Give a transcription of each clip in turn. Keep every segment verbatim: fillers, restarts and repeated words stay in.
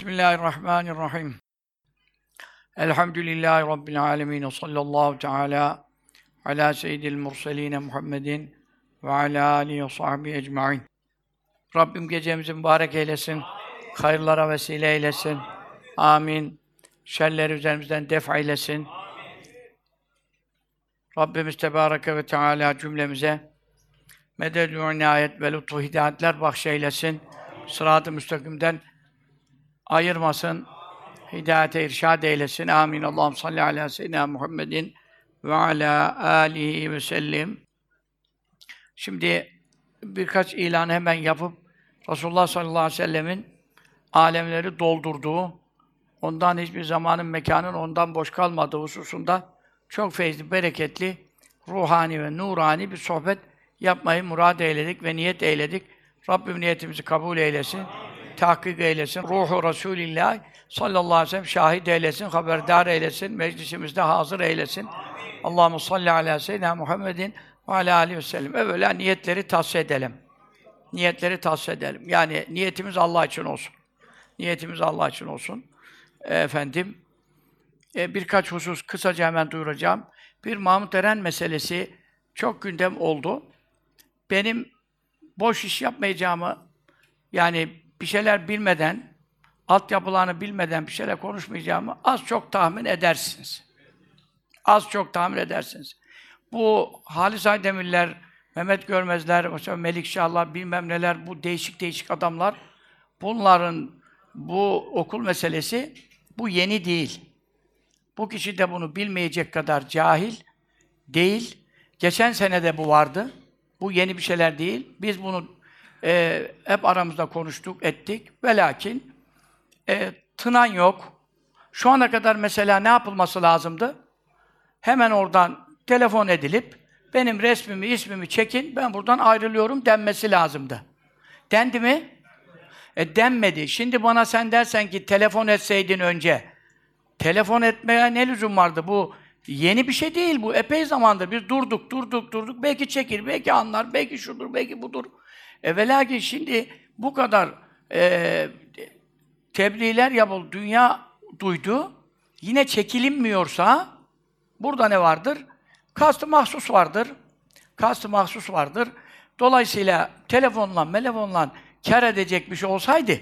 Bismillahirrahmanirrahim. Elhamdülillahi Rabbil alemin. Sallallahu teala ala seyyidil murseline Muhammedin ve ala alihi ve sahbihi ecmaîn. Rabbim gecemizi mübarek eylesin. Hayırlara vesile eylesin. Amin. Şerleri üzerimizden def eylesin. Rabbimiz Tebareke ve Teala cümlemize meded-i inayet ve lütfu hidayetler bahşeylesin. Sırat-ı müstakimden ayırmasın. Hidayete irşad eylesin. Amin. Allahümme salli ala seyyidina Muhammedin ve ala alihi ve sellim. Şimdi birkaç ilanı hemen yapıp Resulullah sallallahu aleyhi ve sellemin alemleri doldurduğu, ondan hiçbir zamanın, mekanın ondan boş kalmadığı hususunda çok feyizli, bereketli, ruhani ve nurani bir sohbet yapmayı murad eyledik ve niyet eyledik. Rabbim niyetimizi kabul eylesin, tahkik eylesin. Ruhu Resulillah sallallahu aleyhi ve sellem şahit eylesin, haberdar eylesin, meclisimizde hazır eylesin. Allahumme salli ala seyyidina Muhammedin ve ala aleyhi ve sellem. Evvela niyetleri tahsis edelim. Niyetleri tahsis edelim. Yani niyetimiz Allah için olsun. Niyetimiz Allah için olsun. Efendim, e, birkaç husus kısaca hemen duyuracağım. Bir Mahmud Eren meselesi çok gündem oldu. Benim boş iş yapmayacağımı, yani bir şeyler bilmeden, altyapılarını bilmeden bir şeyler konuşmayacağımı az çok tahmin edersiniz. Az çok tahmin edersiniz. Bu Halis Aydemirler, Mehmet Görmezler, mesela Melikşahlar, bilmem neler, bu değişik değişik adamlar, bunların bu okul meselesi, bu yeni değil. Bu kişi de bunu bilmeyecek kadar cahil değil. Geçen sene de bu vardı. Bu yeni bir şeyler değil. Biz bunu e, hep aramızda konuştuk, ettik. Ve lakin e, tınan yok. Şu ana kadar mesela ne yapılması lazımdı? Hemen oradan telefon edilip benim resmimi, ismimi çekin, ben buradan ayrılıyorum denmesi lazımdı. Dendi mi? E denmedi. Şimdi bana sen dersen ki telefon etseydin önce, telefon etmeye ne lüzum vardı? Bu yeni bir şey değil bu. Epey zamandır biz durduk, durduk, durduk. Belki çekir, belki anlar, belki şudur, belki budur. E ve lakin şimdi bu kadar e, tebliğler yapıldı, dünya duydu. Yine çekilinmiyorsa burada ne vardır? Kast-ı mahsus vardır. Kast-ı mahsus vardır. Dolayısıyla telefonla, telefonla kâr edecek bir şey olsaydı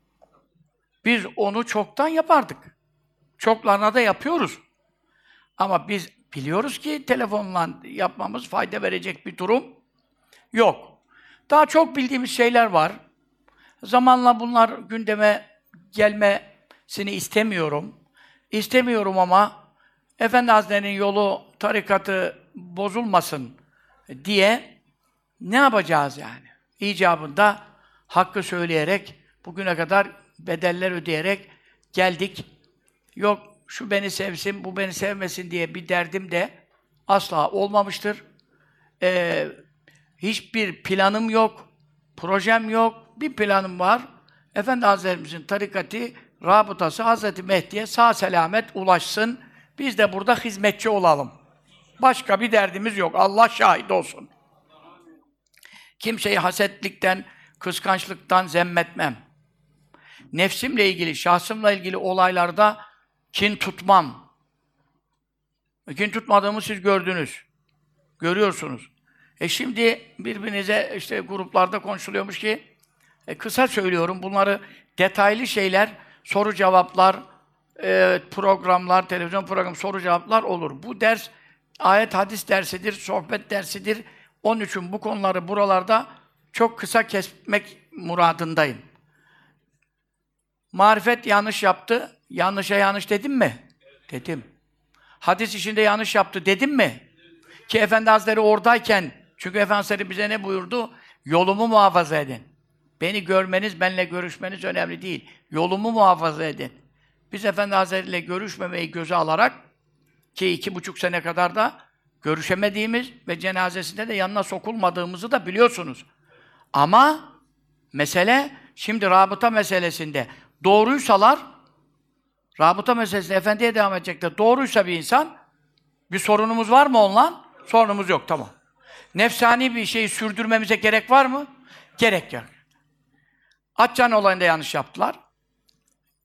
biz onu çoktan yapardık. Çoklarına da yapıyoruz. Ama biz biliyoruz ki telefonla yapmamız fayda verecek bir durum yok. Daha çok bildiğimiz şeyler var. Zamanla bunlar gündeme gelmesini istemiyorum. İstemiyorum ama Efendi Hazretleri'nin yolu, tarikatı bozulmasın diye ne yapacağız yani? İcabında hakkı söyleyerek, bugüne kadar bedeller ödeyerek geldik. Yok şu beni sevsin, bu beni sevmesin diye bir derdim de asla olmamıştır. Ee, hiçbir planım yok, projem yok. Bir planım var. Efendi Hazretlerimizin tarikatı, rabıtası Hazreti Mehdi'ye sağ selamet ulaşsın. Biz de burada hizmetçi olalım. Başka bir derdimiz yok. Allah şahit olsun. Kimseyi hasetlikten, kıskançlıktan zemmetmem. Nefsimle ilgili, şahsımla ilgili olaylarda kin tutmam. Kin tutmadığımı siz gördünüz. Görüyorsunuz. E şimdi birbirinize işte gruplarda konuşuluyormuş ki e kısa söylüyorum bunları, detaylı şeyler, soru cevaplar, e, programlar, televizyon programı soru cevaplar olur. Bu ders ayet hadis dersidir, sohbet dersidir. Onun için bu konuları buralarda çok kısa kesmek muradındayım. Marifet yanlış yaptı. Yanlışa yanlış dedim mi? Dedim. Hadis işinde yanlış yaptı dedim mi? Ki Efendi Hazretleri oradayken, çünkü Efendi Hazretleri bize ne buyurdu? Yolumu muhafaza edin. Beni görmeniz, benimle görüşmeniz önemli değil. Yolumu muhafaza edin. Biz Efendi Hazretleri ile görüşmemeyi göze alarak, ki iki buçuk sene kadar da görüşemediğimiz ve cenazesinde de yanına sokulmadığımızı da biliyorsunuz. Ama mesele, şimdi rabıta meselesinde doğruysalar, rabıta meselesinde Efendi'ye devam edecekler. Doğruysa bir insan, bir sorunumuz var mı onunla? Sorunumuz yok, tamam. Nefsani bir şeyi sürdürmemize gerek var mı? Gerek yok. Atcan olayında yanlış yaptılar.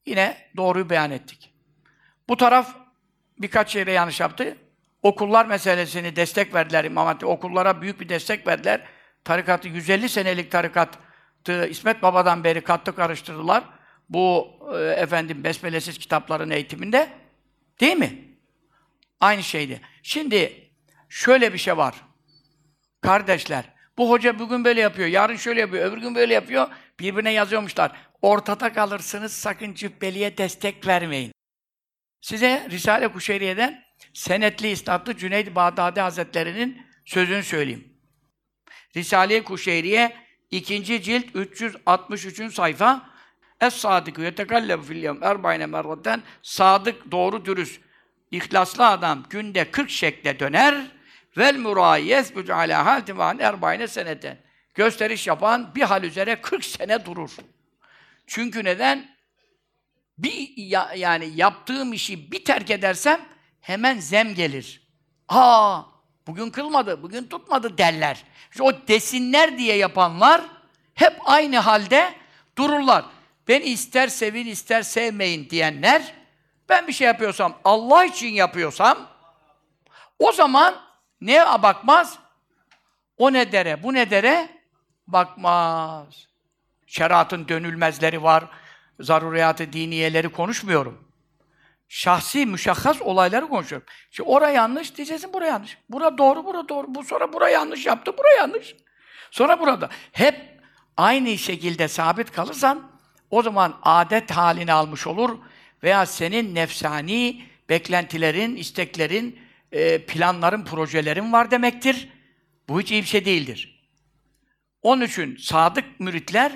Yine doğruyu beyan ettik. Bu taraf birkaç yere yanlış yaptı. Okullar meselesini destek verdiler İmam Hatip. Okullara büyük bir destek verdiler. Tarikatı, yüz elli senelik tarikatı İsmet Baba'dan beri katlı karıştırdılar. Bu e, efendim besmelesiz kitapların eğitiminde. Değil mi? Aynı şeydi. Şimdi şöyle bir şey var. Kardeşler, bu hoca bugün böyle yapıyor, yarın şöyle yapıyor, öbür gün böyle yapıyor. Birbirine yazıyormuşlar. Ortada kalırsınız, sakın cübbeliye destek vermeyin. Size Risale-i Kuşeyriye'den senetli isnatlı Cüneyd-i Bağdadi Hazretleri'nin sözünü söyleyeyim. Risale-i Kuşeyriye ikinci cilt üç yüz altmış üçüncü sayfa. Es-sâdikü yetekallem fil yevm erba'ine merraten. Sadık, doğru, dürüst, ihlaslı adam günde kırk şekle döner. Vel murâi yesbucu alâ hâltimân erba'ine seneten. Gösteriş yapan bir hal üzere kırk sene durur. Çünkü neden? Bir ya, yani yaptığım işi bir terk edersem hemen zem gelir. Aa, bugün kılmadı, bugün tutmadı derler. İşte o desinler diye yapanlar hep aynı halde dururlar. Beni ister sevin, ister sevmeyin diyenler, ben bir şey yapıyorsam, Allah için yapıyorsam, o zaman neye bakmaz? O ne dere, bu ne dere? Bakmaz. Şeriatın dönülmezleri var, zaruriyat-ı diniyeleri konuşmuyorum. Şahsi, müşahhas olayları konuşuyorum. Şimdi oraya yanlış diyeceksin, buraya yanlış. Bura doğru, bura doğru. Bu sonra buraya yanlış yaptı, buraya yanlış. Sonra burada. Hep aynı şekilde sabit kalırsan, o zaman adet halini almış olur veya senin nefsani beklentilerin, isteklerin, planların, projelerin var demektir. Bu hiç iyi bir şey değildir. Onun için sadık müritler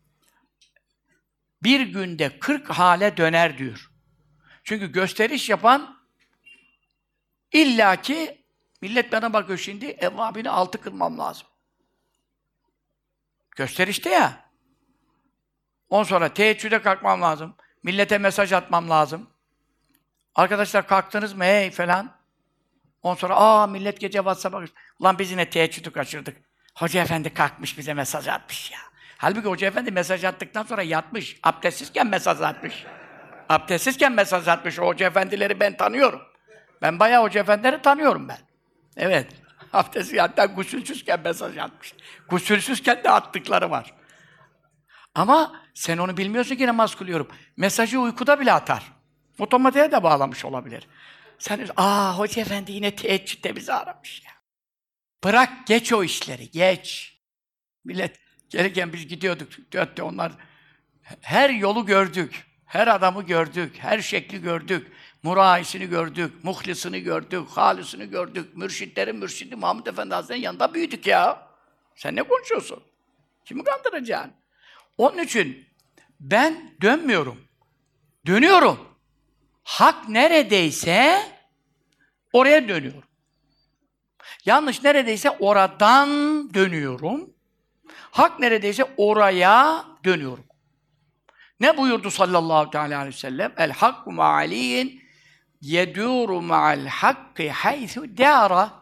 bir günde kırk hale döner diyor. Çünkü gösteriş yapan illaki millet bana bakıyor şimdi evvabini altı kılmam lazım. Gösterişte ya. Ondan sonra teheccüde kalkmam lazım. Millete mesaj atmam lazım. Arkadaşlar kalktınız mı hey falan. Ondan sonra aa millet gece WhatsApp'a ulan biz yine teheccüdü kaçırdık. Hoca efendi kalkmış bize mesaj atmış ya. Halbuki hoca efendi mesaj attıktan sonra yatmış. Abdestsizken mesaj atmış. Abdestsizken mesaj atmış. O hoca efendileri ben tanıyorum. Ben bayağı hoca efendileri tanıyorum ben. Evet. Abdestsiz, hatta gusülsüzken mesaj atmış. Gusülsüzken de attıkları var. Ama sen onu bilmiyorsun ki namaz kılıyorum. Mesajı uykuda bile atar. Otomatiğe de bağlamış olabilir. Sen aa hoca efendi yine teheccüde bizi aramış ya. Bırak geç o işleri, geç. Millet gelirken biz gidiyorduk, dörtte onlar her yolu gördük. Her adamı gördük, her şekli gördük. Muraisini gördük, muhlisini gördük, halisini gördük. Mürşitlerin mürşidi Mahmud Efendi Hazretleri'nin yanında büyüdük ya. Sen ne konuşuyorsun? Kimi kandıracaksın? Onun için ben dönmüyorum. Dönüyorum. Hak neredeyse oraya dönüyorum. Yanlış neredeyse oradan dönüyorum. Hak neredeyse oraya dönüyorum. Ne buyurdu sallallahu aleyhi ve sellem? El hakku ma'aliyin yedûru ma'al hakki haythu dâra.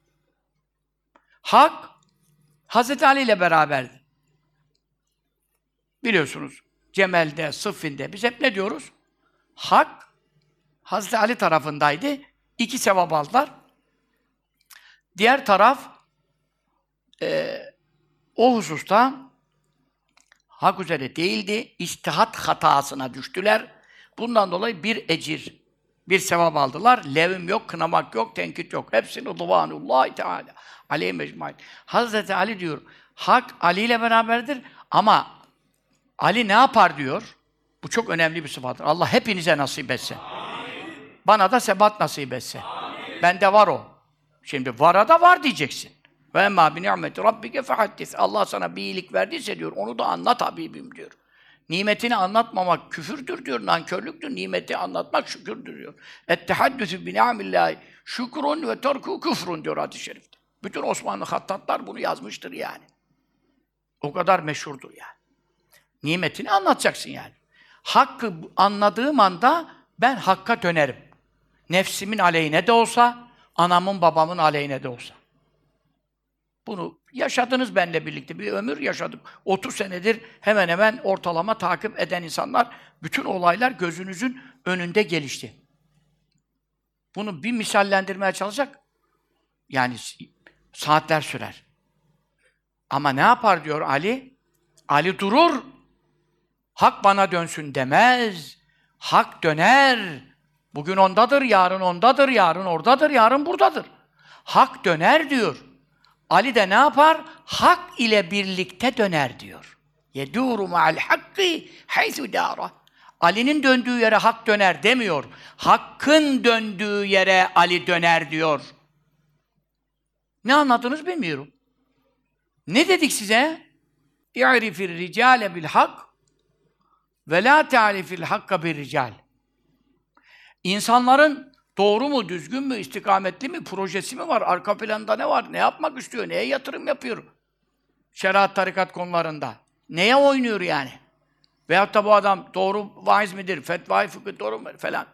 Hak, Hazreti Ali ile beraberdi. Biliyorsunuz, Cemel'de, Sıffin'de biz hep ne diyoruz? Hak, Hazreti Ali tarafındaydı. İki sevap aldılar. Diğer taraf, e, o hususta hak üzere değildi, içtihat hatasına düştüler. Bundan dolayı bir ecir, bir sevap aldılar. Levim yok, kınamak yok, tenkit yok. Hepsini Rıdvanullahi Teala aleyhi mecmaîn. Hazreti Ali diyor, hak Ali ile beraberdir ama Ali ne yapar diyor? Bu çok önemli bir sıfattır. Allah hepinize nasip etsin. Amin. Bana da sebat nasip etsin. Amin. Bende var o. Şimdi vara da var diyeceksin. Ve emmâ bi ni'meti rabbike fehaddis. Allah sana bir iyilik verdiyse diyor, onu da anlat Habibim diyor. Nimetini anlatmamak küfürdür diyor, nankörlüktür. Nimeti anlatmak şükürdür diyor. Ettehaddüsü bi ni'amillâhi şükrun ve terku küfrun diyor hadis-i şerifte. Bütün Osmanlı hattatlar bunu yazmıştır yani. O kadar meşhurdur yani. Nimetini anlatacaksın yani. Hakkı anladığım anda ben hakka dönerim. Nefsimin aleyhine de olsa, anamın babamın aleyhine de olsa. Bunu yaşadınız benimle birlikte. Bir ömür yaşadık. otuz senedir hemen hemen ortalama takip eden insanlar, bütün olaylar gözünüzün önünde gelişti. Bunu bir misallendirmeye çalışacak, yani saatler sürer. Ama ne yapar diyor Ali? Ali durur. Hak bana dönsün demez. Hak döner. Bugün ondadır, yarın ondadır, yarın oradadır, yarın buradadır. Hak döner diyor. Ali de ne yapar? Hak ile birlikte döner diyor. Yedûru ma'al hakki haythu dâra. Ali'nin döndüğü yere hak döner demiyor. Hakkın döndüğü yere Ali döner diyor. Ne anladınız bilmiyorum. Ne dedik size? İ'rifir ricale bil hak ve la ta'rifil hakka bir rical. İnsanların doğru mu, düzgün mü, istikametli mi, projesi mi var, arka planda ne var, ne yapmak istiyor, neye yatırım yapıyor? Şeriat, tarikat konularında. Neye oynuyor yani? Veyahut da bu adam doğru vaiz midir, fetva-i fıkıh doğru mu falan.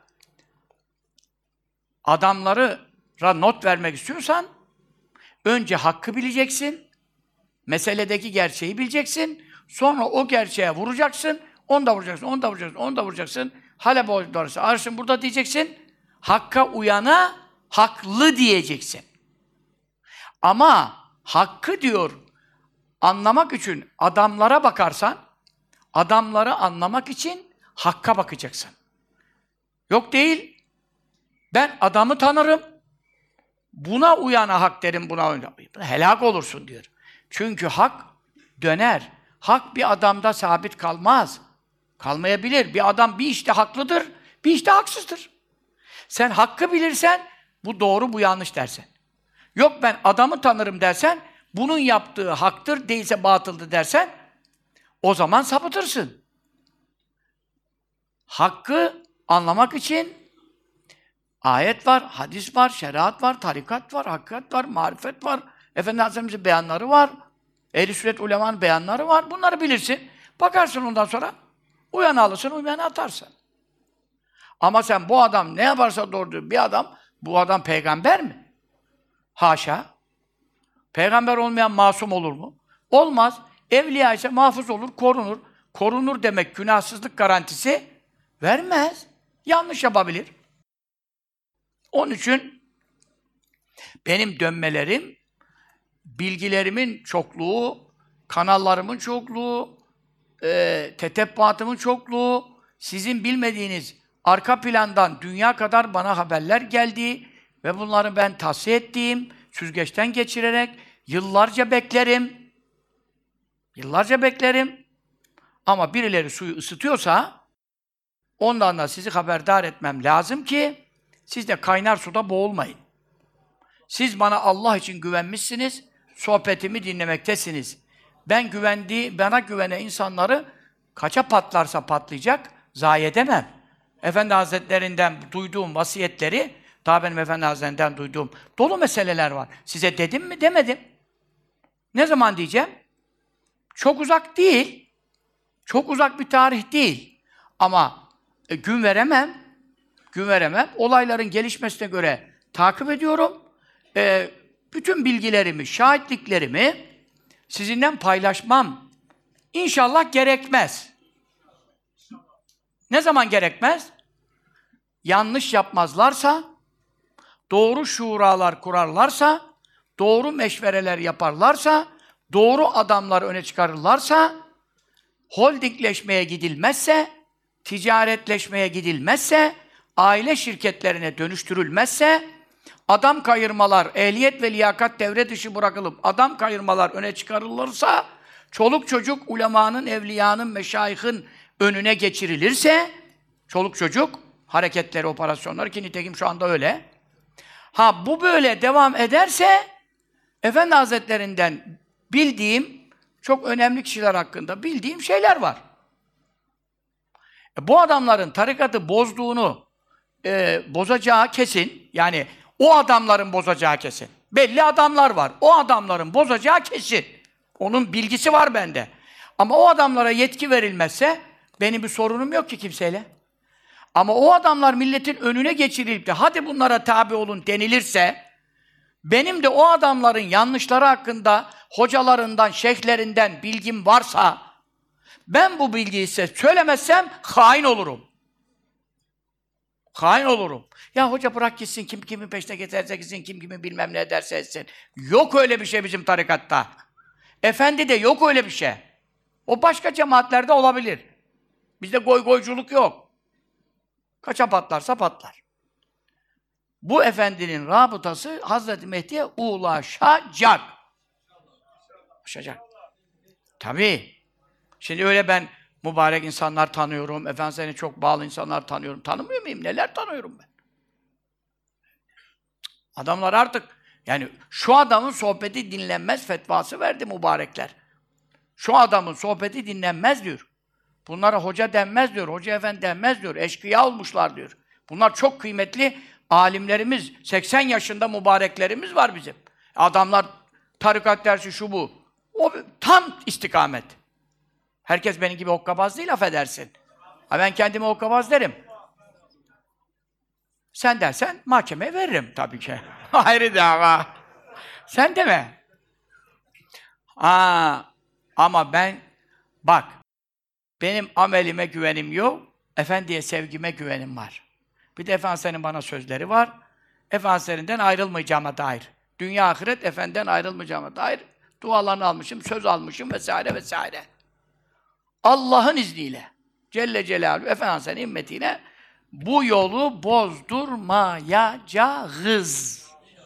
Adamlara not vermek istiyorsan, önce hakkı bileceksin, meseledeki gerçeği bileceksin, sonra o gerçeğe vuracaksın, onu da vuracaksın, onu da vuracaksın, onu da vuracaksın. Halep orası, arşın burada diyeceksin, hakka uyana haklı diyeceksin. Ama hakkı diyor, anlamak için adamlara bakarsan, adamları anlamak için hakka bakacaksın. Yok değil, ben adamı tanırım, buna uyana hak derim, buna uyana. Helak olursun diyor. Çünkü hak döner. Hak bir adamda sabit kalmaz. Kalmayabilir. Bir adam bir işte haklıdır, bir işte haksızdır. Sen hakkı bilirsen, bu doğru, bu yanlış dersen. Yok ben adamı tanırım dersen, bunun yaptığı haktır, değilse batıldır dersen, o zaman sapıtırsın. Hakkı anlamak için ayet var, hadis var, şeriat var, tarikat var, hakikat var, marifet var, Efendimiz Aleyhisselam'ın beyanları var, ehl-i sünnet ulemanın beyanları var. Bunları bilirsin. Bakarsın ondan sonra, uyanı alırsın, uymayanı atarsın. Ama sen bu adam ne yaparsa doğrudur, bir adam, bu adam peygamber mi? Haşa. Peygamber olmayan masum olur mu? Olmaz. Evliya ise mahfuz olur, korunur. Korunur demek günahsızlık garantisi vermez. Yanlış yapabilir. Onun için benim dönmelerim, bilgilerimin çokluğu, kanallarımın çokluğu, e, tetebbatımın çokluğu, sizin bilmediğiniz arka plandan dünya kadar bana haberler geldi ve bunları ben tahsiye ettiğim, süzgeçten geçirerek yıllarca beklerim. Yıllarca beklerim. Ama birileri suyu ısıtıyorsa ondan da sizi haberdar etmem lazım ki siz de kaynar suda boğulmayın. Siz bana Allah için güvenmişsiniz, sohbetimi dinlemektesiniz. Ben güvendiği, bana güvenen insanları kaça patlarsa patlayacak, zayi edemem. Efendi Hazretlerinden duyduğum vasiyetleri, daha benim Efendi Hazretlerinden duyduğum dolu meseleler var. Size dedim mi, demedim. Ne zaman diyeceğim? Çok uzak değil. Çok uzak bir tarih değil. Ama e, gün veremem. Gün veremem. Olayların gelişmesine göre takip ediyorum. E, bütün bilgilerimi, şahitliklerimi sizinle paylaşmam İnşallah gerekmez. Ne zaman gerekmez? Yanlış yapmazlarsa, doğru şuralar kurarlarsa, doğru meşvereler yaparlarsa, doğru adamlar öne çıkarırlarsa, holdingleşmeye gidilmezse, ticaretleşmeye gidilmezse, aile şirketlerine dönüştürülmezse, adam kayırmalar, ehliyet ve liyakat devre dışı bırakılıp adam kayırmalar öne çıkarılırsa, çoluk çocuk ulemanın, evliyanın, meşayihin önüne geçirilirse, çoluk çocuk hareketleri, operasyonları ki nitekim şu anda öyle. Ha bu böyle devam ederse, Efendi Hazretlerinden bildiğim, çok önemli kişiler hakkında bildiğim şeyler var. E, bu adamların tarikatı bozduğunu, e, bozacağı kesin, yani o adamların bozacağı kesin. Belli adamlar var, o adamların bozacağı kesin. Onun bilgisi var bende. Ama o adamlara yetki verilmezse, benim bir sorunum yok ki kimseyle. Ama o adamlar milletin önüne geçirilip de hadi bunlara tabi olun denilirse, Benim de o adamların yanlışları hakkında hocalarından, şeyhlerinden bilgim varsa ben bu bilgiyi size söylemezsem hain olurum. Hain olurum. Ya hoca bırak gitsin, kim kimin peşine giderse gitsin, kim kimin bilmem ne ederse etsin. Yok öyle bir şey bizim tarikatta. Efendi de yok öyle bir şey. O başka cemaatlerde olabilir. Bizde goy goyculuk yok. Kaça patlarsa patlar. Bu efendinin rabıtası Hazreti Mehdi'ye ulaşacak. Ulaşacak. Tabii. Şimdi öyle ben mübarek insanlar tanıyorum, Efendimiz'e çok bağlı insanlar tanıyorum. Tanımıyor muyum? Neler tanıyorum ben? Adamlar artık, yani şu adamın sohbeti dinlenmez fetvası verdi mübarekler. Şu adamın sohbeti dinlenmez diyor. Bunlara hoca denmez diyor, hoca efendi denmez diyor, eşkıya olmuşlar diyor. Bunlar çok kıymetli alimlerimiz, seksen yaşında mübareklerimiz var bizim. Adamlar tarikat dersi şu bu. O tam istikamet. Herkes benim gibi hokkabaz değil, affedersin. Ha ben kendime hokkabaz derim. Sen dersen mahkemeye veririm tabii ki. Ayrı dava. Sen deme. Aa, ama ben, bak, benim amelime güvenim yok, Efendi'ye sevgime güvenim var. Bir de Efendimiz'in bana sözleri var. Efendimiz'den ayrılmayacağıma dair. Dünya ahiret Efendiden ayrılmayacağıma dair dualarını almışım, söz almışım vesaire vesaire. Allah'ın izniyle Celle Celaluhu Efendimiz'in himmetiyle bu yolu bozdurmayacağız.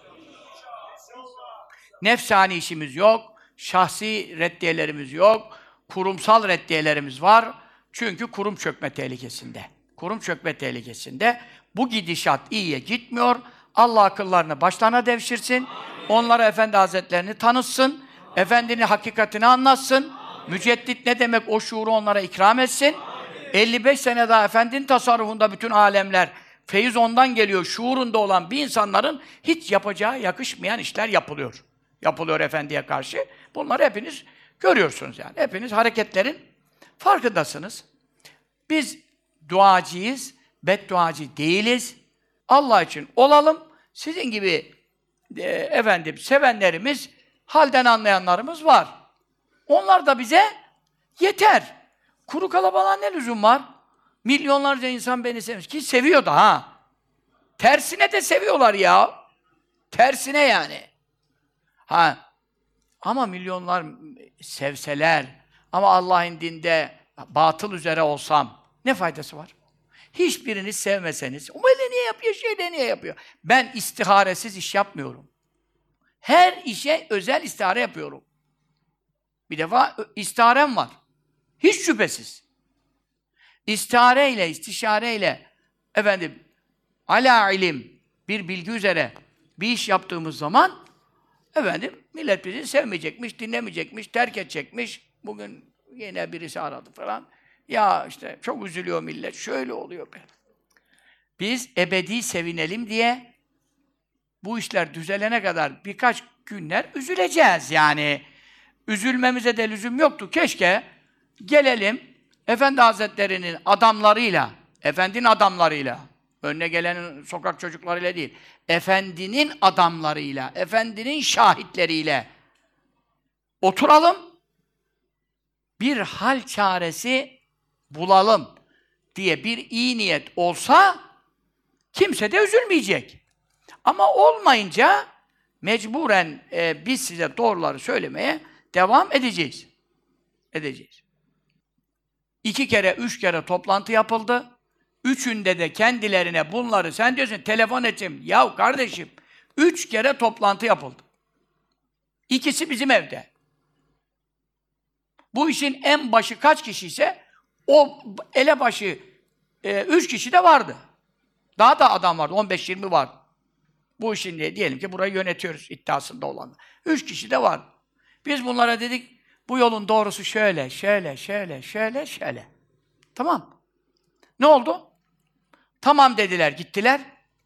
Nefsani işimiz yok, şahsi reddiyelerimiz yok, kurumsal reddiyelerimiz var. Çünkü kurum çökme tehlikesinde. Kurum çökme tehlikesinde. Bu gidişat iyiye gitmiyor. Allah akıllarını başlarına devşirsin. Onlara Efendi Hazretlerini tanıtsın. Efendinin hakikatini anlatsın. Müceddit ne demek, o şuuru onlara ikram etsin. elli beş sene daha Efendinin tasarrufunda bütün alemler, feyiz ondan geliyor, şuurunda olan bir insanların hiç yapacağı yakışmayan işler yapılıyor. Yapılıyor Efendi'ye karşı. Bunları hepiniz görüyorsunuz yani. Hepiniz hareketlerin farkındasınız. Biz duacıyız, bedduacı değiliz. Allah için olalım. Sizin gibi e, efendim sevenlerimiz, halden anlayanlarımız var. Onlar da bize yeter. Kuru kalabalığa ne lüzum var? Milyonlarca insan beni sevmiş. Ki seviyor da ha. Tersine de seviyorlar ya. Tersine yani. Ha. Ama milyonlar sevseler, ama Allah'ın dinde batıl üzere olsam ne faydası var? Hiçbiriniz sevmeseniz, o böyle niye yapıyor, şeyle niye yapıyor? Ben istiharesiz iş yapmıyorum. Her işe özel istihare yapıyorum. Bir defa istiharem var. Hiç şüphesiz. İstihareyle, istişareyle, efendim, ala ilim, bir bilgi üzere bir iş yaptığımız zaman, efendim, millet bizi sevmeyecekmiş, dinlemeyecekmiş, terk edecekmiş. Bugün yine birisi aradı falan. Ya işte çok üzülüyor millet, şöyle oluyor be. Biz ebedi sevinelim diye bu işler düzelene kadar birkaç günler üzüleceğiz yani. Üzülmemize de lüzum yoktu. Keşke gelelim Efendi Hazretleri'nin adamlarıyla, Efendinin adamlarıyla, önüne gelenin sokak çocuklarıyla değil, Efendinin adamlarıyla, Efendinin şahitleriyle oturalım, bir hal çaresi bulalım diye bir iyi niyet olsa kimse de üzülmeyecek. Ama olmayınca mecburen e, biz size doğruları söylemeye devam edeceğiz. Edeceğiz. İki kere, üç kere toplantı yapıldı. Üçünde de kendilerine bunları, sen diyorsun telefon edeceğim. Yahu kardeşim, üç kere toplantı yapıldı. İkisi bizim evde. Bu işin en başı kaç kişi ise o elebaşı e, üç kişi de vardı. Daha da adam vardı, on beş yirmi vardı. Bu işin diye diyelim ki burayı yönetiyoruz iddiasında olan. Üç kişi de var. Biz bunlara dedik, bu yolun doğrusu şöyle, şöyle, şöyle, şöyle, şöyle. Tamam. Ne oldu? Tamam dediler, gittiler.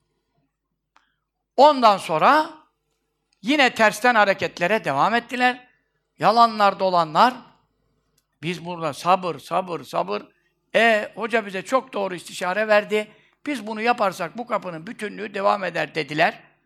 Ondan sonra yine tersten hareketlere devam ettiler. Yalanlar, dolanlar. Biz burada sabır, sabır, sabır. E hoca bize çok doğru istişare verdi. Biz bunu yaparsak bu kapının bütünlüğü devam eder dediler.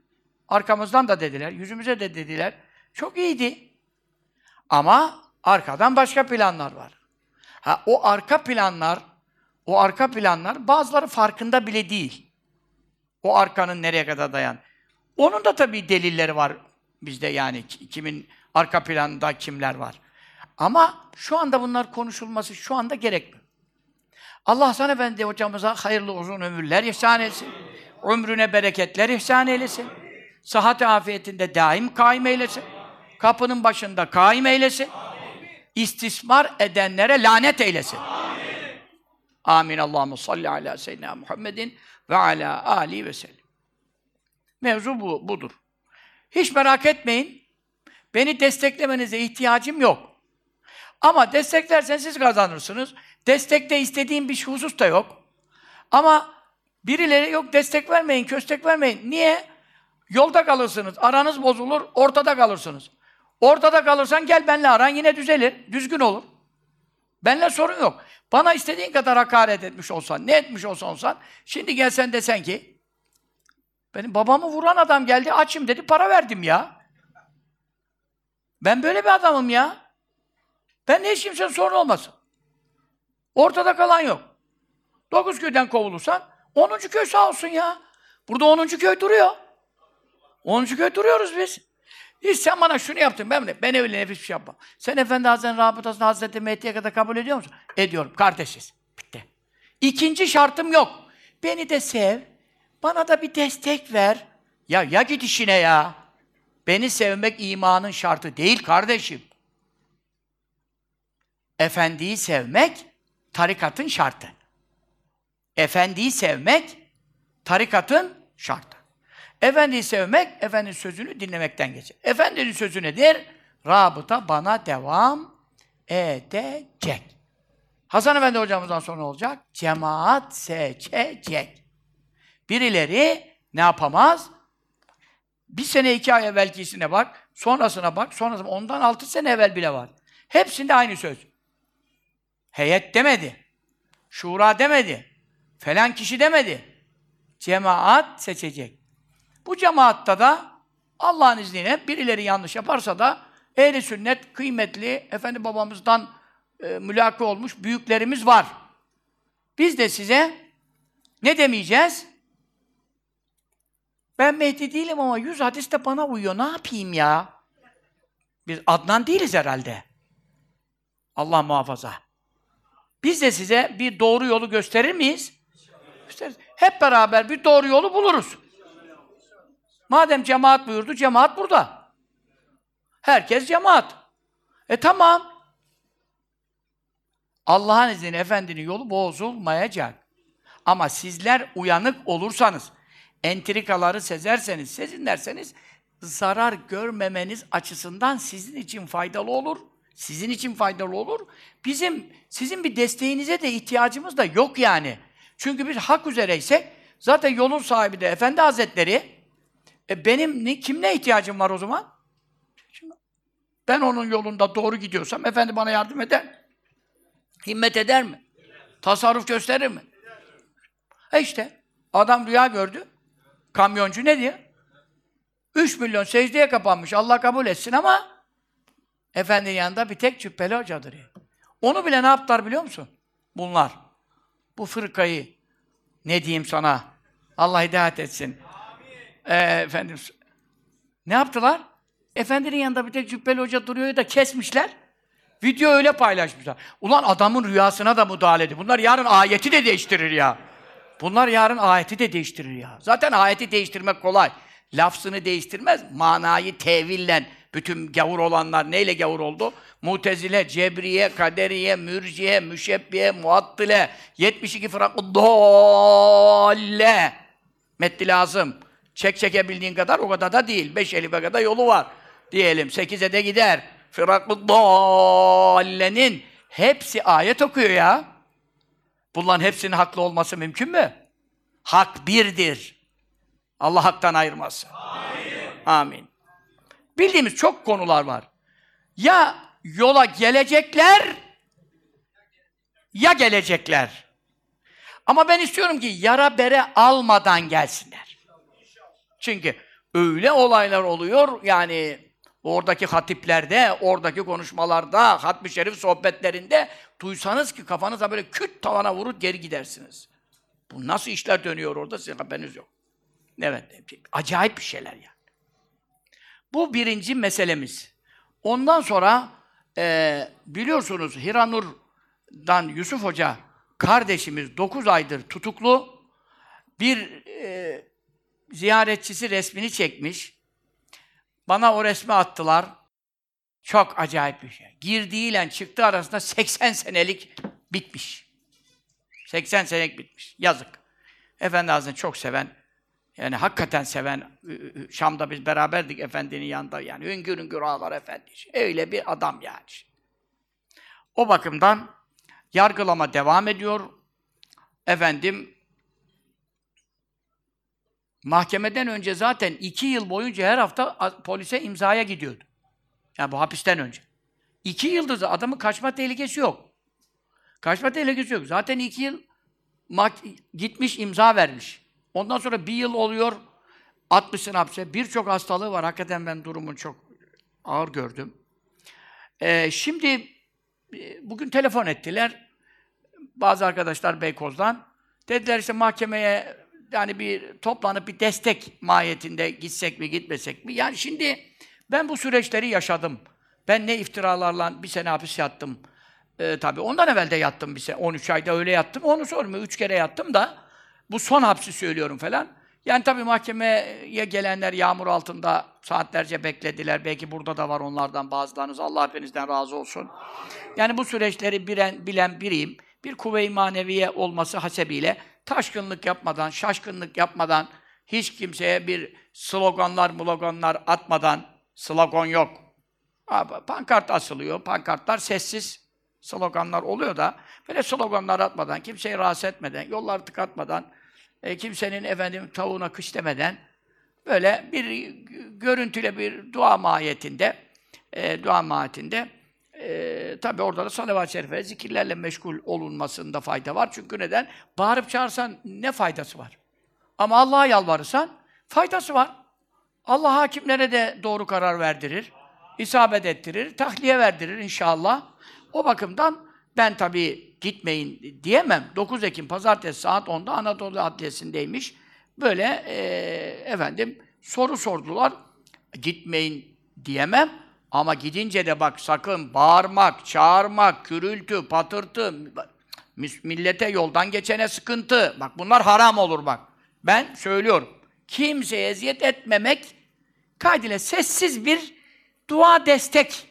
Arkamızdan da dediler, yüzümüze de dediler. Çok iyiydi. Ama arkadan başka planlar var. Ha, o arka planlar, o arka planlar bazıları farkında bile değil. O arkanın nereye kadar dayan. Onun da tabii delilleri var bizde yani. Kimin arka planında kimler var. Ama şu anda bunlar konuşulması şu anda gerekmiyor. Allah Hasan Efendi hocamıza hayırlı uzun ömürler ihsan etsin. Ömrüne bereketler ihsan eylesin. Sıhhat-i afiyetinde daim kaim eylesin. Kapının başında kaim eylesin. İstismar edenlere lanet eylesin. Amin. Amin. Allahumme salli ala seyyidina Muhammedin ve ala ali ve sellem. Mevzu bu, budur. Hiç merak etmeyin. Beni desteklemenize ihtiyacım yok. Ama desteklerseniz siz kazanırsınız. Destekte istediğim bir husus da yok. Ama birileri yok destek vermeyin, köstek vermeyin. Niye? Yolda kalırsınız, aranız bozulur, ortada kalırsınız. Ortada kalırsan gel benimle aran yine düzelir, düzgün olur. Benimle sorun yok. Bana istediğin kadar hakaret etmiş olsan, ne etmiş olsan olsan, şimdi gelsen desen ki, benim babamı vuran adam geldi, açım dedi, para verdim ya. Ben böyle bir adamım ya. Ben ne hiç kimsenin sorun olmasın. Ortada kalan yok. Dokuz köyden kovulursan, onuncu köy sağ olsun ya. Burada onuncu köy duruyor. onuncu köy duruyoruz biz. Hiç sen bana şunu yaptın, ben de, ben öyle nefis bir şey yapmam. Sen Efendi Hazretleri'nin rabıtasını Hazreti Mehdi'ye kadar kabul ediyor musun? Ediyorum, kardeşiz. Bitti. İkinci şartım yok. Beni de sev, bana da bir destek ver. Ya ya git işine ya. Beni sevmek imanın şartı değil kardeşim. Efendiyi sevmek, tarikatın şartı. Efendiyi sevmek, tarikatın şartı. Efendiyi sevmek, Efendinin sözünü dinlemekten geçer. Efendinin sözü nedir? Rabıta bana devam edecek. Hasan Efendi hocamızdan sonra ne olacak? Cemaat seçecek. Birileri ne yapamaz? Bir sene, iki ay evvelkisine bak, sonrasına bak, sonrasına ondan altı sene evvel bile var. Hepsinde aynı söz. Heyet demedi. Şura demedi. Falan kişi demedi. Cemaat seçecek. Bu cemaatta da Allah'ın izniyle birileri yanlış yaparsa da ehl-i sünnet kıymetli Efendi babamızdan e, mülaki olmuş büyüklerimiz var. Biz de size ne demeyeceğiz? Ben Mehdi değilim ama yüz hadis de bana uyuyor. Ne yapayım ya? Biz Adnan değiliz herhalde. Allah muhafaza. Biz de size bir doğru yolu gösterir miyiz? Gösteririz. Hep beraber bir doğru yolu buluruz. Madem cemaat buyurdu, cemaat burada. Herkes cemaat. E tamam. Allah'ın izniyle Efendinin yolu bozulmayacak. Ama sizler uyanık olursanız, entrikaları sezerseniz, sezinlerseniz, zarar görmemeniz açısından sizin için faydalı olur. Sizin için faydalı olur. Bizim, sizin bir desteğinize de ihtiyacımız da yok yani. Çünkü biz hak üzereysek, zaten yolun sahibi de Efendi Hazretleri, e benim ne, kim ne ihtiyacım var o zaman? Şimdi, ben onun yolunda doğru gidiyorsam, Efendi bana yardım eder. Himmet eder mi? Tasarruf gösterir mi? E işte, adam rüya gördü. Kamyoncu ne diyor? Üç milyon secdeye kapanmış, Allah kabul etsin ama Efendinin yanında bir tek cübbeli hocadır ya. Onu bile ne yaptılar biliyor musun? Bunlar. Bu fırkayı, ne diyeyim sana? Allah hidayet etsin. Ee, efendim, ne yaptılar? Efendinin yanında bir tek cübbeli hoca duruyor da kesmişler. Video öyle paylaşmışlar. Ulan adamın rüyasına da müdahale ediyor. Bunlar yarın ayeti de değiştirir ya. Bunlar yarın ayeti de değiştirir ya. Zaten ayeti değiştirmek kolay. Lafzını değiştirmez, manayı tevillen. Bütün gavur olanlar neyle gavur oldu? Mutezile, Cebriye, Kaderiye, Mürciye, Müşebbiye, Muattile, yetmiş iki fırakı dâlle. Metni lazım. Çek çekebildiğin kadar o kadar da değil. Beş elife kadar yolu var. Diyelim sekize de gider. Fırakı dâlle'nin hepsi ayet okuyor ya. Bunların hepsinin haklı olması mümkün mü? Hak birdir. Allah haktan ayırmasın. Amin. Amin. Bildiğimiz çok konular var. Ya yola gelecekler, ya gelecekler. Ama ben istiyorum ki yara bere almadan gelsinler. Çünkü öyle olaylar oluyor yani oradaki hatiplerde, oradaki konuşmalarda, hatmi şerif sohbetlerinde duysanız ki kafanıza böyle küt tavana vurur geri gidersiniz. Bu nasıl işler dönüyor orada sizin haberiniz yok. Evet, acayip bir şeyler yani. Bu birinci meselemiz. Ondan sonra e, biliyorsunuz Hiranur'dan Yusuf Hoca kardeşimiz dokuz aydır tutuklu. Bir e, ziyaretçisi resmini çekmiş. Bana o resmi attılar. Çok acayip bir şey. Girdiğiyle çıktığı arasında seksen senelik bitmiş. seksen senelik bitmiş. Yazık. Efendi Hazretleri'ni çok seven, yani hakikaten seven, Şam'da biz beraberdik Efendi'nin yanında yani. Hüngür hüngür ağlar Efendi. Öyle bir adam yani. O bakımdan yargılama devam ediyor. Efendim, mahkemeden önce zaten iki yıl boyunca her hafta polise imzaya gidiyordu. Yani bu hapisten önce. İki yıldır adamın kaçma tehlikesi yok. Kaçma tehlikesi yok. Zaten iki yıl gitmiş, imza vermiş. Ondan sonra bir yıl oluyor, atmışsın hapse. Birçok hastalığı var. Hakikaten ben durumun çok ağır gördüm. Ee, şimdi bugün telefon ettiler. Bazı arkadaşlar Beykoz'dan. Dediler işte mahkemeye yani bir toplanıp bir destek mahiyetinde gitsek mi gitmesek mi? Yani şimdi ben bu süreçleri yaşadım. Ben ne iftiralarla bir sene hapis yattım. Ee, tabii ondan evvel de yattım bir sene. on üç ayda öyle yattım. Onu sormuyor. Üç kere yattım da bu son hapsi söylüyorum falan. Yani tabii mahkemeye gelenler yağmur altında saatlerce beklediler. Belki burada da var onlardan bazılarınız. Allah hepinizden razı olsun. Yani bu süreçleri bilen, bilen biriyim. Bir kuvve-i maneviye olması hasebiyle taşkınlık yapmadan, şaşkınlık yapmadan, hiç kimseye bir sloganlar, muloganlar atmadan, slogan yok. Abi, pankart asılıyor, pankartlar sessiz sloganlar oluyor da, böyle sloganlar atmadan, kimseyi rahatsız etmeden, yolları tıkatmadan, e, kimsenin efendim tavuğuna kış demeden, böyle bir görüntüyle bir dua mahiyetinde, e, dua mahiyetinde, e, tabi orada da salavat-ı şerife, zikirlerle meşgul olunmasında fayda var. Çünkü neden? Bağırıp çağırsan ne faydası var? Ama Allah'a yalvarırsan faydası var. Allah hakimlere de doğru karar verdirir, isabet ettirir, tahliye verdirir inşallah. O bakımdan ben tabii gitmeyin diyemem. dokuz Ekim Pazartesi saat onda Anadolu Adliyesi'ndeymiş. Böyle e, efendim soru sordular. Gitmeyin diyemem. Ama gidince de bak sakın bağırmak, çağırmak, gürültü, patırtı, millete yoldan geçene sıkıntı. Bak bunlar haram olur bak. Ben söylüyorum. Kimseye eziyet etmemek kaydıyla sessiz bir dua destek.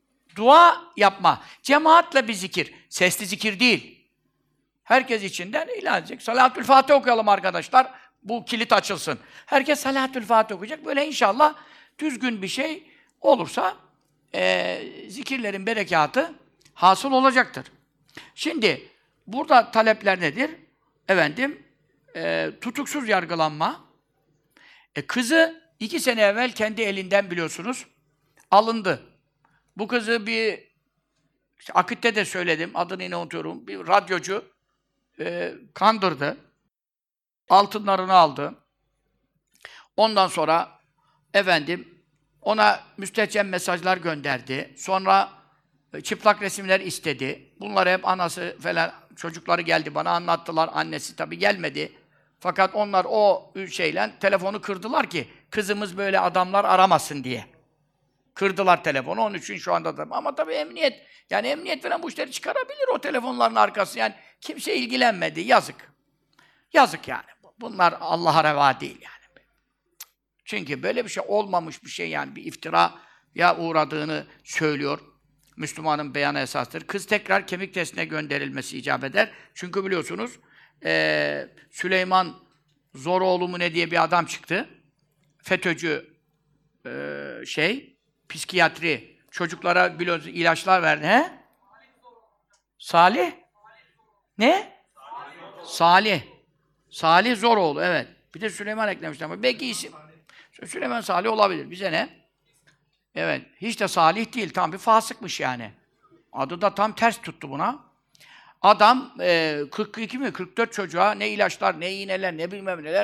Dua yapma. Cemaatle bir zikir. Sesli zikir değil. Herkes içinden ilan edecek. Salatül Fatih okuyalım arkadaşlar. Bu kilit açılsın. Herkes Salatül Fatih okuyacak. Böyle inşallah düzgün bir şey olursa e, zikirlerin berekatı hasıl olacaktır. Şimdi burada talepler nedir? Efendim e, tutuksuz yargılanma. E, kızı iki sene evvel kendi elinden biliyorsunuz alındı. Bu kızı bir, işte Akit'te de söyledim, adını yine unutuyorum, bir radyocu e, kandırdı. Altınlarını aldı. Ondan sonra efendim ona müstehcen mesajlar gönderdi. Sonra e, çıplak resimler istedi. Bunları hep anası falan, çocukları geldi bana anlattılar. Annesi tabii gelmedi. Fakat onlar o şeyle telefonu kırdılar ki kızımız böyle adamlar aramasın diye. Kırdılar telefonu, onun için şu anda da. Ama tabii emniyet, yani emniyet falan bu işleri çıkarabilir o telefonların arkası. Yani kimse ilgilenmedi, yazık. Yazık yani. Bunlar Allah'a reva değil yani. Çünkü böyle bir şey olmamış bir şey yani. Bir iftiraya uğradığını söylüyor. Müslümanın beyanı esastır. Kız tekrar kemik testine gönderilmesi icap eder. Çünkü biliyorsunuz ee, Süleyman Zoroğlu mu ne diye bir adam çıktı. FETÖ'cü ee, şey, psikiyatri, çocuklara biliyorsunuz ilaçlar verdi. He? Salih? Ne? Salih. Salih Zoroğlu, evet. Bir de Süleyman eklemişler ama belki isim. Süleyman Salih olabilir. Bize ne? Evet. Hiç de Salih değil. Tam bir fasıkmış yani. Adı da tam ters tuttu buna. Adam e, kırk iki mi? kırk dört çocuğa ne ilaçlar, ne iğneler, ne bilmem neler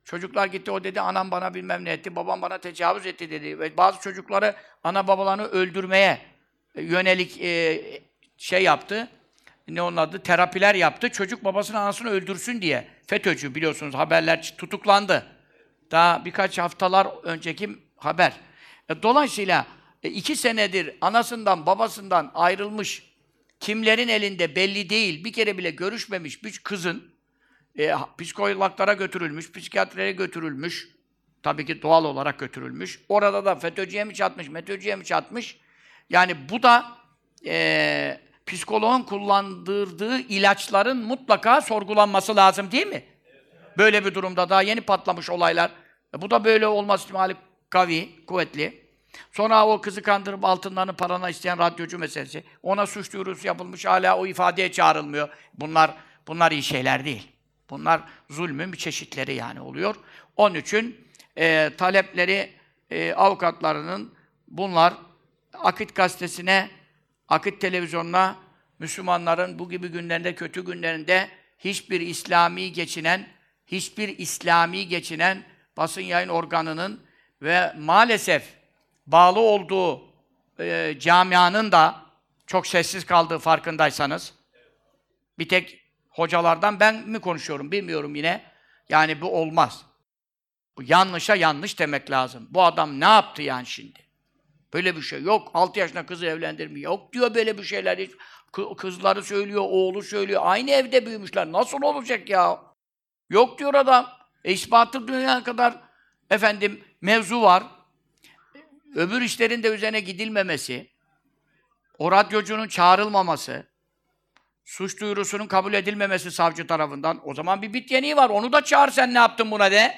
Çocuklar gitti, o dedi, anam bana bilmem ne etti, babam bana tecavüz etti dedi. Ve bazı çocukları ana babalarını öldürmeye yönelik e, şey yaptı. Ne onun adı? Terapiler yaptı. Çocuk babasını, anasını öldürsün diye. FETÖ'cü biliyorsunuz, haberler tutuklandı. Daha birkaç haftalar önceki haber. E, dolayısıyla e, iki senedir anasından, babasından ayrılmış, kimlerin elinde belli değil, bir kere bile görüşmemiş bir kızın e, psikologlara götürülmüş, psikiyatrilere götürülmüş. Tabii ki doğal olarak götürülmüş. Orada da FETÖ'cüye mi çatmış, METÖ'cüye mi çatmış? Yani bu da e, psikoloğun kullandırdığı ilaçların mutlaka sorgulanması lazım değil mi? Böyle bir durumda daha yeni patlamış olaylar. E, bu da böyle olması ihtimali kavi, kuvvetli. Sonra o kızı kandırıp altınlarını, parana isteyen radyocu meselesi. Ona suç duyurusu yapılmış, hala o ifadeye çağrılmıyor. Bunlar bunlar iyi şeyler değil. Bunlar zulmün bir çeşitleri yani oluyor. Onun için e, talepleri e, avukatlarının bunlar Akit gazetesine, Akit televizyonuna, Müslümanların bu gibi günlerinde, kötü günlerinde hiçbir İslami geçinen, hiçbir İslami geçinen basın yayın organının ve maalesef bağlı olduğu e, camianın da çok sessiz kaldığı farkındaysanız, bir tek hocalardan ben mi konuşuyorum bilmiyorum yine. Yani bu olmaz. Bu yanlışa yanlış demek lazım. Bu adam ne yaptı yani şimdi? Böyle bir şey yok. altı yaşında kızı evlendirmiyor. Yok diyor böyle bir şeyler. Hiç. Kızları söylüyor, oğlu söylüyor. Aynı evde büyümüşler. Nasıl olacak ya? Yok diyor adam. E, ispatı dünya kadar efendim mevzu var. Öbür işlerin de üzerine gidilmemesi, o radyocunun çağrılmaması, suç duyurusunun kabul edilmemesi savcı tarafından. O zaman bir bit yeniği var. Onu da çağır, sen ne yaptın buna de.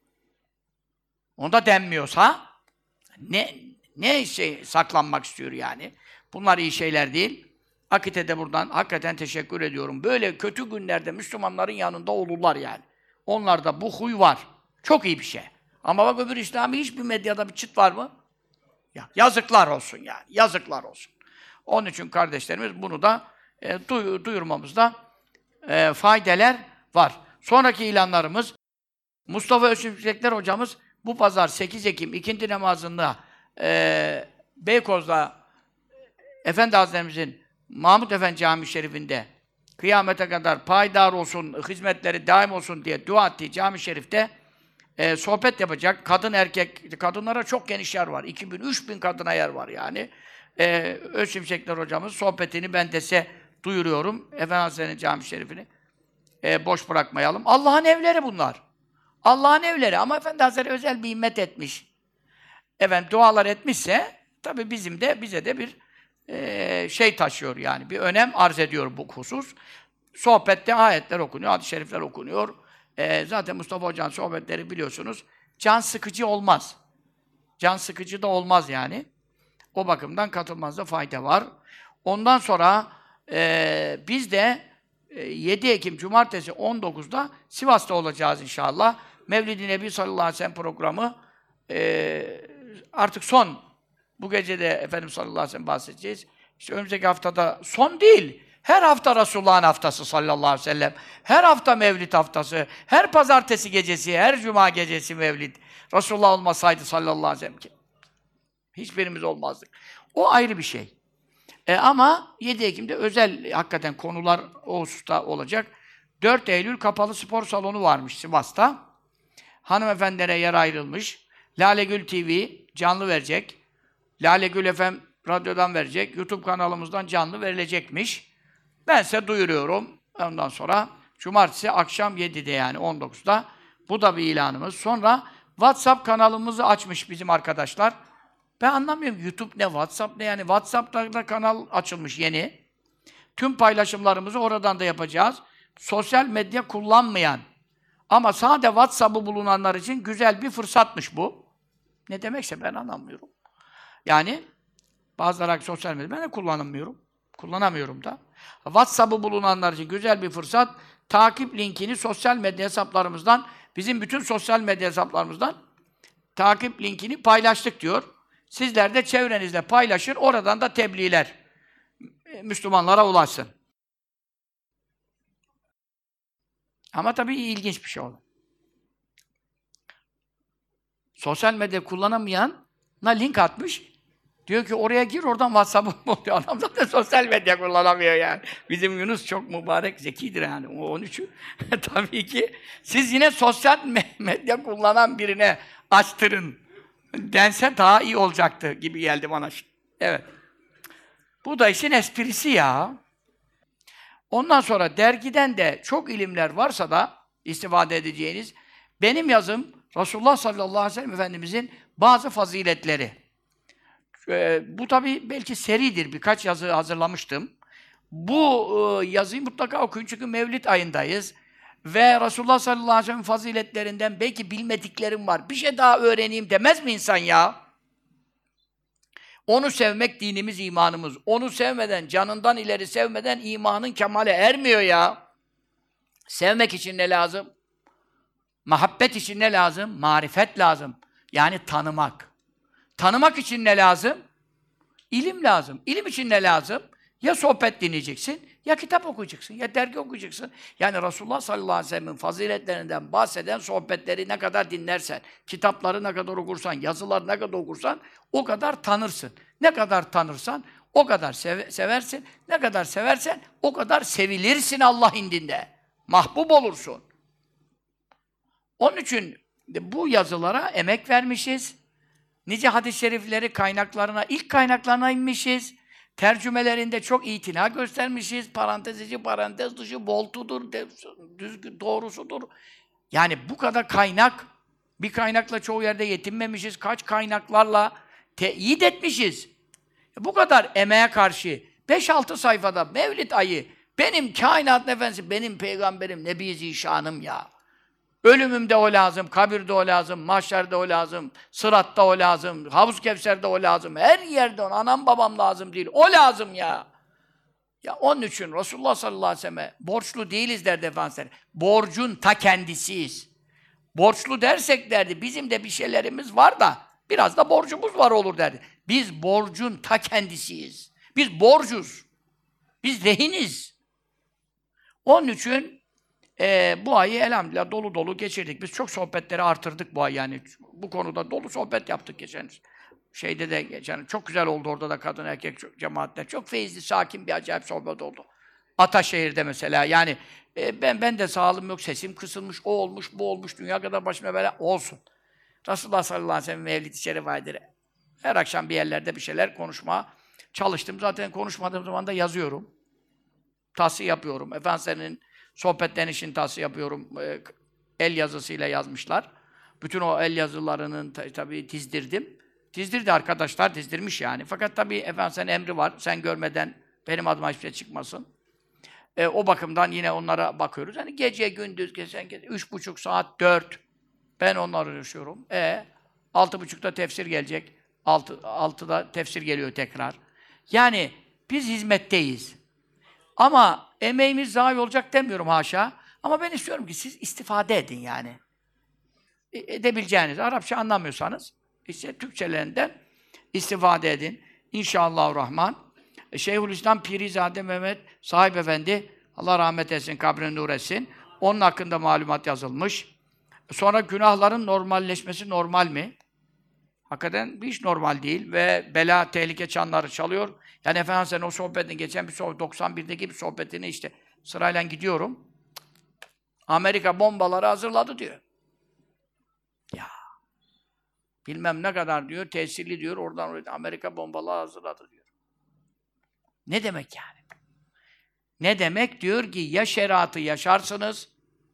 Onu da denmiyorsa ne ne şey saklanmak istiyor yani. Bunlar iyi şeyler değil. Akit'e de buradan hakikaten teşekkür ediyorum. Böyle kötü günlerde Müslümanların yanında olurlar yani. Onlarda bu huy var. Çok iyi bir şey. Ama bak öbür İslami hiçbir medyada bir çıt var mı? Ya, yazıklar olsun yani. Yazıklar olsun. Onun için kardeşlerimiz bunu da e, duy, duyurmamızda e, faydeler var. Sonraki ilanlarımız Mustafa Öztürkler hocamız bu pazar sekiz Ekim ikindi namazında e, Beykoz'da Efendi Hazretlerimizin Mahmud Efendi Camii Şerif'inde kıyamete kadar payidar olsun, hizmetleri daim olsun diye dua ettiği cami şerifte e, sohbet yapacak. Kadın erkek, kadınlara çok geniş yer var. iki bin, üç bin kadına yer var yani. E, Öztürkler hocamız sohbetini ben de size duyuruyorum. Efendi Hazretleri'nin cami şerifini e, boş bırakmayalım. Allah'ın evleri bunlar. Allah'ın evleri ama Efendi Hazretleri özel bir himmet etmiş. Efendim dualar etmişse tabii bizim de bize de bir e, şey taşıyor yani. Bir önem arz ediyor bu husus. Sohbette ayetler okunuyor, hadis-i şerifler okunuyor. E, zaten Mustafa Hoca'nın sohbetleri biliyorsunuz. Can sıkıcı olmaz. Can sıkıcı da olmaz yani. O bakımdan katılmanızda fayda var. Ondan sonra e, biz de e, yedi Ekim Cumartesi on dokuzda Sivas'ta olacağız inşallah. Mevlid-i Nebi sallallahu aleyhi ve sellem programı e, artık son. Bu gece de Efendimiz sallallahu aleyhi ve sellem bahsedeceğiz. İşte önümüzdeki haftada son değil. Her hafta Resulullah'ın haftası sallallahu aleyhi ve sellem. Her hafta Mevlid haftası. Her pazartesi gecesi, her cuma gecesi Mevlid. Resulullah olmasaydı sallallahu aleyhi ve sellem hiçbirimiz olmazdık. O ayrı bir şey. E ama yedi Ekim'de özel hakikaten konular o hususta olacak. dört Eylül kapalı spor salonu varmış Sivas'ta. Hanımefendilere yer ayrılmış. Lale Gül T V canlı verecek. Lale Gül F M radyodan verecek. YouTube kanalımızdan canlı verilecekmiş. Ben size duyuruyorum. Ondan sonra Cumartesi akşam yedide yani on dokuzda. Bu da bir ilanımız. Sonra WhatsApp kanalımızı açmış bizim arkadaşlar. Ben anlamıyorum. YouTube ne, WhatsApp ne yani. WhatsApp'ta da kanal açılmış yeni. Tüm paylaşımlarımızı oradan da yapacağız. Sosyal medya kullanmayan ama sade WhatsApp'ı bulunanlar için güzel bir fırsatmış bu. Ne demekse ben anlamıyorum. Yani bazıları sosyal medya ben de kullanamıyorum. Kullanamıyorum da. WhatsApp'ı bulunanlar için güzel bir fırsat. Takip linkini sosyal medya hesaplarımızdan, bizim bütün sosyal medya hesaplarımızdan takip linkini paylaştık diyor. Sizler de çevrenizle paylaşır, oradan da tebliğler Müslümanlara ulaşsın. Ama tabii ilginç bir şey oldu. sosyal medya kullanamayanla link atmış. Diyor ki oraya gir, oradan WhatsApp'ı bul diyor. Adam zaten sosyal medya kullanamıyor yani. Bizim Yunus çok mübarek, zekidir yani. O on üçü. Tabii ki siz yine sosyal medya kullanan birine açtırın dense daha iyi olacaktı gibi geldi bana. Evet. Bu da işin esprisi ya. Ondan sonra dergiden de çok ilimler varsa da istifade edeceğiniz, benim yazım Resulullah sallallahu aleyhi ve sellem Efendimizin bazı faziletleri. Ee, bu tabii belki seridir, birkaç yazı hazırlamıştım. Bu e, yazıyı mutlaka okuyun çünkü Mevlid ayındayız. Ve Resulullah sallallahu aleyhi ve sellem faziletlerinden belki bilmediklerim var. Bir şey daha öğreneyim demez mi insan ya? Onu sevmek dinimiz, imanımız. Onu sevmeden, canından ileri sevmeden imanın kemale ermiyor ya. Sevmek için ne lazım? Muhabbet için ne lazım? Marifet lazım. Yani tanımak. Tanımak için ne lazım? İlim lazım. İlim için ne lazım? Ya sohbet dinleyeceksin, ya kitap okuyacaksın, ya dergi okuyacaksın. Yani Resulullah sallallahu aleyhi ve sellem'in faziletlerinden bahseden sohbetleri ne kadar dinlersen, kitapları ne kadar okursan, yazıları ne kadar okursan, o kadar tanırsın. Ne kadar tanırsan, o kadar sev seversin. Ne kadar seversen, o kadar sevilirsin Allah indinde. Mahbub olursun. Onun için bu yazılara emek vermişiz. Nice hadis-i şerifleri kaynaklarına, ilk kaynaklarına inmişiz. Tercümelerinde çok itina göstermişiz. Parantez içi, parantez dışı, boltudur, düzgün, doğrusudur. Yani bu kadar kaynak, bir kaynakla çoğu yerde yetinmemişiz. Kaç kaynaklarla teyit etmişiz. Bu kadar emeğe karşı beş altı sayfada Mevlid ayı, benim kainat efendisi, benim peygamberim, Nebi Zişanım ya. Ölümümde o lazım, kabirde o lazım, mahşerde o lazım, sıratta o lazım, Havuz Kevser'de o lazım, her yerde o, anam babam lazım değil, o lazım ya. Ya onun için Resulullah sallallahu aleyhi ve sellem'e borçlu değiliz derdi Efendimiz. Borcun ta kendisiyiz. Borçlu dersek derdi, bizim de bir şeylerimiz var da, biraz da borcumuz var olur derdi. Biz borcun ta kendisiyiz. Biz borcuz. Biz rehiniz. Onun için Ee, bu ayı elhamdülillah dolu dolu geçirdik. Biz çok sohbetleri artırdık bu ay yani. Bu konuda dolu sohbet yaptık geçen şeyde de geçen. Çok güzel oldu orada da kadın erkek cemaatler. Çok feyizli, sakin bir acayip sohbet oldu. Ataşehir'de mesela yani e, ben ben de sağlığım yok, sesim kısılmış, o olmuş, bu olmuş, dünya kadar başıma bela olsun. Resulullah sallallahu aleyhi ve sellem Mevlid-i Şerif aydır. Her akşam bir yerlerde bir şeyler konuşmaya çalıştım. Zaten konuşmadığım zaman da yazıyorum. Tahsiye yapıyorum. Efendimiz'in sohbetlerin için tahsiye yapıyorum. El yazısıyla yazmışlar. Bütün o el yazılarının tabii dizdirdim. Dizdirdi arkadaşlar, dizdirmiş yani. Fakat tabii Efendimiz'in emri var. Sen görmeden benim adıma hiçbir şey çıkmasın. E, o bakımdan yine onlara bakıyoruz. Hani gece, gündüz, gece, gece, üç buçuk saat, dört. Ben onları uğraşıyorum. E, altı buçukta tefsir gelecek. Altı, altıda tefsir geliyor tekrar. Yani biz hizmetteyiz. Ama emeğimiz zayi olacak demiyorum haşa. Ama ben istiyorum ki siz istifade edin yani. E, edebileceğiniz. Arapça anlamıyorsanız işte Türkçelerinden istifade edin. İnşallahurrahman. E, Şeyhülislam Pirizade Mehmet Sahip Efendi, Allah rahmet etsin, kabrini nur etsin. Onun hakkında malumat yazılmış. Sonra günahların normalleşmesi normal mi? Hakikaten hiç normal değil ve bela, tehlike çanları çalıyor. Yani efendim sen o sohbetini, geçen bir sohbet, doksan birdeki bir sohbetini işte sırayla gidiyorum. Amerika bombaları hazırladı diyor. Ya bilmem ne kadar diyor, tesirli diyor, oradan oraya Amerika bombaları hazırladı diyor. Ne demek yani? Ne demek? Diyor ki ya şeriatı yaşarsınız,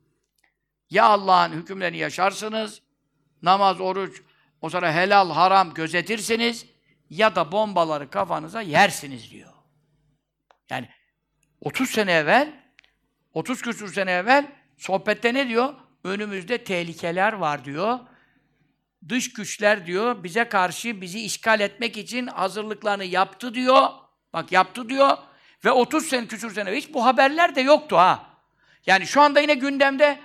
ya Allah'ın hükümlerini yaşarsınız, namaz, oruç, o sonra helal, haram gözetirsiniz, ya da bombaları kafanıza yersiniz diyor. Yani otuz sene evvel, otuz küsur sene evvel sohbette ne diyor? Önümüzde tehlikeler var diyor. Dış güçler diyor, bize karşı bizi işgal etmek için hazırlıklarını yaptı diyor. Bak yaptı diyor. Ve otuz sene, küsur sene hiç bu haberler de yoktu ha. Yani şu anda yine gündemde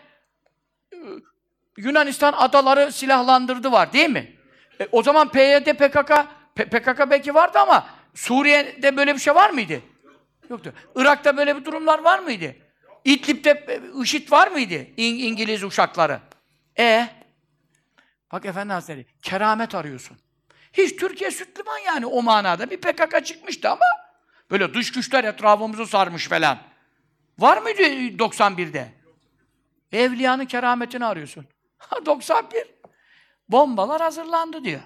Yunanistan adaları silahlandırdı var değil mi? E, o zaman P Y D, P K K, P K K belki vardı ama Suriye'de böyle bir şey var mıydı? Yoktu. Irak'ta böyle bir durumlar var mıydı? İdlib'de IŞİD var mıydı? İng İngiliz uşakları. E Bak Efendi Hazretleri, keramet arıyorsun. Hiç Türkiye Sütlüman yani o manada. Bir P K K çıkmıştı ama böyle dış güçler etrafımızı sarmış falan. Var mıydı doksan birde? Evliyanın kerametini arıyorsun. doksan bir. Bombalar hazırlandı diyor.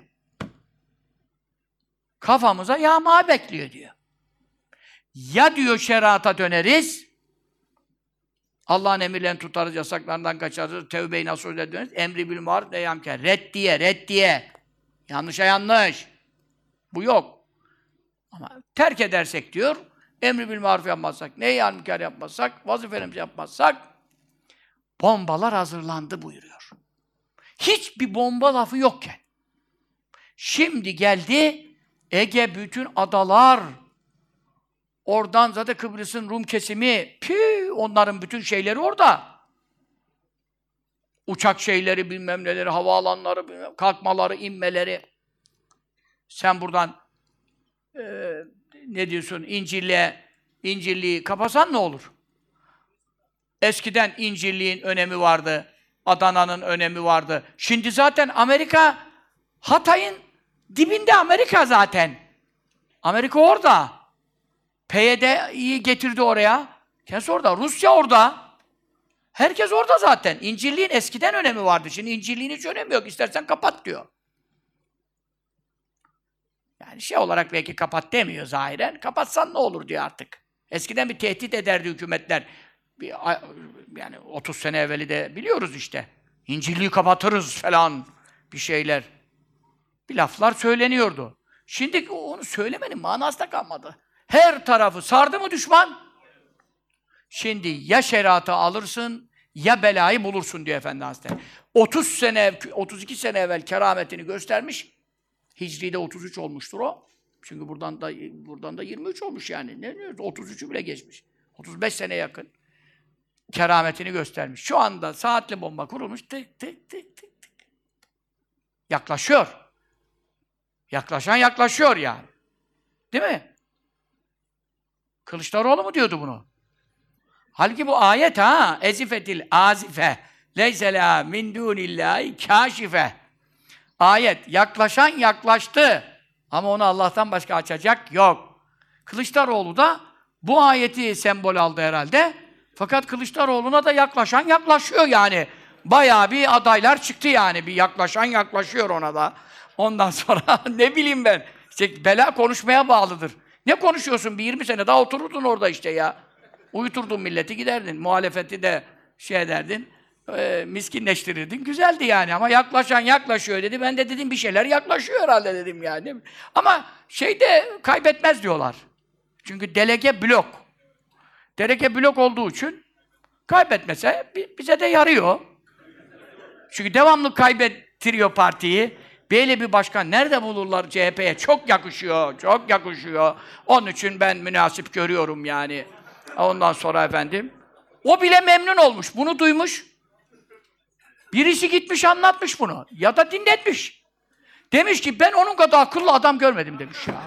Kafamıza yağma bekliyor diyor. Ya diyor şerata döneriz, Allah'ın emirlerini tutarız, yasaklarından kaçarız, tevbe-i nasuh'e döneriz, emri bil maruf nehy anil münker. Reddiye, reddiye. Yanlışa yanlış. Bu yok. Ama terk edersek diyor, emri bil maruf yapmazsak, nehy anil münker yapmazsak, vazifelerimizi yapmazsak, bombalar hazırlandı buyuruyor. Hiçbir bomba lafı yokken. Şimdi geldi, Ege bütün adalar, oradan zaten Kıbrıs'ın Rum kesimi, pü, onların bütün şeyleri orada. Uçak şeyleri, bilmem neleri, havaalanları, bilmem, kalkmaları, inmeleri. Sen buradan e, ne diyorsun, İncil'le, İncirliği kapasan ne olur? Eskiden İncirliğin önemi vardı, Adana'nın önemi vardı. Şimdi zaten Amerika, Hatay'ın dibinde Amerika zaten. Amerika orada. P Y D'yi getirdi oraya. Kendisi orada. Rusya orada. Herkes orada zaten. İncirliğin eskiden önemi vardı. Şimdi İncirliğin hiç önemi yok. İstersen kapat diyor. Yani şey olarak belki kapat demiyor zahiren. Kapatsan ne olur diyor artık. Eskiden bir tehdit ederdi hükümetler. Bir, yani otuz sene evveli de biliyoruz işte. İncirliği kapatırız falan bir şeyler. Bir laflar söyleniyordu. Şimdi onu söylemenin manası da kalmadı. Her tarafı sardı mı düşman? Şimdi ya şeriatı alırsın, ya belayı bulursun diyor Efendi Hazretleri. otuz sene, otuz iki sene evvel kerametini göstermiş. Hicri'de otuz üç olmuştur o. Çünkü buradan da buradan da yirmi üç olmuş yani. Ne diyoruz? otuz üçü bile geçmiş. otuz beş sene yakın. Kerametini göstermiş. Şu anda saatli bomba kurulmuş. Tık tık tık tık tık. Yaklaşıyor. Yaklaşan yaklaşıyor yani. Değil mi? Kılıçdaroğlu mu diyordu bunu? Halbuki bu ayet ha, ezifetil azife leyse leha min dunillahi kâşife. Ayet, yaklaşan yaklaştı. Ama onu Allah'tan başka açacak yok. Kılıçdaroğlu da bu ayeti sembol aldı herhalde. Fakat Kılıçdaroğlu'na da yaklaşan yaklaşıyor yani. Bayağı bir adaylar çıktı yani. Bir yaklaşan yaklaşıyor ona da. Ondan sonra ne bileyim ben. İşte bela konuşmaya bağlıdır. Ne konuşuyorsun? Bir yirmi sene daha otururdun orada işte ya. Uyuturdun milleti, giderdin. Muhalefeti de şey ederdin, e, miskinleştirirdin. Güzeldi yani ama yaklaşan yaklaşıyor dedi. Ben de dedim bir şeyler yaklaşıyor herhalde dedim yani. Ama şeyde kaybetmez diyorlar. Çünkü delege blok. Delege blok olduğu için kaybetmese bize de yarıyor. Çünkü devamlı kaybettiriyor partiyi. Böyle bir başkan nerede bulurlar C H P'ye? Çok yakışıyor, çok yakışıyor. Onun için ben münasip görüyorum yani. Ondan sonra efendim, o bile memnun olmuş, bunu duymuş. Birisi gitmiş anlatmış bunu. Ya da dinletmiş. Demiş ki ben onun kadar akıllı adam görmedim demiş ya.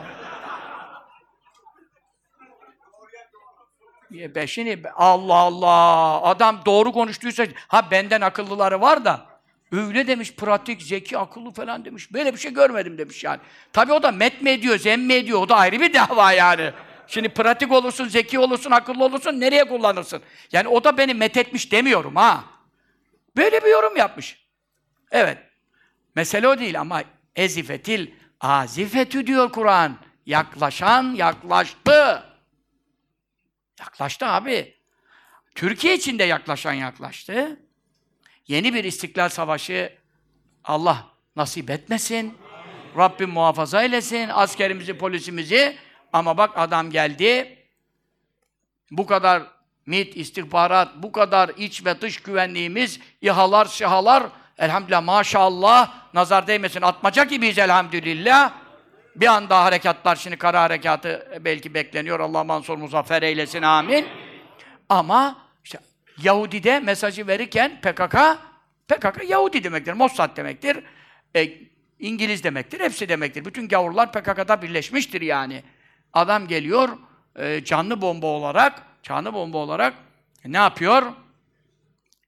Ben şimdi Allah Allah, adam doğru konuştuysa, ha benden akıllıları var da, öyle demiş, pratik, zeki, akıllı falan demiş. Böyle bir şey görmedim demiş yani. Tabii o da met mi ediyor, zem mi ediyor, o da ayrı bir dava yani. Şimdi pratik olursun, zeki olursun, akıllı olursun, nereye kullanırsın? Yani o da beni methetmiş demiyorum ha. Böyle bir yorum yapmış. Evet. Mesele o değil ama ezifetil azifetü diyor Kur'an. Yaklaşan yaklaştı. Yaklaştı abi. Türkiye için de yaklaşan yaklaştı. Yeni bir İstiklal Savaşı Allah nasip etmesin. Rabbim muhafaza eylesin askerimizi, polisimizi. Ama bak adam geldi. Bu kadar MİT, istihbarat, bu kadar iç ve dış güvenliğimiz, İHA'lar, SİHA'lar, elhamdülillah, maşallah, nazar değmesin, atmaca gibiyiz elhamdülillah. Bir anda harekatlar, şimdi kara harekatı belki bekleniyor. Allah mansur muzaffer eylesin, amin. Ama işte Yahudi'de mesajı verirken P K K, P K K Yahudi demektir, Mossad demektir, e, İngiliz demektir, hepsi demektir. Bütün gavurlar P K K'da birleşmiştir yani. Adam geliyor, e, canlı bomba olarak, canlı bomba olarak e, ne yapıyor?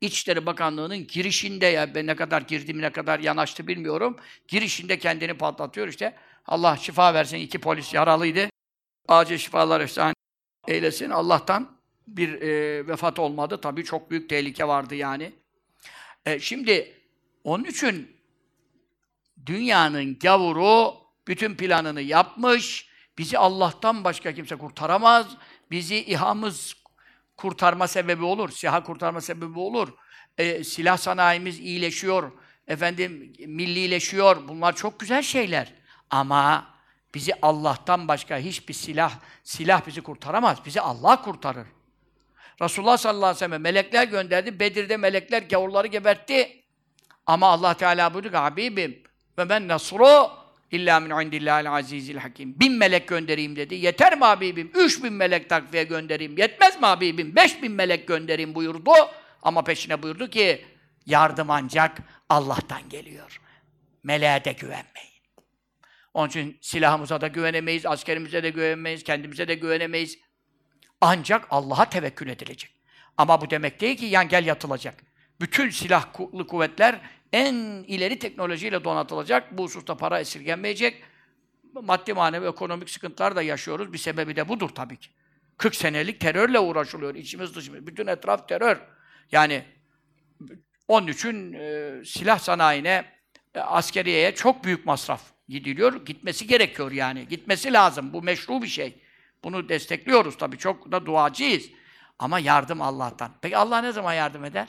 İçişleri Bakanlığı'nın girişinde, ya ben ne kadar girdim, ne kadar yanaştı bilmiyorum. Girişinde kendini patlatıyor işte. Allah şifa versin, iki polis yaralıydı. Acil şifalar ihsan eylesin. Allah'tan bir e, vefat olmadı. Tabii çok büyük tehlike vardı yani. E, şimdi onun için dünyanın gavuru bütün planını yapmış. Bizi Allah'tan başka kimse kurtaramaz. Bizi İHA'mız kurtarma sebebi olur. SİHA kurtarma sebebi olur. E, silah sanayimiz iyileşiyor. Efendim millileşiyor. Bunlar çok güzel şeyler. Ama bizi Allah'tan başka hiçbir silah silah bizi kurtaramaz. Bizi Allah kurtarır. Resulullah sallallahu aleyhi ve sellem melekler gönderdi. Bedir'de melekler gavurları gebertti. Ama Allah Teala buyurdu ki Habibim ve ben nasru illa min indillahil azizil hakim. Bin melek göndereyim dedi. Yeter mi Habibim? Üç bin melek takviye göndereyim. Yetmez mi Habibim? Beş bin melek göndereyim buyurdu. Ama peşine buyurdu ki yardım ancak Allah'tan geliyor. Meleğe de güvenmeyin. Onun için silahımıza da güvenemeyiz, askerimize de güvenemeyiz, kendimize de güvenemeyiz. Ancak Allah'a tevekkül edilecek. Ama bu demek değil ki yan gel yatılacak. Bütün silahlı kuvvetler en ileri teknolojiyle donatılacak. Bu hususta para esirgenmeyecek. Maddi manevi ekonomik sıkıntılar da yaşıyoruz. Bir sebebi de budur tabii ki. kırk senelik terörle uğraşılıyor. İçimiz dışımız. Bütün etraf terör. Yani onun için e, silah sanayine, e, askeriyeye çok büyük masraf gidiliyor. Gitmesi gerekiyor yani. Gitmesi lazım. Bu meşru bir şey. Bunu destekliyoruz tabii. Çok da duacıyız. Ama yardım Allah'tan. Peki Allah ne zaman yardım eder?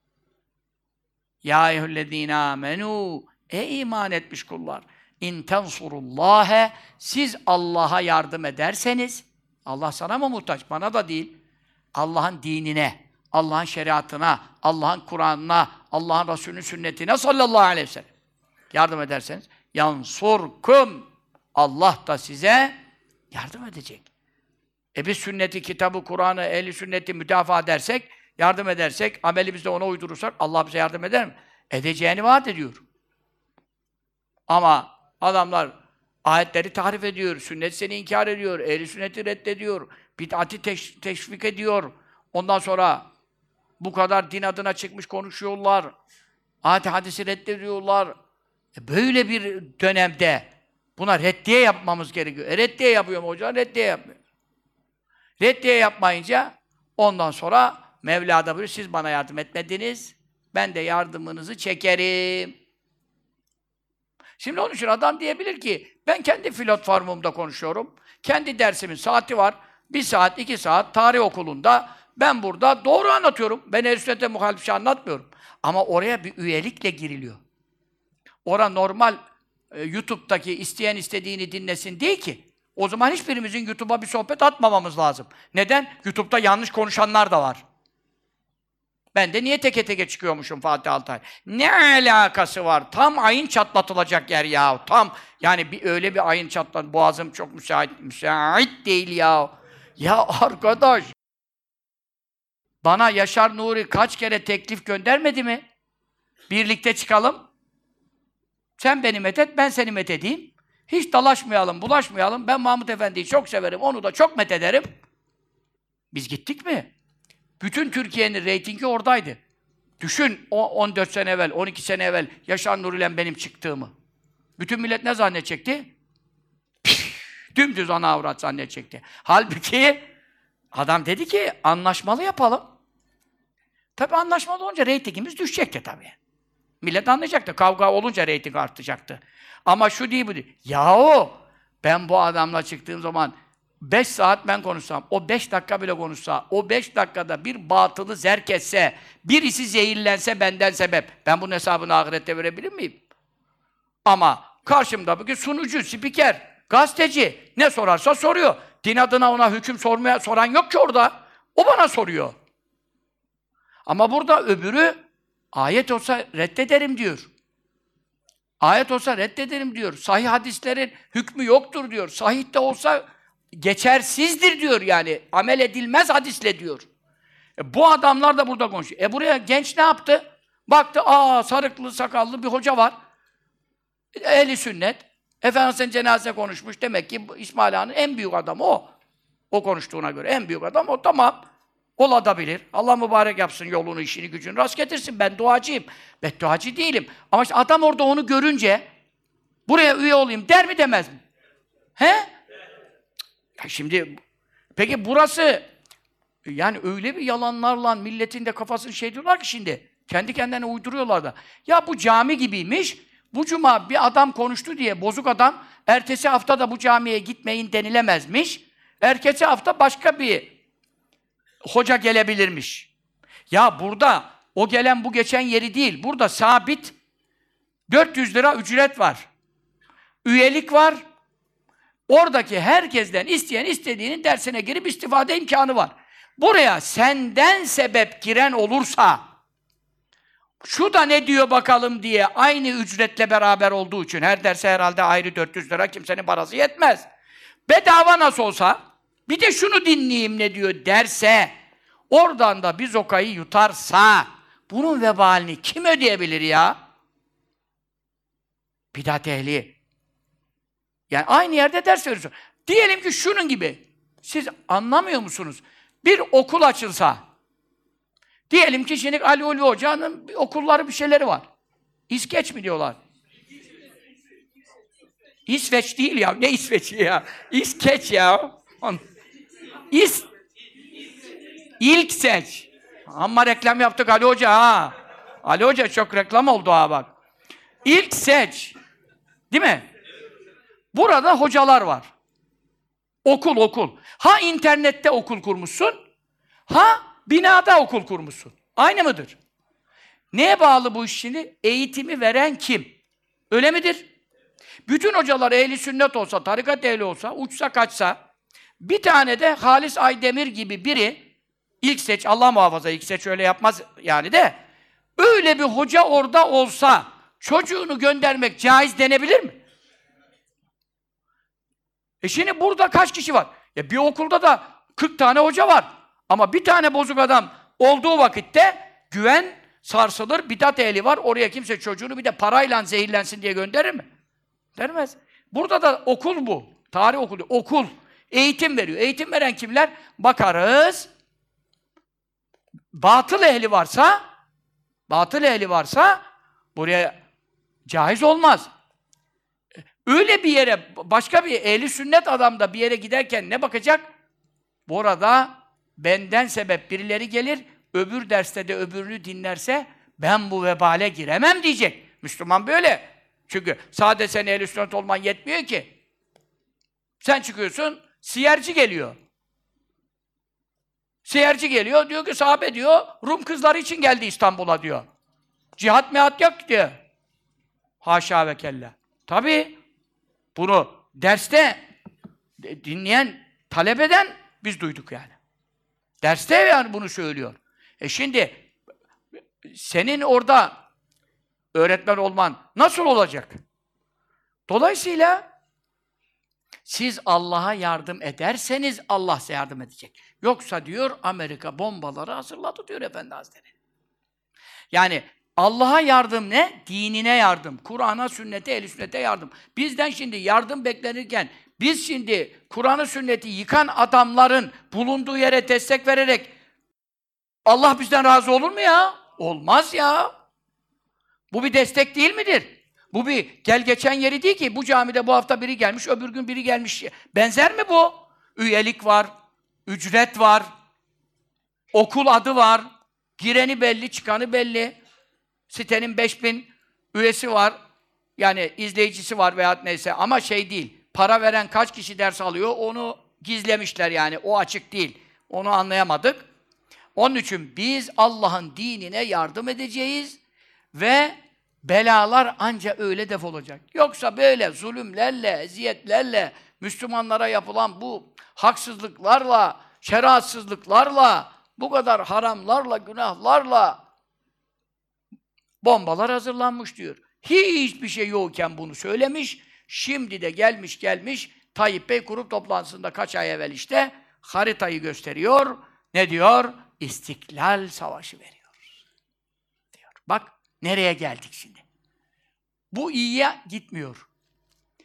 Ya eyyühellezîne âmenû. Ey iman etmiş kullar. İn tensurullâhe. Siz Allah'a yardım ederseniz, Allah sana mı muhtaç? Bana da değil. Allah'ın dinine, Allah'ın şeriatına, Allah'ın Kur'an'ına, Allah'ın Resulü'nün sünnetine sallallahu aleyhi ve sellem yardım ederseniz, yansurkum. Allah da size yardım edecek. E biz sünneti, kitabı, Kur'an'ı, ehli sünneti müdafaa edersek, yardım edersek, amelimizde ona uydurursak Allah bize yardım eder mi? Edeceğini vaat ediyor. Ama adamlar ayetleri tahrif ediyor, sünnet seni inkar ediyor, ehli sünneti reddediyor, bid'ati teş- teşvik ediyor. Ondan sonra bu kadar din adına çıkmış konuşuyorlar. Ayet hadisi reddediyorlar. E böyle bir dönemde buna reddiye yapmamız gerekiyor. E reddiye yapıyor mu hocam? Reddiye yapmıyor. Reddiye yapmayınca ondan sonra Mevla da buyuruyor, siz bana yardım etmediniz, ben de yardımınızı çekerim. Şimdi onun için adam diyebilir ki, ben kendi platformumda konuşuyorum, kendi dersimin saati var, bir saat, iki saat tarih okulunda, ben burada doğru anlatıyorum, ben ehl-i sünnete muhalif şey anlatmıyorum. Ama oraya bir üyelikle giriliyor. Ora normal e, YouTube'daki isteyen istediğini dinlesin değil ki. O zaman hiçbirimizin YouTube'a bir sohbet atmamamız lazım. Neden? YouTube'da yanlış konuşanlar da var. Ben de niye teke teke çıkıyormuşum Fatih Altay? Ne alakası var? Tam ayın çatlatılacak yer ya. Tam yani bir öyle bir ayın çatlat. Boğazım çok müsait, müsait değil ya. Ya arkadaş, bana Yaşar Nuri kaç kere teklif göndermedi mi? Birlikte çıkalım. Sen beni methet, ben seni methedeyim. Hiç dalaşmayalım, bulaşmayalım. Ben Mahmud Efendi'yi çok severim, onu da çok methederim. Biz gittik mi? Bütün Türkiye'nin reytingi oradaydı. Düşün o on dört sene evvel, on iki sene evvel Yaşar Nuri'yle benim çıktığımı. Bütün millet ne zannedecekti? Dümdüz ana avrat zannedecekti. Halbuki adam dedi ki anlaşmalı yapalım. Tabii anlaşmalı olunca reytingimiz düşecekti tabii. Millet anlayacaktı. Kavga olunca reyting artacaktı. Ama şu değil bu değil. Yahu ben bu adamla çıktığım zaman beş saat ben konuşsam, o beş dakika bile konuşsa, o beş dakikada bir batılı zerk etse, birisi zehirlense benden sebep, ben bunun hesabını ahirette verebilir miyim? Ama karşımda bugün sunucu, spiker, gazeteci ne sorarsa soruyor. Din adına ona hüküm sormaya soran yok ki orada. O bana soruyor. Ama burada öbürü ayet olsa reddederim diyor. Ayet olsa reddederim diyor. Sahih hadislerin hükmü yoktur diyor. Sahih de olsa geçersizdir diyor yani. Amel edilmez hadisle diyor. E, bu adamlar da burada konuşuyor. E buraya genç ne yaptı? Baktı, aa sarıklı sakallı bir hoca var. Ehli sünnet. Efendimiz'in cenazesine konuşmuş. Demek ki İsmail Ağa'nın en büyük adamı o. O konuştuğuna göre en büyük adam o. Tamam. Olabilir. Allah mübarek yapsın yolunu, işini, gücünü rast getirsin. Ben duacıyım. Bedduacı değilim. Ama işte adam orada onu görünce buraya üye olayım der mi demez mi? He? Ya şimdi peki burası yani öyle bir yalanlarla milletin de kafasını şey diyorlar ki şimdi kendi kendilerine uyduruyorlar da. Ya bu cami gibiymiş. Bu cuma bir adam konuştu diye bozuk adam ertesi hafta da bu camiye gitmeyin denilemezmiş. Ertesi hafta başka bir hoca gelebilirmiş. Ya burada o gelen bu geçen yeri değil. Burada sabit dört yüz lira ücret var. Üyelik var. Oradaki herkesten isteyen istediğinin dersine girip istifade imkanı var. Buraya senden sebep giren olursa şu da ne diyor bakalım diye aynı ücretle beraber olduğu için her derse herhalde ayrı dört yüz lira kimsenin parası yetmez. Bedava nasıl olsa bir de şunu dinleyeyim ne diyor derse oradan da bir zokayı yutarsa bunun vebalini kim ödeyebilir ya? Bidat ehli. Yani aynı yerde ders veriyorsun. Diyelim ki şunun gibi. Siz anlamıyor musunuz? Bir okul açılsa, diyelim ki şimdi Ali Ulvi Hoca'nın okulları bir şeyleri var. İskeç mi diyorlar? İsveç değil ya. Ne İsveç'i ya? İskeç ya. İs İlk seç. Amma reklam yaptık Ali Hoca ha. Ali Hoca çok reklam oldu ha bak. İlk seç. Değil mi? Burada hocalar var. Okul okul. Ha internette okul kurmuşsun, ha binada okul kurmuşsun. Aynı mıdır? Neye bağlı bu iş şimdi? Eğitimi veren kim? Öyle midir? Bütün hocalar ehli sünnet olsa, tarikat ehli olsa, uçsa kaçsa, bir tane de Halis Aydemir gibi biri, ilk seç, Allah muhafaza ilk seç öyle yapmaz yani de, öyle bir hoca orada olsa, çocuğunu göndermek caiz denebilir mi? E şimdi burada kaç kişi var? Ya bir okulda da kırk tane hoca var. Ama bir tane bozuk adam olduğu vakitte güven sarsılır, bidat ehli var. Oraya kimse çocuğunu bir de parayla zehirlensin diye gönderir mi? Dermez. Burada da okul bu. Tarih okulu. Okul. Eğitim veriyor. Eğitim veren kimler? Bakarız. Batıl ehli varsa batıl ehli varsa buraya caiz olmaz. Öyle bir yere, başka bir ehli sünnet adam da bir yere giderken ne bakacak? Bu arada benden sebep birileri gelir, öbür derste de öbürünü dinlerse ben bu vebale giremem diyecek. Müslüman böyle. Çünkü sadece sen ehli sünnet olman yetmiyor ki. Sen çıkıyorsun, siyerci geliyor. Siyerci geliyor, diyor ki sahabe diyor, Rum kızları için geldi İstanbul'a diyor. Cihat mehat yok diyor. Haşa ve kella. Tabii. Bunu derste dinleyen, talep eden biz duyduk yani. Derste yani bunu söylüyor. E şimdi senin orada öğretmen olman nasıl olacak? Dolayısıyla siz Allah'a yardım ederseniz Allah size yardım edecek. Yoksa diyor Amerika bombaları hazırladı diyor Efendi Hazretleri. Yani Allah'a yardım ne? Dinine yardım. Kur'an'a, sünnete, ehl-i sünnete yardım. Bizden şimdi yardım beklenirken biz şimdi Kur'an'ı, sünneti yıkan adamların bulunduğu yere destek vererek Allah bizden razı olur mu ya? Olmaz ya. Bu bir destek değil midir? Bu bir gel geçen yeri değil ki. Bu camide bu hafta biri gelmiş, öbür gün biri gelmiş. Benzer mi bu? Üyelik var, ücret var, okul adı var, gireni belli, çıkanı belli. Sitenin beş bin üyesi var, yani izleyicisi var veyahut neyse ama şey değil, para veren kaç kişi ders alıyor onu gizlemişler yani, o açık değil. Onu anlayamadık. Onun için biz Allah'ın dinine yardım edeceğiz ve belalar ancak öyle defolacak. Yoksa böyle zulümlerle, eziyetlerle, Müslümanlara yapılan bu haksızlıklarla, şeriatsızlıklarla, bu kadar haramlarla, günahlarla bombalar hazırlanmış diyor. Hiçbir şey yokken bunu söylemiş. Şimdi de gelmiş gelmiş Tayyip Bey grup toplantısında kaç ay evvel işte haritayı gösteriyor. Ne diyor? İstiklal Savaşı veriyoruz. Diyor. Bak nereye geldik şimdi. Bu iyiye gitmiyor.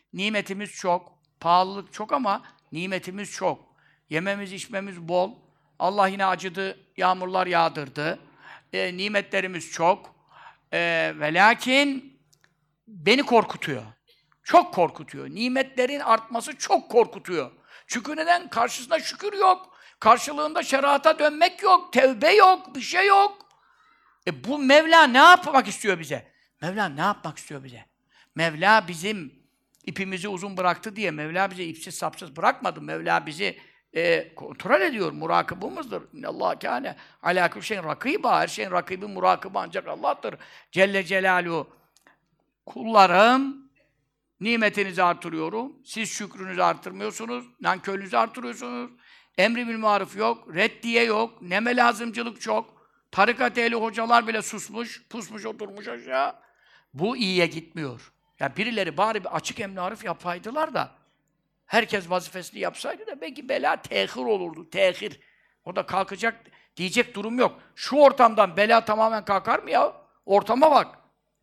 Nimetimiz çok, pahalılık çok ama nimetimiz çok. Yememiz, içmemiz bol. Allah yine acıdı, yağmurlar yağdırdı. E, nimetlerimiz çok. E, ve lakin beni korkutuyor. Çok korkutuyor. Nimetlerin artması çok korkutuyor. Çünkü neden? Karşısında şükür yok. Karşılığında şerata dönmek yok. Tevbe yok. Bir şey yok. E bu Mevla ne yapmak istiyor bize? Mevla ne yapmak istiyor bize? Mevla bizim ipimizi uzun bıraktı diye Mevla bizi ipsiz sapsız bırakmadı. Mevla bizi e, kontrol ediyor. Murakibimizdir. Allah kâne alâ kulli şeyin rakîbâ. Her şeyin rakibi, murakibı ancak Allah'tır. Celle Celaluhu. Kullarım, nimetinizi artırıyorum. Siz şükrünüzü artırmıyorsunuz. Nankörlüğünüzü artırıyorsunuz. Emri bil maruf yok. Reddiye yok. Neme lazımcılık çok. Tarikat ehli hocalar bile susmuş, pusmuş oturmuş aşağı. Bu iyiye gitmiyor. Ya birileri bari bir açık emri maruf yapaydılar da herkes vazifesini yapsaydı da belki bela tehir olurdu. Tehir. O da kalkacak diyecek durum yok. Şu ortamdan bela tamamen kalkar mı ya? Ortama bak.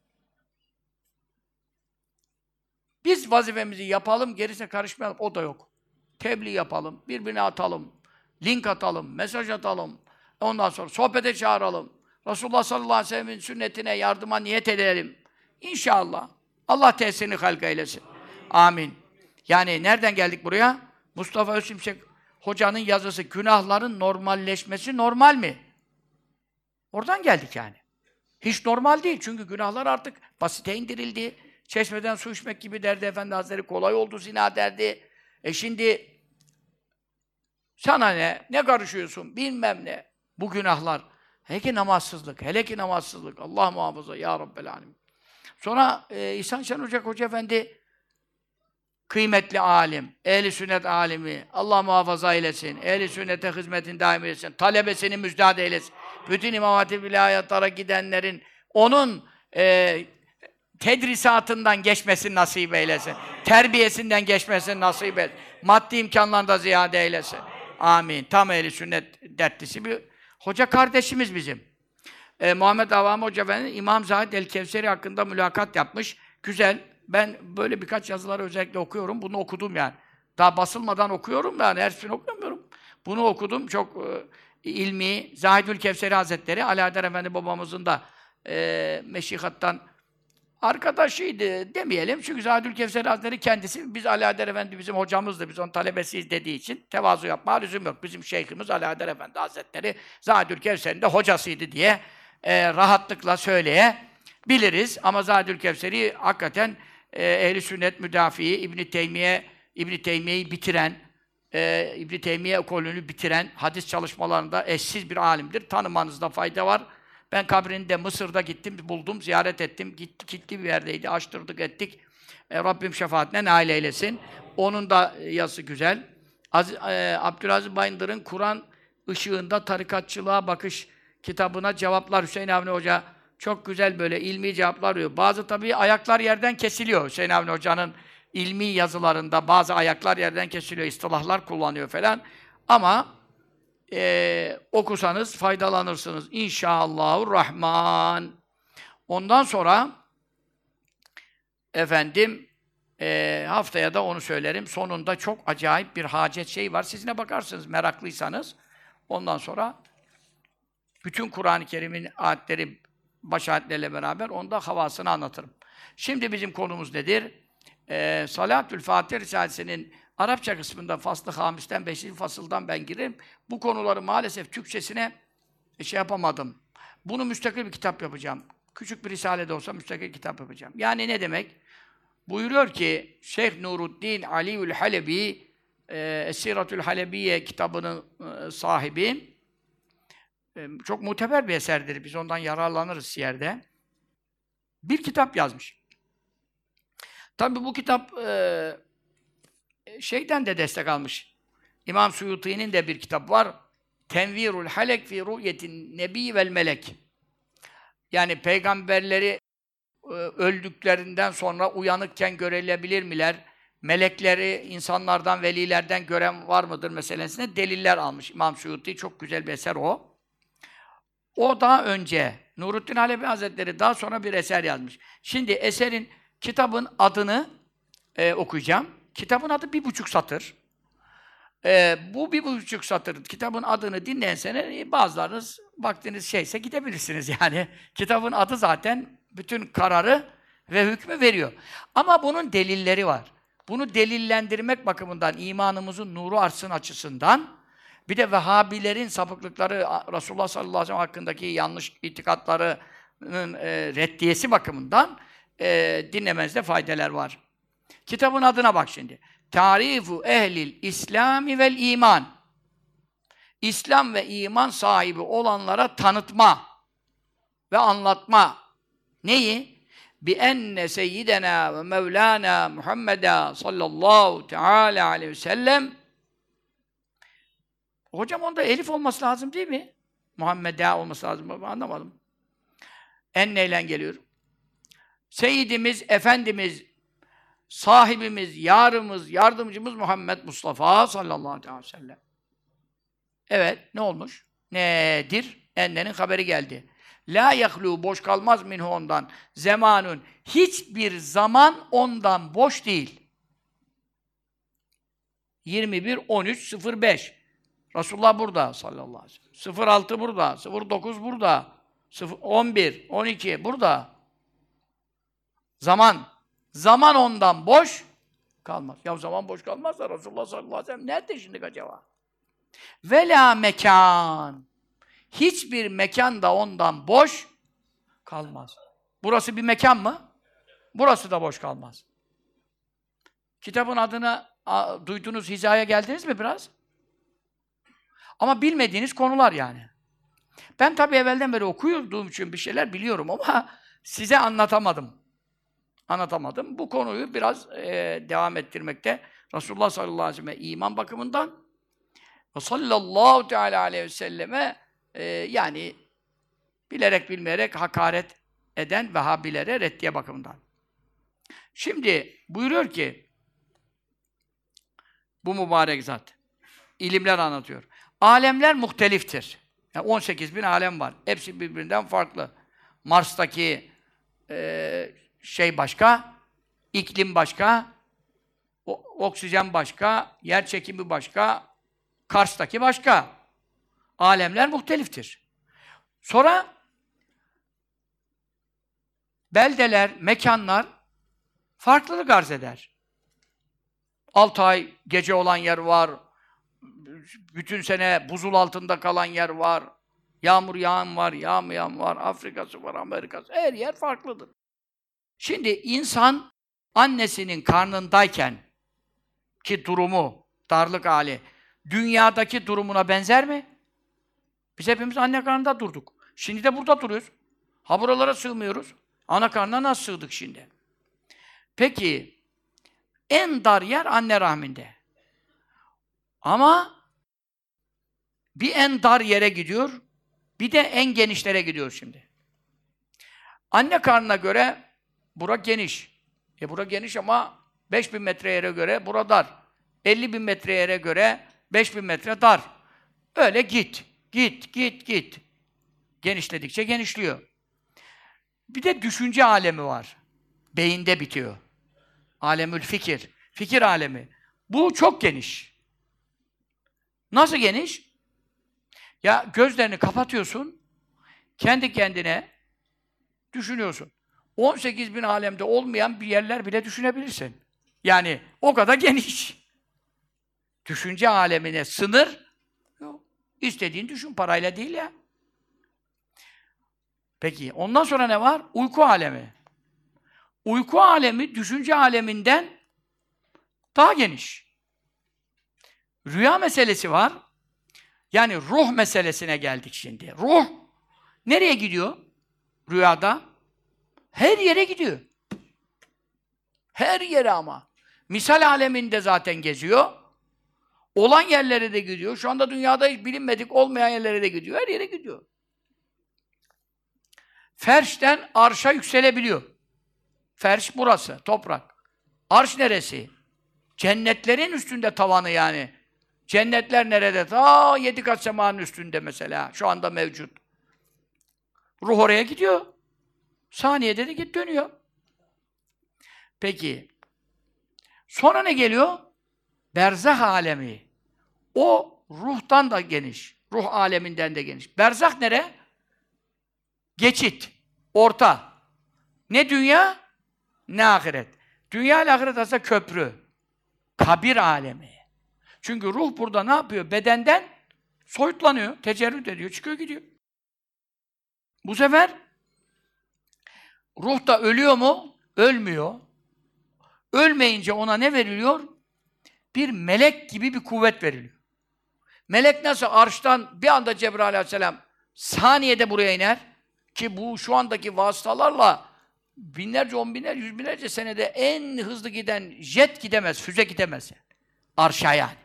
Biz vazifemizi yapalım, gerisine karışmayalım. O da yok. Tebliğ yapalım, birbirine atalım, link atalım, mesaj atalım. Ondan sonra sohbete çağıralım. Resulullah sallallahu aleyhi ve sellem'in sünnetine yardıma niyet edelim. İnşallah. Allah tesirini halk eylesin. Amin. Yani nereden geldik buraya? Mustafa Özsimşek Hoca'nın yazısı, günahların normalleşmesi normal mi? Oradan geldik yani. Hiç normal değil. Çünkü günahlar artık basite indirildi. Çeşmeden su içmek gibi derdi Efendi Hazretleri, kolay oldu zina derdi. E şimdi sana ne? Ne karışıyorsun? Bilmem ne. Bu günahlar. Hele ki namazsızlık. Hele ki namazsızlık. Allah muhafaza ya Rabbel alemin. Sonra e, İhsan Şen Hoca Hoca Efendi kıymetli alim, ehli sünnet alimi, Allah muhafaza eylesin, ehli sünnete hizmetin daim eylesin, talebesini müjdat eylesin. Bütün İmam Hatip ilahiyatlara gidenlerin onun e, tedrisatından geçmesini nasip eylesin. Terbiyesinden geçmesini nasip eylesin. Maddi imkanlarında ziyade eylesin. Amin. Tam ehli sünnet dertlisi bir hoca kardeşimiz bizim. Ee, Muhammed Avami Hoca Efendi İmam Zahid el-Kevseri hakkında mülakat yapmış. Güzel. Ben böyle birkaç yazıları özellikle okuyorum. Bunu okudum yani. Daha basılmadan okuyorum yani. Her birini okumuyorum. Bunu okudum. Çok e, ilmi. Zahidül Kevseri Hazretleri, Alaeddin Efendi babamızın da e, meşihattan arkadaşıydı demeyelim. Çünkü Zahidül Kevseri Hazretleri kendisi, biz Alaeddin Efendi bizim hocamızdı, biz onun talebesiyiz dediği için tevazu yapma lüzum yok. Bizim şeyhimiz Alaeddin Efendi Hazretleri Zahidül Kevser'in de hocasıydı diye e, rahatlıkla söyleyebiliriz. Ama Zahidül Kevseri hakikaten e, ehl-i sünnet müdafii, İbn-i Teymiye, İbn-i Teymiye'yi bitiren, e, İbn-i Teymiye ekolünü bitiren, hadis çalışmalarında eşsiz bir alimdir. Tanımanızda fayda var. Ben kabrini de Mısır'da gittim, buldum, ziyaret ettim. Gitti, kilitli bir yerdeydi, açtırdık, ettik. E, Rabbim şefaatine nail eylesin. Onun da yazısı güzel. Az, e, Abdülaziz Bayındır'ın Kur'an ışığında tarikatçılığa bakış kitabına cevaplar, Hüseyin Avni Hoca çok güzel böyle ilmi cevaplar veriyor. Bazı tabii ayaklar yerden kesiliyor. Hüseyin Avni Hoca'nın ilmi yazılarında bazı ayaklar yerden kesiliyor, istilahlar kullanıyor falan. Ama Ee, okusanız faydalanırsınız. İnşallahurrahman. Ondan sonra efendim e, haftaya da onu söylerim. Sonunda çok acayip bir hacet şey var. Siz ne bakarsınız meraklıysanız. Ondan sonra bütün Kur'an-ı Kerim'in ayetleri, baş ayetlerle beraber onda havasını anlatırım. Şimdi bizim konumuz nedir? Ee, Salatül Fatih Risalesi'nin Arapça kısmında faslı hamisten beşinci fasıldan ben girerim. Bu konuları maalesef Türkçesine şey yapamadım. Bunu müstakil bir kitap yapacağım. Küçük bir risale de olsa müstakil kitap yapacağım. Yani ne demek? Buyuruyor ki Şeyh Nuruddin Aliül Halebi, e, Es-Siratül Halebiye kitabının e, sahibi, e, çok muteber bir eserdir. Biz ondan yararlanırız siyerde. Bir kitap yazmış. Tabii bu kitap e, şeyden de destek almış. İmam Suyuti'nin de bir kitap var. Tenvirul Halek fi Ru'yetin Nebi vel Melek. Yani peygamberleri e, öldüklerinden sonra uyanıkken görülebilir miler? Melekleri insanlardan, velilerden gören var mıdır meselesine deliller almış. İmam Suyuti çok güzel bir eser o. O daha önce Nuruddin Alevi Hazretleri daha sonra bir eser yazmış. Şimdi eserin, kitabın adını e, okuyacağım. Kitabın adı bir buçuk satır. Ee, bu bir buçuk satır. Kitabın adını dinleyen sene bazılarınız vaktiniz şeyse gidebilirsiniz yani. Kitabın adı zaten bütün kararı ve hükmü veriyor. Ama bunun delilleri var. Bunu delillendirmek bakımından, imanımızın nuru artsın açısından, bir de Vehhabilerin sapıklıkları, Resulullah sallallahu aleyhi ve sellem hakkındaki yanlış itikatlarının e, reddiyesi bakımından e, dinlemenizde faydeler var. Kitabın adına bak şimdi. Tarifu ehlil İslami vel iman. İslam ve iman sahibi olanlara tanıtma ve anlatma. Neyi? Bi enne seyyidena ve mevlana Muhammeda sallallahu teala aleyhi ve sellem. Hocam onda elif olması lazım değil mi? Muhammeda olması lazım. Ben anlamadım. Enneyle geliyor. Seyyidimiz, Efendimiz, sahibimiz, yarımız, yardımcımız Muhammed Mustafa sallallahu aleyhi ve sellem. Evet, ne olmuş? Nedir? Ennenin haberi geldi. La yahlu, boş kalmaz minhu ondan. Zamanun, hiçbir zaman ondan boş değil. yirmi bir on üç sıfır beş. Resulullah burada sallallahu aleyhi ve sellem. sıfır altı burada, sıfır dokuz burada, on bir on iki burada. Zaman. Zaman ondan boş kalmaz. Ya zaman boş kalmaz da Resulullah sallallahu aleyhi ve sellem nerede şimdi acaba? Vela mekan. Hiçbir mekan da ondan boş kalmaz. Burası bir mekan mı? Burası da boş kalmaz. Kitabın adını a, duydunuz, hizaya geldiniz mi biraz? Ama bilmediğiniz konular yani. Ben tabii evvelden beri okuyduğum için bir şeyler biliyorum ama size anlatamadım. Anlatamadım. Bu konuyu biraz e, devam ettirmekte. Resulullah sallallahu aleyhi ve sellem iman bakımından ve sallallahu teala aleyhi ve selleme e, yani bilerek bilmeyerek hakaret eden Vehhabilere reddiye bakımından. Şimdi buyuruyor ki bu mübarek zat ilimler anlatıyor. Alemler muhteliftir. Yani on sekiz bin alem var. Hepsi birbirinden farklı. Mars'taki e, şey başka, iklim başka, o, oksijen başka, yer çekimi başka, Kars'taki başka. Alemler muhteliftir. Sonra beldeler, mekanlar farklılık arz eder. Altı ay gece olan yer var, bütün sene buzul altında kalan yer var, yağmur yağan var, yağmayan var, Afrika'sı var, Amerika'sı, her yer farklıdır. Şimdi insan annesinin karnındayken ki durumu, darlık hali, dünyadaki durumuna benzer mi? Biz hepimiz anne karnında durduk. Şimdi de burada duruyoruz. Ha buralara sığmıyoruz. Ana karnına nasıl sığdık şimdi? Peki, en dar yer anne rahminde. Ama bir en dar yere gidiyor, bir de en genişlere gidiyor şimdi. Anne karnına göre bura geniş. E bura geniş ama beş bin metre yere göre bura dar. elli bin metre yere göre beş bin metre dar. Öyle git, git, git, git. Genişledikçe genişliyor. Bir de düşünce alemi var. Beyinde bitiyor. Alemül fikir. Fikir alemi. Bu çok geniş. Nasıl geniş? Ya gözlerini kapatıyorsun, kendi kendine düşünüyorsun. on sekiz bin alemde olmayan bir yerler bile düşünebilirsin. Yani o kadar geniş. Düşünce alemine sınır yok. İstediğin düşün, parayla değil ya. Peki, ondan sonra ne var? Uyku alemi. Uyku alemi, düşünce aleminden daha geniş. Rüya meselesi var. Yani ruh meselesine geldik şimdi. Ruh nereye gidiyor rüyada? Her yere gidiyor. Her yere ama. Misal aleminde zaten geziyor. Olan yerlere de gidiyor. Şu anda dünyada hiç bilinmedik olmayan yerlere de gidiyor. Her yere gidiyor. Ferşten arşa yükselebiliyor. Ferş burası, toprak. Arş neresi? Cennetlerin üstünde tavanı yani. Cennetler nerede? Ta yedi kat semanın üstünde mesela. Şu anda mevcut. Ruh oraya gidiyor. Saniyede de git dönüyor. Peki. Sonra ne geliyor? Berzah alemi. O ruhtan da geniş. Ruh aleminden de geniş. Berzak nere? Geçit. Orta. Ne dünya? Ne ahiret. Dünya ile ahiret arasında köprü. Kabir alemi. Çünkü ruh burada ne yapıyor? Bedenden soyutlanıyor, tecerrüt ediyor, çıkıyor gidiyor. Bu sefer ruh da ölüyor mu? Ölmüyor. Ölmeyince ona ne veriliyor? Bir melek gibi bir kuvvet veriliyor. Melek nasıl arştan bir anda Cebrail aleyhisselam saniyede buraya iner ki bu şu andaki vasıtalarla binlerce, on binlerce, yüz binlerce senede en hızlı giden jet gidemez, füze gidemez. Yani. Arşa yani.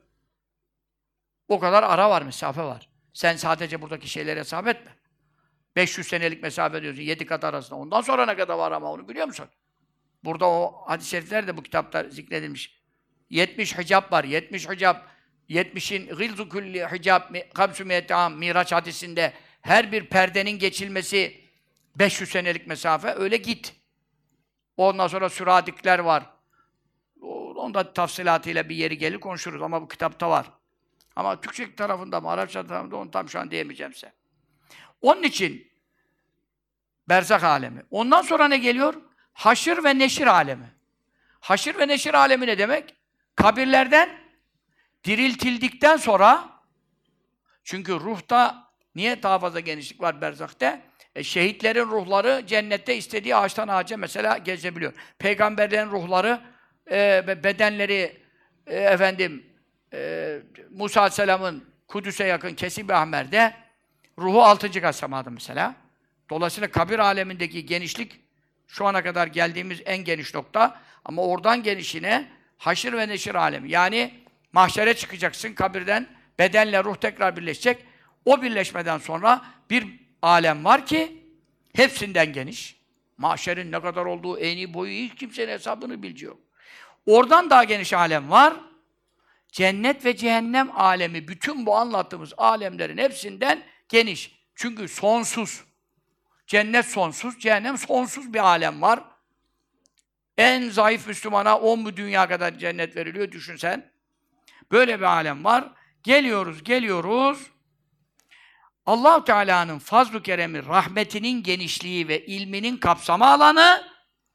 O kadar ara var, mesafe var. Sen sadece buradaki şeylere hesap etme. beş yüz senelik mesafe diyorsun, yedi kat arasında. Ondan sonra ne kadar var ama onu biliyor musun? Burada o hadis-i şerifler de bu kitapta zikredilmiş. yetmiş hicab var, yetmiş hicab. yetmişin gılzu külli hicab, kamsü miyet'am, Miraç hadisinde her bir perdenin geçilmesi beş yüz senelik mesafe, öyle git. Ondan sonra süradikler var. Onda tafsilatıyla bir yeri gelir konuşuruz ama bu kitapta var. Ama Türkçe tarafında mı, Arapça tarafında onu tam şu an diyemeyeceğim size. Onun için berzak alemi. Ondan sonra ne geliyor? Haşır ve neşir alemi. Haşır ve neşir alemi ne demek? Kabirlerden diriltildikten sonra, çünkü ruhta niye daha fazla genişlik var berzakta? E, şehitlerin ruhları cennette istediği ağaçtan ağaca mesela gezebiliyor. Peygamberlerin ruhları, e, bedenleri e, efendim e, Musa Aleyhisselam'ın Kudüs'e yakın Kesib-i Ahmer'de ruhu altıncı kat semada mesela. Dolayısıyla kabir alemindeki genişlik şu ana kadar geldiğimiz en geniş nokta. Ama oradan genişine haşir ve neşir alemi. Yani mahşere çıkacaksın kabirden, bedenle ruh tekrar birleşecek. O birleşmeden sonra bir alem var ki hepsinden geniş. Mahşerin ne kadar olduğu, eni boyu hiç kimsenin hesabını bilci yok. Oradan daha geniş alem var. Cennet ve cehennem alemi, bütün bu anlattığımız alemlerin hepsinden geniş. Çünkü sonsuz. Cennet sonsuz, cehennem sonsuz bir alem var. En zayıf Müslümana on bu dünya kadar cennet veriliyor, düşün sen. Böyle bir alem var. Geliyoruz, geliyoruz. Allah-u Teala'nın fazl-ı keremi, rahmetinin genişliği ve ilminin kapsama alanı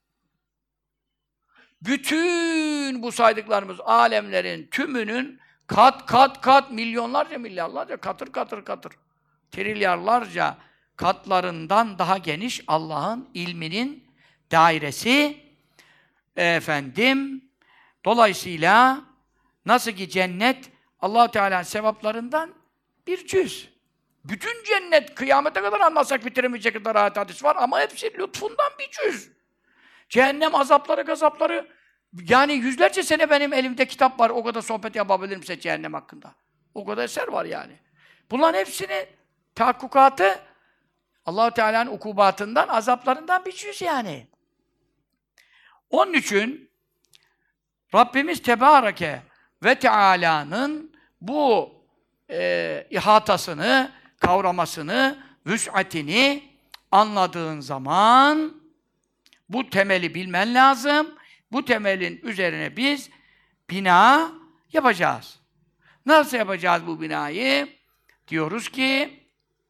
bütün bu saydıklarımız alemlerin tümünün kat kat kat milyonlarca milyarlarca katır katır katır trilyarlarca katlarından daha geniş Allah'ın ilminin dairesi. Efendim, dolayısıyla nasıl ki cennet Allah-u Teala'nın sevaplarından bir cüz. Bütün cennet kıyamete kadar anlatsak bitiremeyecek kadar ayet hadis var ama hepsi lütfundan bir cüz. Cehennem azapları, gazapları, yani yüzlerce sene benim elimde kitap var, o kadar sohbet yapabilirim size cehennem hakkında. O kadar eser var yani. Bunların hepsini tahakkukatı Allah-u Teala'nın ukubatından, azaplarından bir cüz yani. Onun için Rabbimiz Tebareke ve Teala'nın bu e, ihatasını, kavramasını, vüs'atini anladığın zaman bu temeli bilmen lazım. Bu temelin üzerine biz bina yapacağız. Nasıl yapacağız bu binayı? Diyoruz ki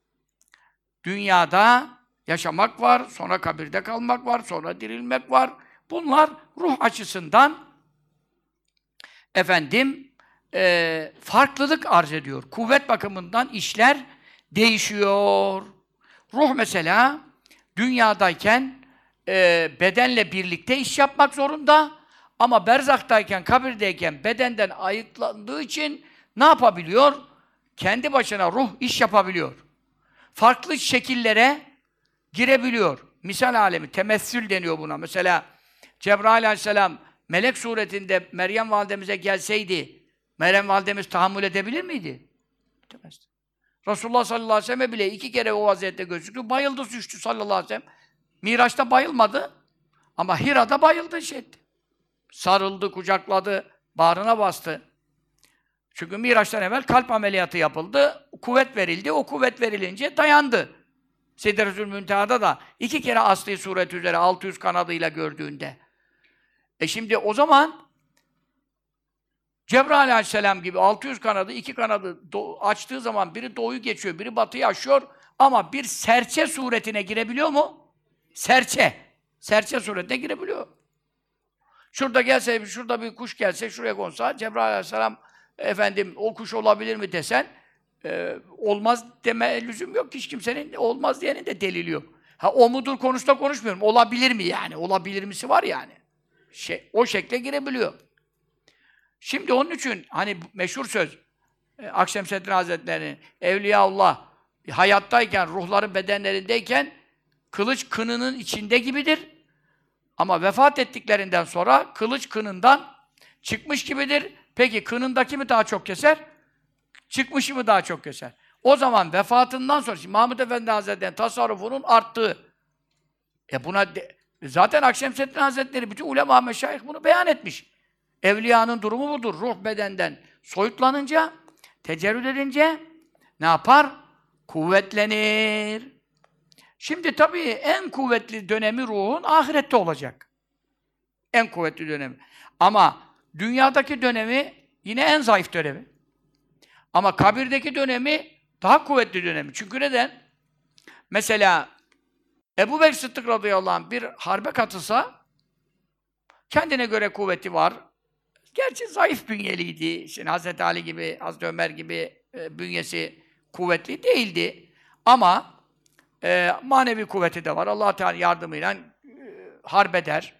dünyada yaşamak var, sonra kabirde kalmak var, sonra dirilmek var. Bunlar ruh açısından efendim e, farklılık arz ediyor. Kuvvet bakımından işler değişiyor. Ruh mesela dünyadayken e, bedenle birlikte iş yapmak zorunda. Ama berzaktayken, kabirdeyken bedenden ayıklandığı için ne yapabiliyor? Kendi başına ruh iş yapabiliyor. Farklı şekillere girebiliyor. Misal alemi, temessül deniyor buna. Mesela Cebrail aleyhisselam melek suretinde Meryem validemize gelseydi, Meryem validemiz tahammül edebilir miydi? Edemezdi. Resulullah sallallahu aleyhi ve sellem bile iki kere o vaziyette gözüktü. Bayıldı, düştü sallallahu aleyhi ve sellem. Miraç'ta bayılmadı. Ama Hira'da bayıldı, şey etti. Sarıldı, kucakladı, bağrına bastı. Çünkü Miraç'tan evvel kalp ameliyatı yapıldı, kuvvet verildi. O kuvvet verilince dayandı. Sidretül Münteha'da da iki kere asli suret üzere altı yüz kanadıyla gördüğünde. E şimdi o zaman Cebrail aleyhisselam gibi altı yüz kanadı, iki kanadı açtığı zaman biri doğuyu geçiyor, biri batıyı aşıyor ama bir serçe suretine girebiliyor mu? Serçe. Serçe suretine girebiliyor. Şurada gelse, şurada bir kuş gelse, şuraya konsa, Cebrail aleyhisselam, efendim, o kuş olabilir mi desen, e, olmaz deme lüzum yok ki, hiç kimsenin olmaz diyenin de delili yok. Ha o mudur konusunda konuşmuyorum. Olabilir mi yani? Olabilir misi var yani. Şey, o şekle girebiliyor. Şimdi onun için hani meşhur söz, e, Akşemseddin Hazretleri'nin Evliyaullah hayattayken, ruhları bedenlerindeyken kılıç kınının içinde gibidir. Ama vefat ettiklerinden sonra kılıç kınından çıkmış gibidir. Peki kınındaki mi daha çok keser? Çıkmışı mı daha çok keser? O zaman vefatından sonra, şimdi Mahmud Efendi Hazretleri'nin tasarrufunun arttığı, e buna de, zaten Akşemseddin Hazretleri, bütün ulema meşayih bunu beyan etmiş. Evliyanın durumu budur. Ruh bedenden soyutlanınca, tecerrüd edince ne yapar? Kuvvetlenir. Şimdi tabii en kuvvetli dönemi ruhun ahirette olacak. En kuvvetli dönemi. Ama dünyadaki dönemi yine en zayıf dönemi. Ama kabirdeki dönemi daha kuvvetli dönemi. Çünkü neden? Mesela Ebu Bekir Sıddık radıyallahu anh bir harbe katılsa, kendine göre kuvveti var. Gerçi zayıf bünyeliydi. Şimdi Hazreti Ali gibi, Hazreti Ömer gibi e, bünyesi kuvvetli değildi. Ama e, manevi kuvveti de var. Allah Teala yardımıyla e, harbeder.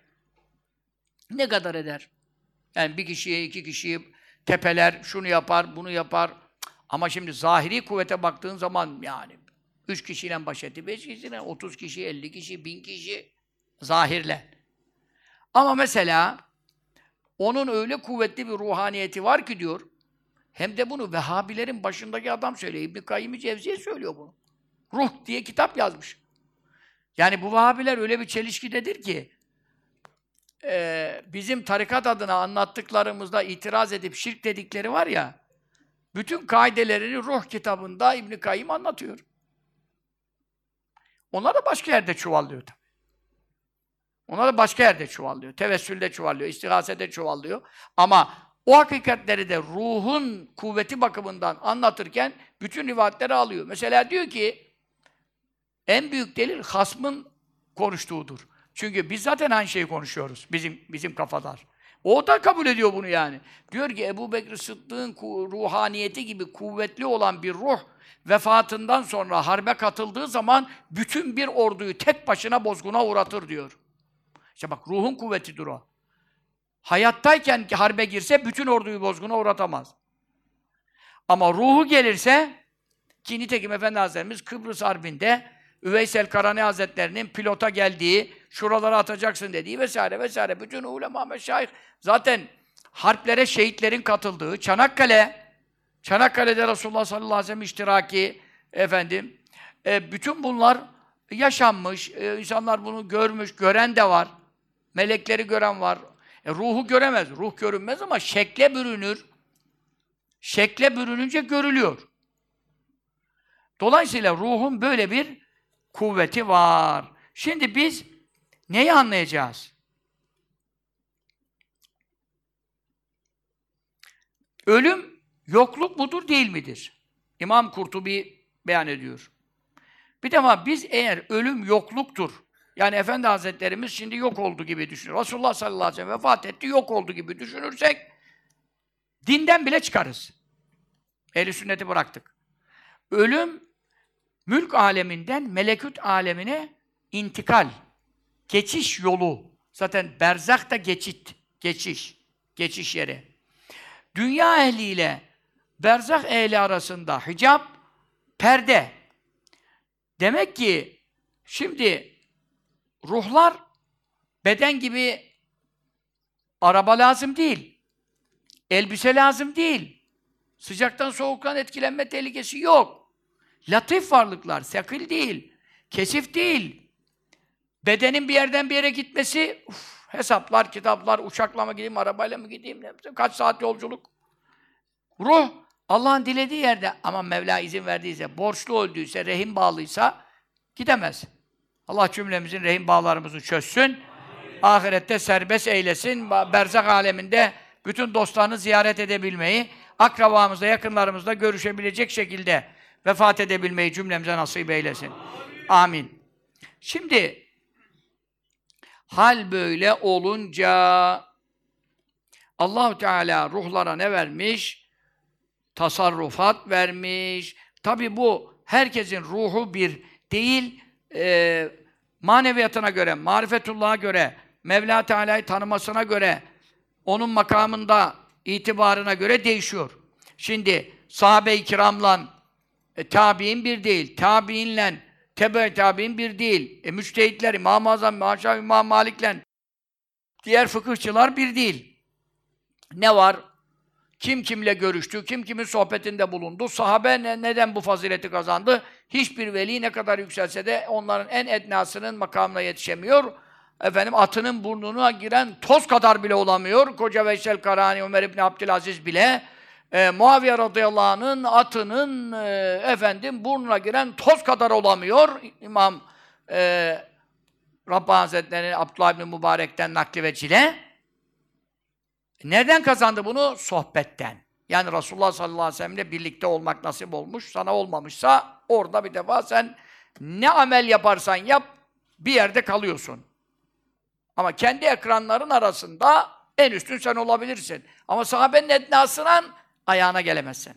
Ne kadar eder? Yani bir kişiye, iki kişiyi tepeler, şunu yapar, bunu yapar. Ama şimdi zahiri kuvvete baktığın zaman yani üç kişiyle baş etti, beş kişiyle, otuz kişi, elli kişi, bin kişi zahirle. Ama mesela onun öyle kuvvetli bir ruhaniyeti var ki diyor, hem de bunu Vehhabilerin başındaki adam söylüyor. İbn-i Kayyim-i Cevziye söylüyor bunu. Ruh diye kitap yazmış. Yani bu Vehhabiler öyle bir çelişkidedir ki, e, bizim tarikat adına anlattıklarımızda itiraz edip şirk dedikleri var ya, bütün kaidelerini Ruh kitabında İbn-i Kayyim anlatıyor. Onlar da başka yerde çuvallıyor tabii. Onlar da başka yerde çuvallıyor. Tevessülde çuvallıyor, istigasede çuvallıyor. Ama o hakikatleri de ruhun kuvveti bakımından anlatırken bütün rivayetleri alıyor. Mesela diyor ki, en büyük delil hasmın konuştuğudur. Çünkü biz zaten aynı şeyi konuşuyoruz. Bizim bizim kafalar. O da kabul ediyor bunu yani. Diyor ki Ebu Bekir Sıddık'ın ruhaniyeti gibi kuvvetli olan bir ruh vefatından sonra harbe katıldığı zaman bütün bir orduyu tek başına bozguna uğratır diyor. İşte bak ruhun kuvvetidir o. Hayattayken harbe girse bütün orduyu bozguna uğratamaz. Ama ruhu gelirse, ki nitekim Efendi Hazretlerimiz Kıbrıs Harbi'nde Üveysel Karani Hazretlerinin pilota geldiği, şuralara atacaksın dediği vesaire vesaire. Bütün ulema meşayih zaten harplere şehitlerin katıldığı, Çanakkale, Çanakkale'de Resulullah sallallahu aleyhi ve sellem iştiraki, efendim, e, bütün bunlar yaşanmış, e, insanlar bunu görmüş, gören de var. Melekleri gören var. E, ruhu göremez, ruh görünmez ama şekle bürünür. Şekle bürününce görülüyor. Dolayısıyla ruhun böyle bir kuvveti var. Şimdi biz neyi anlayacağız? Ölüm yokluk mudur, değil midir? İmam Kurtubi beyan ediyor. Bir defa biz eğer ölüm yokluktur, yani Efendi Hazretlerimiz şimdi yok oldu gibi düşünür. Resulullah sallallahu aleyhi ve sellem vefat etti, yok oldu gibi düşünürsek dinden bile çıkarız. Ehl-i sünneti bıraktık. Ölüm mülk aleminden melekut alemine intikal, geçiş yolu. Zaten berzah da geçit, geçiş, geçiş yeri. Dünya ehliyle berzah ehli arasında hicap, perde. Demek ki şimdi ruhlar beden gibi araba lazım değil, elbise lazım değil, sıcaktan soğuktan etkilenme tehlikesi yok. Latif varlıklar, sakil değil, kesif değil. Bedenin bir yerden bir yere gitmesi, uf, hesaplar, kitaplar, uçakla mı gideyim, arabayla mı gideyim, ne, kaç saat yolculuk. Ruh, Allah'ın dilediği yerde, ama Mevla izin verdiyse, borçlu öldüyse, rehin bağlıysa gidemez. Allah cümlemizin rehin bağlarımızı çözsün, ahirette serbest eylesin, berzak aleminde bütün dostlarını ziyaret edebilmeyi, akrabamızla, yakınlarımızla görüşebilecek şekilde vefat edebilmeyi cümlemize nasip eylesin. Amin. Şimdi, hal böyle olunca Allah-u Teala ruhlara ne vermiş? Tasarrufat vermiş. Tabi bu herkesin ruhu bir değil, e, maneviyatına göre, marifetullah'a göre, Mevla Teala'yı tanımasına göre, onun makamında, itibarına göre değişiyor. Şimdi sahabe-i kiramla e, tabi'in bir değil, tabi'inle tebe-i tabi'in bir değil, e, müçtehitler, İmam-ı Azam, İmam-ı İmam Malik'le diğer fıkıhçılar bir değil. Ne var? Kim kimle görüştü, kim kimin sohbetinde bulundu, sahabe ne, neden bu fazileti kazandı? Hiçbir veli ne kadar yükselse de onların en ednasının makamına yetişemiyor. Efendim atının burnuna giren toz kadar bile olamıyor. Koca Veysel Karani, Ömer İbni Abdülaziz bile e, Muaviye radıyallahu anh'ın atının e, efendim burnuna giren toz kadar olamıyor. İmam e, Rabbani Hazretleri'nin Abdullah İbni Mübarek'ten nakli ve cile. Nereden kazandı bunu? Sohbetten. Yani Resulullah sallallahu aleyhi ve sellem'le birlikte olmak nasip olmuş. Sana olmamışsa orada bir defa sen ne amel yaparsan yap bir yerde kalıyorsun. Ama kendi ekranların arasında en üstün sen olabilirsin. Ama sahabenin ednasından ayağına gelemezsin.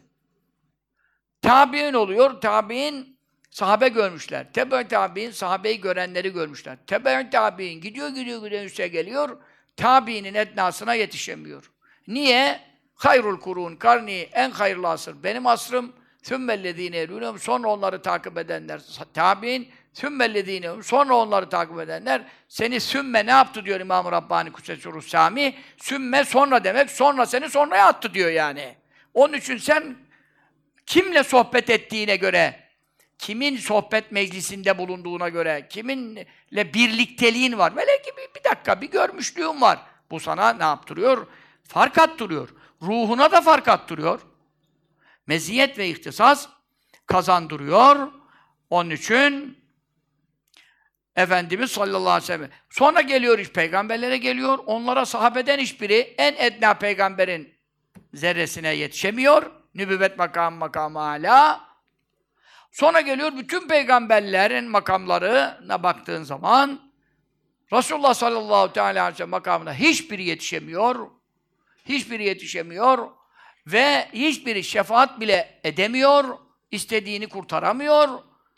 Tabi'in oluyor. Tabi'in sahabe görmüşler. Tebe-i tabi'in sahabeyi görenleri görmüşler. Tebe-i tabi'in gidiyor gidiyor gidiyor üste geliyor. Tabiinin ednasına yetişemiyor. Niye? Hayrul kurun karni, en hayırlı asır benim asrım. Sümmellezîne yelûnehum, sonra onları takip edenler. Tabiin, sümmellezînehum, sonra onları takip edenler. Seni sümme ne yaptı diyor İmam-ı Rabbani Kudsesûr-ü Sâmi. Sümme sonra demek, sonra seni sonraya attı diyor yani. Onun için sen kimle sohbet ettiğine göre, kimin sohbet meclisinde bulunduğuna göre, kiminle birlikteliğin var. Böyle ki bir, bir dakika, bir görmüşlüğün var. Bu sana ne yaptırıyor? Fark attırıyor. Ruhuna da fark attırıyor. Meziyet ve ihtisas kazandırıyor. Onun için Efendimiz sallallahu aleyhi ve sellem. Sonra geliyor iş peygamberlere geliyor. Onlara sahabeden hiçbiri en edna peygamberin zerresine yetişemiyor. Nübüvvet makamı makamı âlâ. Sonra geliyor bütün peygamberlerin makamlarına baktığın zaman Resulullah sallallahu aleyhi ve sellem makamına hiçbiri yetişemiyor. Hiçbiri yetişemiyor ve hiçbiri şefaat bile edemiyor. İstediğini kurtaramıyor.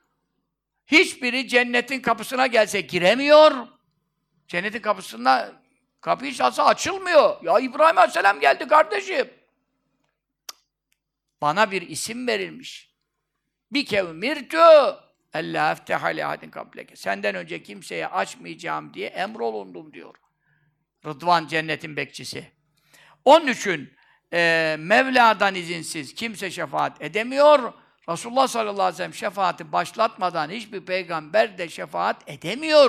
Hiçbiri cennetin kapısına gelse giremiyor. Cennetin kapısında kapıyı çalsa açılmıyor. Ya İbrahim aleyhisselam geldi kardeşim. Bana bir isim verilmiş. Bir kevmirtü ellâ efteha li ahadin kableke. Senden önce kimseye açmayacağım diye emrolundum diyor. Rıdvan cennetin bekçisi. Onun için e, Mevla'dan izinsiz kimse şefaat edemiyor. Resulullah sallallahu aleyhi ve sellem şefaati başlatmadan hiçbir peygamber de şefaat edemiyor.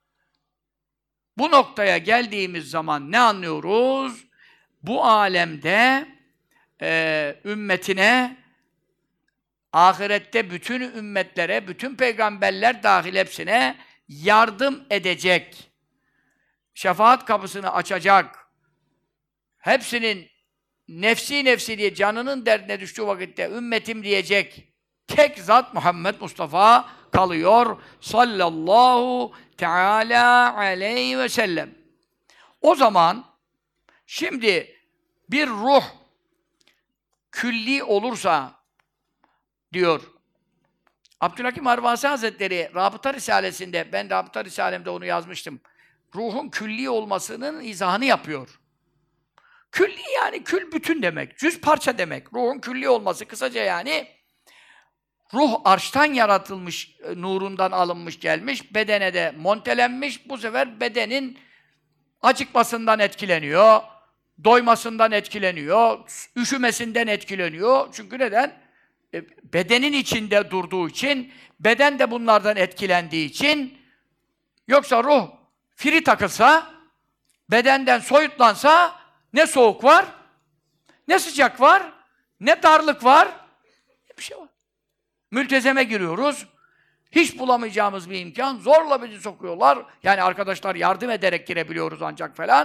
Bu noktaya geldiğimiz zaman ne anlıyoruz? Bu alemde e, ümmetine, ahirette bütün ümmetlere, bütün peygamberler dahil hepsine yardım edecek. Şefaat kapısını açacak. Hepsinin nefsi nefsi diye canının derdine düştüğü vakitte ümmetim diyecek tek zat Muhammed Mustafa kalıyor. Sallallahu teala aleyhi ve sellem. O zaman şimdi bir ruh külli olursa diyor Abdülhakim Arvasi Hazretleri Rabıta Risalesi'nde, ben Rabıta Risalem'de onu yazmıştım. Ruhun külli olmasının izahını yapıyor. Külli yani kül bütün demek, cüz parça demek. Ruhun külli olması kısaca yani ruh arştan yaratılmış, nurundan alınmış gelmiş, bedene de montelenmiş. Bu sefer bedenin acıkmasından etkileniyor, doymasından etkileniyor, üşümesinden etkileniyor. Çünkü neden? E, bedenin içinde durduğu için, beden de bunlardan etkilendiği için, yoksa ruh firi takılsa, bedenden soyutlansa ne soğuk var, ne sıcak var, ne darlık var, ne bir şey var. Mültezeme giriyoruz, hiç bulamayacağımız bir imkan, zorla bizi sokuyorlar. Yani arkadaşlar yardım ederek girebiliyoruz ancak falan.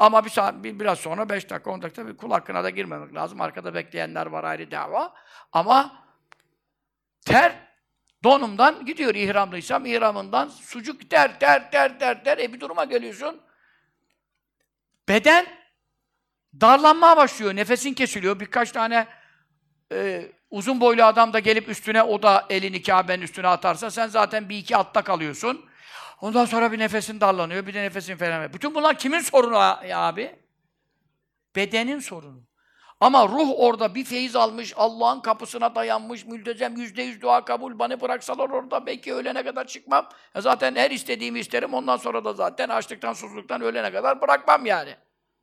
Ama bir saat, bir, biraz sonra beş dakika, on dakika bir kul hakkına da girmemek lazım. Arkada bekleyenler var, ayrı dava. Ama ter donumdan gidiyor ihramlıysam, ihramından sucuk der, der, der, der, der. E bir duruma geliyorsun. Beden darlanmaya başlıyor, nefesin kesiliyor. Birkaç tane e, uzun boylu adam da gelip üstüne, o da elini Kâbe'nin üstüne atarsa sen zaten bir iki altta kalıyorsun. Ondan sonra bir nefesin darlanıyor, bir de nefesin falan. Bütün bunlar kimin sorunu ya abi? Bedenin sorunu. Ama ruh orada bir feyiz almış, Allah'ın kapısına dayanmış, mültezem, yüzde yüz dua kabul, bana bıraksalar orada belki ölene kadar çıkmam. E zaten her istediğimi isterim, ondan sonra da zaten açlıktan, susuzluktan ölene kadar bırakmam yani.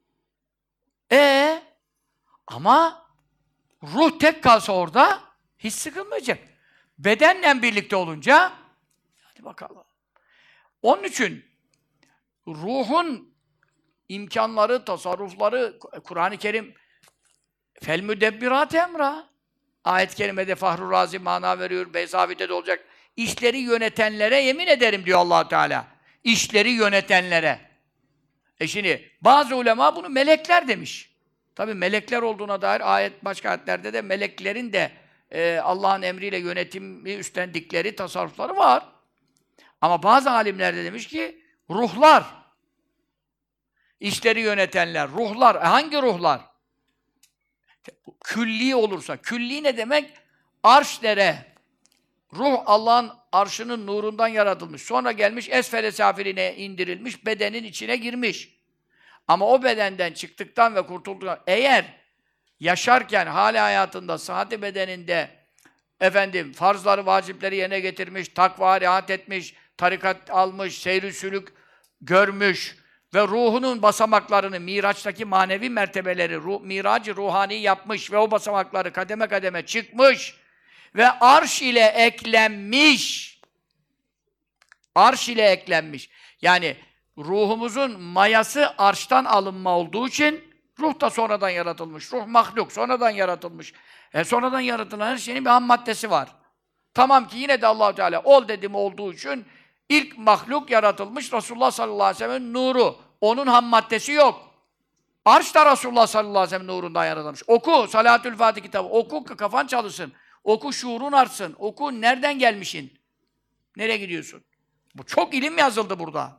E ama ruh tek kalsa orada hiç sıkılmayacak. Bedenle birlikte olunca hadi bakalım. Onun için ruhun imkanları, tasarrufları, Kur'an-ı Kerim fel müdebbirat emra. Ayet-i kerimede Fahru Razi mana veriyor, Beyzavi'de de olacak. İşleri yönetenlere yemin ederim diyor Allah Teala. İşleri yönetenlere. E şimdi bazı ulema bunu melekler demiş. Tabii melekler olduğuna dair ayet, başka ayetlerde de meleklerin de e, Allah'ın emriyle yönetimi üstlendikleri tasarrufları var. Ama bazı alimler de demiş ki ruhlar, işleri yönetenler, ruhlar. E hangi ruhlar? Külli olursa. Külli ne demek? Arşlere. Ruh Allah'ın arşının nurundan yaratılmış. Sonra gelmiş esfele safiline indirilmiş, bedenin içine girmiş. Ama o bedenden çıktıktan ve kurtulduktan, eğer yaşarken hâli hayatında, sıhhati bedeninde efendim farzları, vacipleri yerine getirmiş, takva riayet etmiş, tarikat almış, seyr-i sülük görmüş ve ruhunun basamaklarını, Miraç'taki manevi mertebeleri, ruh, Mirac-ı ruhani yapmış ve o basamakları kademe kademe çıkmış ve arş ile eklenmiş. Arş ile eklenmiş. Yani ruhumuzun mayası arştan alınma olduğu için ruh da sonradan yaratılmış. Ruh mahluk, sonradan yaratılmış. E sonradan yaratılan her şeyin bir ham maddesi var. Tamam ki yine de Allah-u Teala ol dedim olduğu için ilk mahluk yaratılmış Resulullah sallallahu aleyhi ve sellem'in nuru. Onun ham maddesi yok. Arş da Resulullah sallallahu aleyhi ve sellem'in nurundan yaratılmış. Oku Salatül Fatih kitabı. Oku kafan çalışsın. Oku şuurun artsın. Oku nereden gelmişsin? Nereye gidiyorsun? Bu çok ilim yazıldı burada.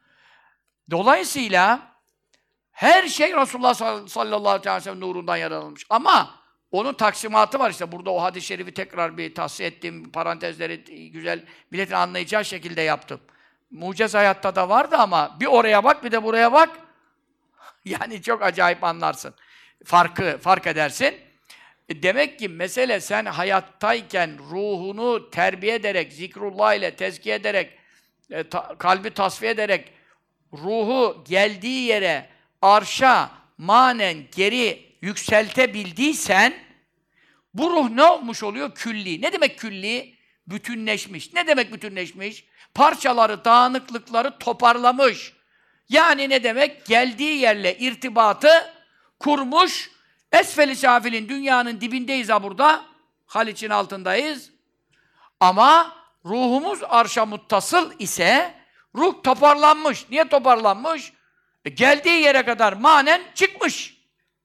Dolayısıyla her şey Resulullah sallallahu aleyhi ve sellem nurundan yaratılmış. Ama onun taksimatı var işte. Burada o hadis-i şerifi tekrar bir tahsiye ettim. Parantezleri güzel, milletin anlayacağı şekilde yaptım. Mucize hayatta da vardı ama bir oraya bak, bir de buraya bak. Yani çok acayip anlarsın. Farkı, fark edersin. E demek ki mesele sen hayattayken ruhunu terbiye ederek, zikrullah ile tezkiye ederek, e, ta, kalbi tasfiye ederek, ruhu geldiği yere, arşa, manen geri yükseltebildiysen, bu ruh ne olmuş oluyor? Külli. Ne demek külli? Bütünleşmiş. Ne demek bütünleşmiş? Parçaları, dağınıklıkları toparlamış. Yani ne demek? Geldiği yerle irtibatı kurmuş. Esfel-i safilin, dünyanın dibindeyiz ha burada. Haliç'in altındayız. Ama ruhumuz arşa muttasıl ise ruh toparlanmış. Niye toparlanmış? E geldiği yere kadar manen çıkmış.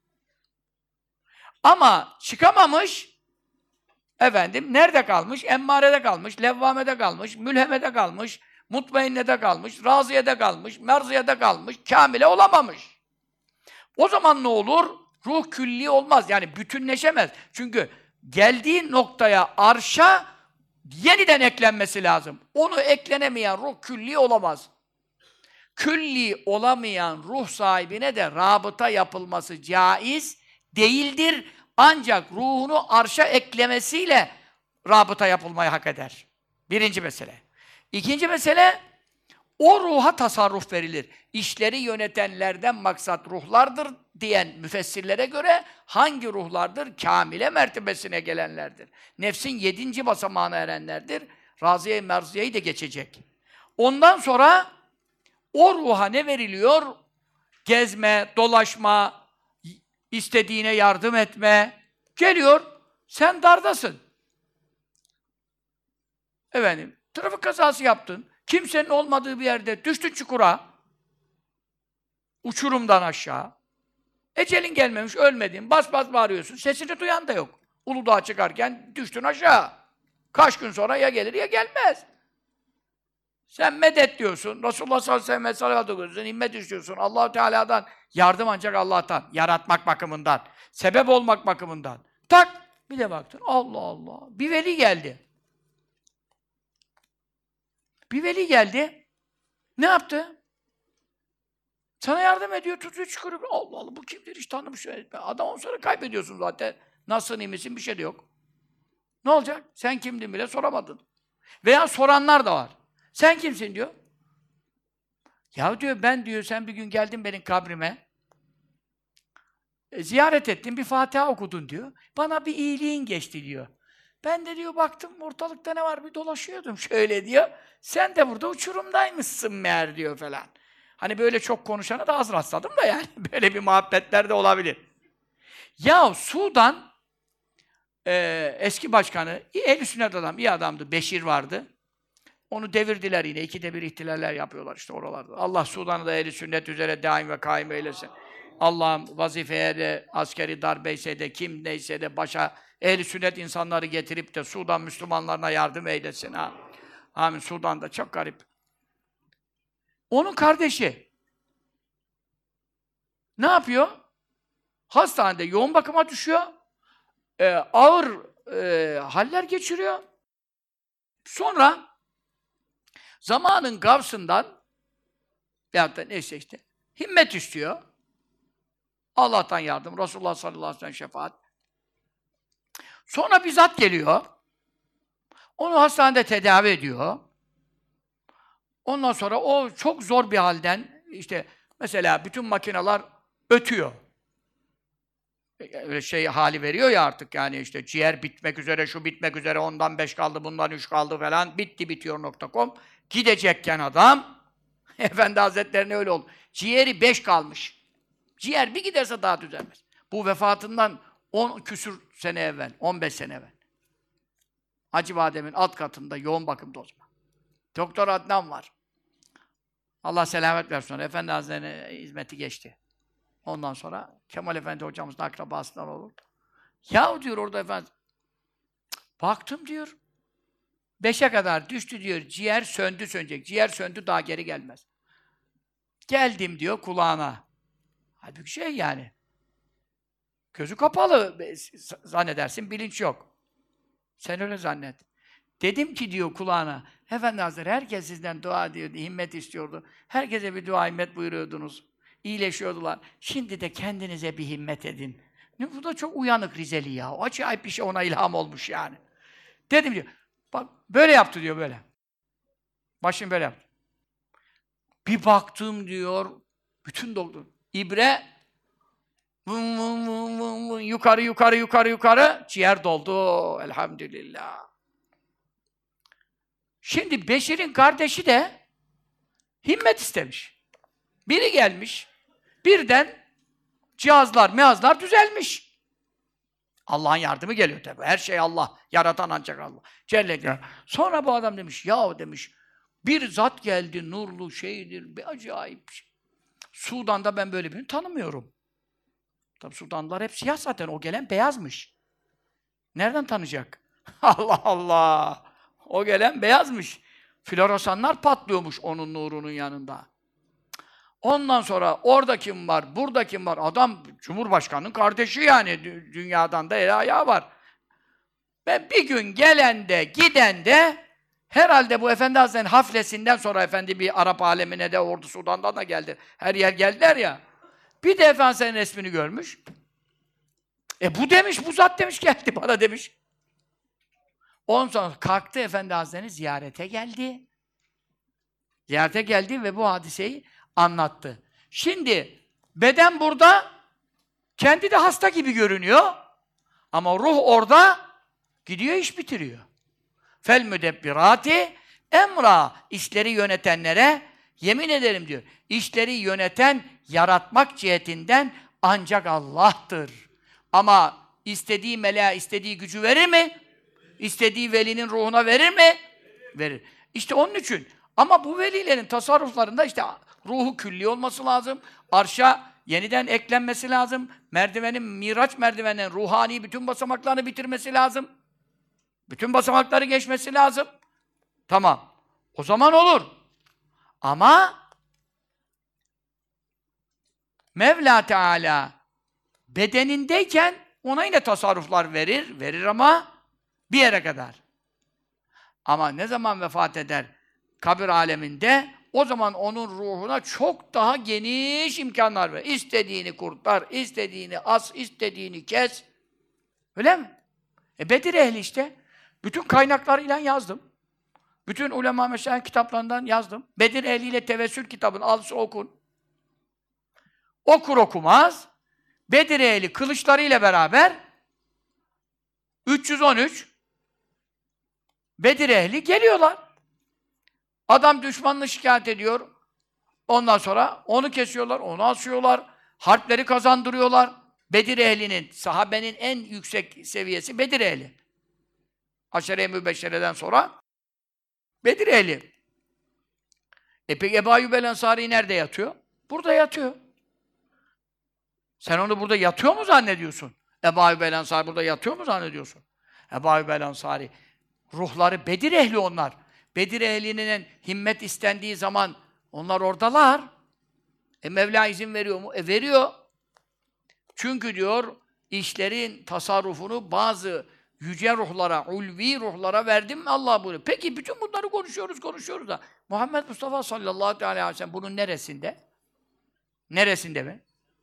Ama çıkamamış, efendim, nerede kalmış? Emmarede kalmış, levvamede kalmış, mülhemede kalmış, mutmainnede kalmış, raziyede kalmış, merziyede kalmış, kamile olamamış. O zaman ne olur? Ruh külli olmaz, yani bütünleşemez. Çünkü geldiği noktaya, arşa yeniden eklenmesi lazım. Onu eklenemeyen ruh külli olamaz. Külli olamayan ruh sahibine de rabıta yapılması caiz değildir. Ancak ruhunu arşa eklemesiyle rabıta yapılmayı hak eder. Birinci mesele. İkinci mesele, o ruha tasarruf verilir. İşleri yönetenlerden maksat ruhlardır diyen müfessirlere göre hangi ruhlardır? Kamile mertebesine gelenlerdir. Nefsin yedinci basamağına erenlerdir. Raziye-i merziyeyi de geçecek. Ondan sonra o ruha ne veriliyor? Gezme, dolaşma, istediğine yardım etme. Geliyor, sen dardasın. Efendim, trafik kazası yaptın. Kimsenin olmadığı bir yerde düştün çukura. Uçurumdan aşağı. Ecelin gelmemiş, ölmedin. Bas bas bağırıyorsun. Sesini duyan da yok. Uludağ'a çıkarken düştün aşağı. Kaç gün sonra ya gelir ya gelmez. Sen medet diyorsun. Resulullah sallallahu aleyhi ve sellem salavat okuyorsun. Himmet istiyorsun. Allah-u Teala'dan yardım ancak Allah'tan. Yaratmak bakımından. Sebep olmak bakımından. Tak! Bir de baktın. Allah Allah. Bir veli geldi. Bir veli geldi. Ne yaptı? Sana yardım ediyor, tutuyor, çıkarıyor. Allah Allah, bu kimdir? Hiç tanımış. Adam on sonra kaybediyorsun zaten. Nasılsın, iyi misin? Bir şey de yok. Ne olacak? Sen kimdin bile soramadın. Veya soranlar da var. Sen kimsin diyor. Ya diyor, ben diyor, sen bir gün geldin benim kabrime. E, ziyaret ettin, bir Fatiha okudun diyor. Bana bir iyiliğin geçti diyor. Ben de diyor, baktım ortalıkta ne var, bir dolaşıyordum şöyle diyor. Sen de burada uçurumdaymışsın meğer diyor falan. Hani böyle çok konuşana da az rastladım da yani. Böyle bir muhabbetler de olabilir. Ya Sudan e, eski başkanı, ehl-i sünnet adam, iyi adamdı, Beşir vardı. Onu devirdiler yine, ikide bir ihtilaller yapıyorlar işte oralarda. Allah Sudan'ı da ehl-i sünnet üzere daim ve kaim eylesin. Allah'ım vazifeye de, askeri darbeyse de, kim neyse de başa ehl-i sünnet insanları getirip de Sudan Müslümanlarına yardım eylesin ha. Amin. Sudan'da çok garip. Onun kardeşi ne yapıyor? Hastanede yoğun bakıma düşüyor. Ee, ağır e, haller geçiriyor. Sonra zamanın gavsından veyahut da neyse işte himmet istiyor. Allah'tan yardım, Resulullah sallallahu aleyhi ve sellem şefaat. Sonra bir zat geliyor. Onu hastanede tedavi ediyor. Ondan sonra o çok zor bir halden, işte mesela bütün makineler ötüyor. Öyle şey hali veriyor ya artık, yani işte ciğer bitmek üzere, şu bitmek üzere, ondan beş kaldı, bundan üç kaldı falan, bitti bitiyor nokta com. Gidecekken adam, Efendi Hazretlerine öyle oldu. Ciğeri beş kalmış. Ciğer bir giderse daha düzelmez. Bu vefatından on küsür sene evvel, on beş sene evvel. Hacıbadem'in alt katında yoğun bakımda o zaman. Doktor Adnan var. Allah selamet versin. Efendi Hazretleri'ne hizmeti geçti. Ondan sonra Kemal Efendi hocamızın akrabasından olur. Yahu diyor orada efendim, baktım diyor, beşe kadar düştü diyor, ciğer söndü sönecek. Ciğer söndü, daha geri gelmez. Geldim diyor kulağına. Halbuki şey yani, gözü kapalı, zannedersin bilinç yok. Sen öyle zannet. Dedim ki diyor kulağına, Efendi Hazretleri herkes sizden dua ediyordu, himmet istiyordu. Herkese bir dua himmet buyuruyordunuz. İyileşiyordular. Şimdi de kendinize bir himmet edin. Ne, bu da çok uyanık Rizeli ya. O acayip bir şey, ona ilham olmuş yani. Dedim diyor, bak böyle yaptı diyor böyle. Başını böyle yaptı. Bir baktım diyor, bütün doktor, ibre vın vın vın vın vın, yukarı yukarı yukarı yukarı, ciğer doldu elhamdülillah. Şimdi Beşir'in kardeşi de himmet istemiş. Biri gelmiş, birden cihazlar, mihazlar düzelmiş. Allah'ın yardımı geliyor tabii. Her şey Allah, yaratan ancak Allah. Celle Celaluhu. Sonra bu adam demiş, yahu demiş, bir zat geldi, nurlu şeydir, bir acayip şey. Sudan'da ben böyle birini tanımıyorum. Tabii Sudanlılar hep siyah zaten, o gelen beyazmış. Nereden tanıyacak? Allah Allah! O gelen beyazmış. Floresanlar patlıyormuş onun nurunun yanında. Ondan sonra orada kim var, burada kim var? Adam Cumhurbaşkanı'nın kardeşi yani. Dü- dünyadan da el ayağı var. Ve bir gün gelen de giden de herhalde bu Efendi Hazretleri'nin haflesinden sonra Efendi bir Arap alemine de Ordu Sudan'dan da geldi. Her yer geldiler ya. Bir de Efendi Hazretleri'nin resmini görmüş. E bu demiş, bu zat demiş, geldi bana demiş. Ondan sonra kalktı, Efendi Hazretleri ziyarete geldi. Ziyarete geldi ve bu hadiseyi anlattı. Şimdi beden burada, kendi de hasta gibi görünüyor. Ama ruh orada gidiyor, iş bitiriyor. Fel müdebbirati emra, işleri yönetenlere yemin ederim diyor. İşleri yöneten, yaratmak cihetinden ancak Allah'tır. Ama istediği meleğe istediği gücü verir mi? İstediği velinin ruhuna verir mi? Verir. İşte onun için. Ama bu velilerin tasarruflarında işte ruhu külli olması lazım. Arşa yeniden eklenmesi lazım. Merdivenin, Miraç merdiveninin ruhani bütün basamaklarını bitirmesi lazım. Bütün basamakları geçmesi lazım. Tamam. O zaman olur. Ama Mevla Teala bedenindeyken ona yine tasarruflar verir. Verir ama bir yere kadar. Ama ne zaman vefat eder? Kabir aleminde, o zaman onun ruhuna çok daha geniş imkanlar verir. İstediğini kurtar, istediğini as, istediğini kes. Öyle mi? E Bedir ehli işte. Bütün kaynaklarıyla yazdım. Bütün ulema meşayih kitaplarından yazdım. Bedir ehliyle tevessül kitabını al okun. Okur okumaz, Bedir ehli kılıçlarıyla beraber üç yüz on üç Bedir ehli geliyorlar. Adam düşmanını şikayet ediyor. Ondan sonra onu kesiyorlar, onu asıyorlar. Harpleri kazandırıyorlar. Bedir ehlinin, sahabenin en yüksek seviyesi Bedir ehli. Aşere-i Mübeşşere'den sonra Bedir ehli. E peki Ebu Ayyub el-Ensari nerede yatıyor? Burada yatıyor. Sen onu burada yatıyor mu zannediyorsun? Ebu Ayyub el-Ensari burada yatıyor mu zannediyorsun? Ebu Ayyub el-Ensari ruhları Bedir ehli onlar. Bedir ehlinin himmet istendiği zaman onlar oradalar. E Mevla izin veriyor mu? E veriyor. Çünkü diyor, işlerin tasarrufunu bazı yüce ruhlara, ulvi ruhlara verdim mi Allah buyuruyor. Peki bütün bunları konuşuyoruz, konuşuyoruz da Muhammed Mustafa sallallahu aleyhi ve sellem bunun neresinde? Neresinde mi?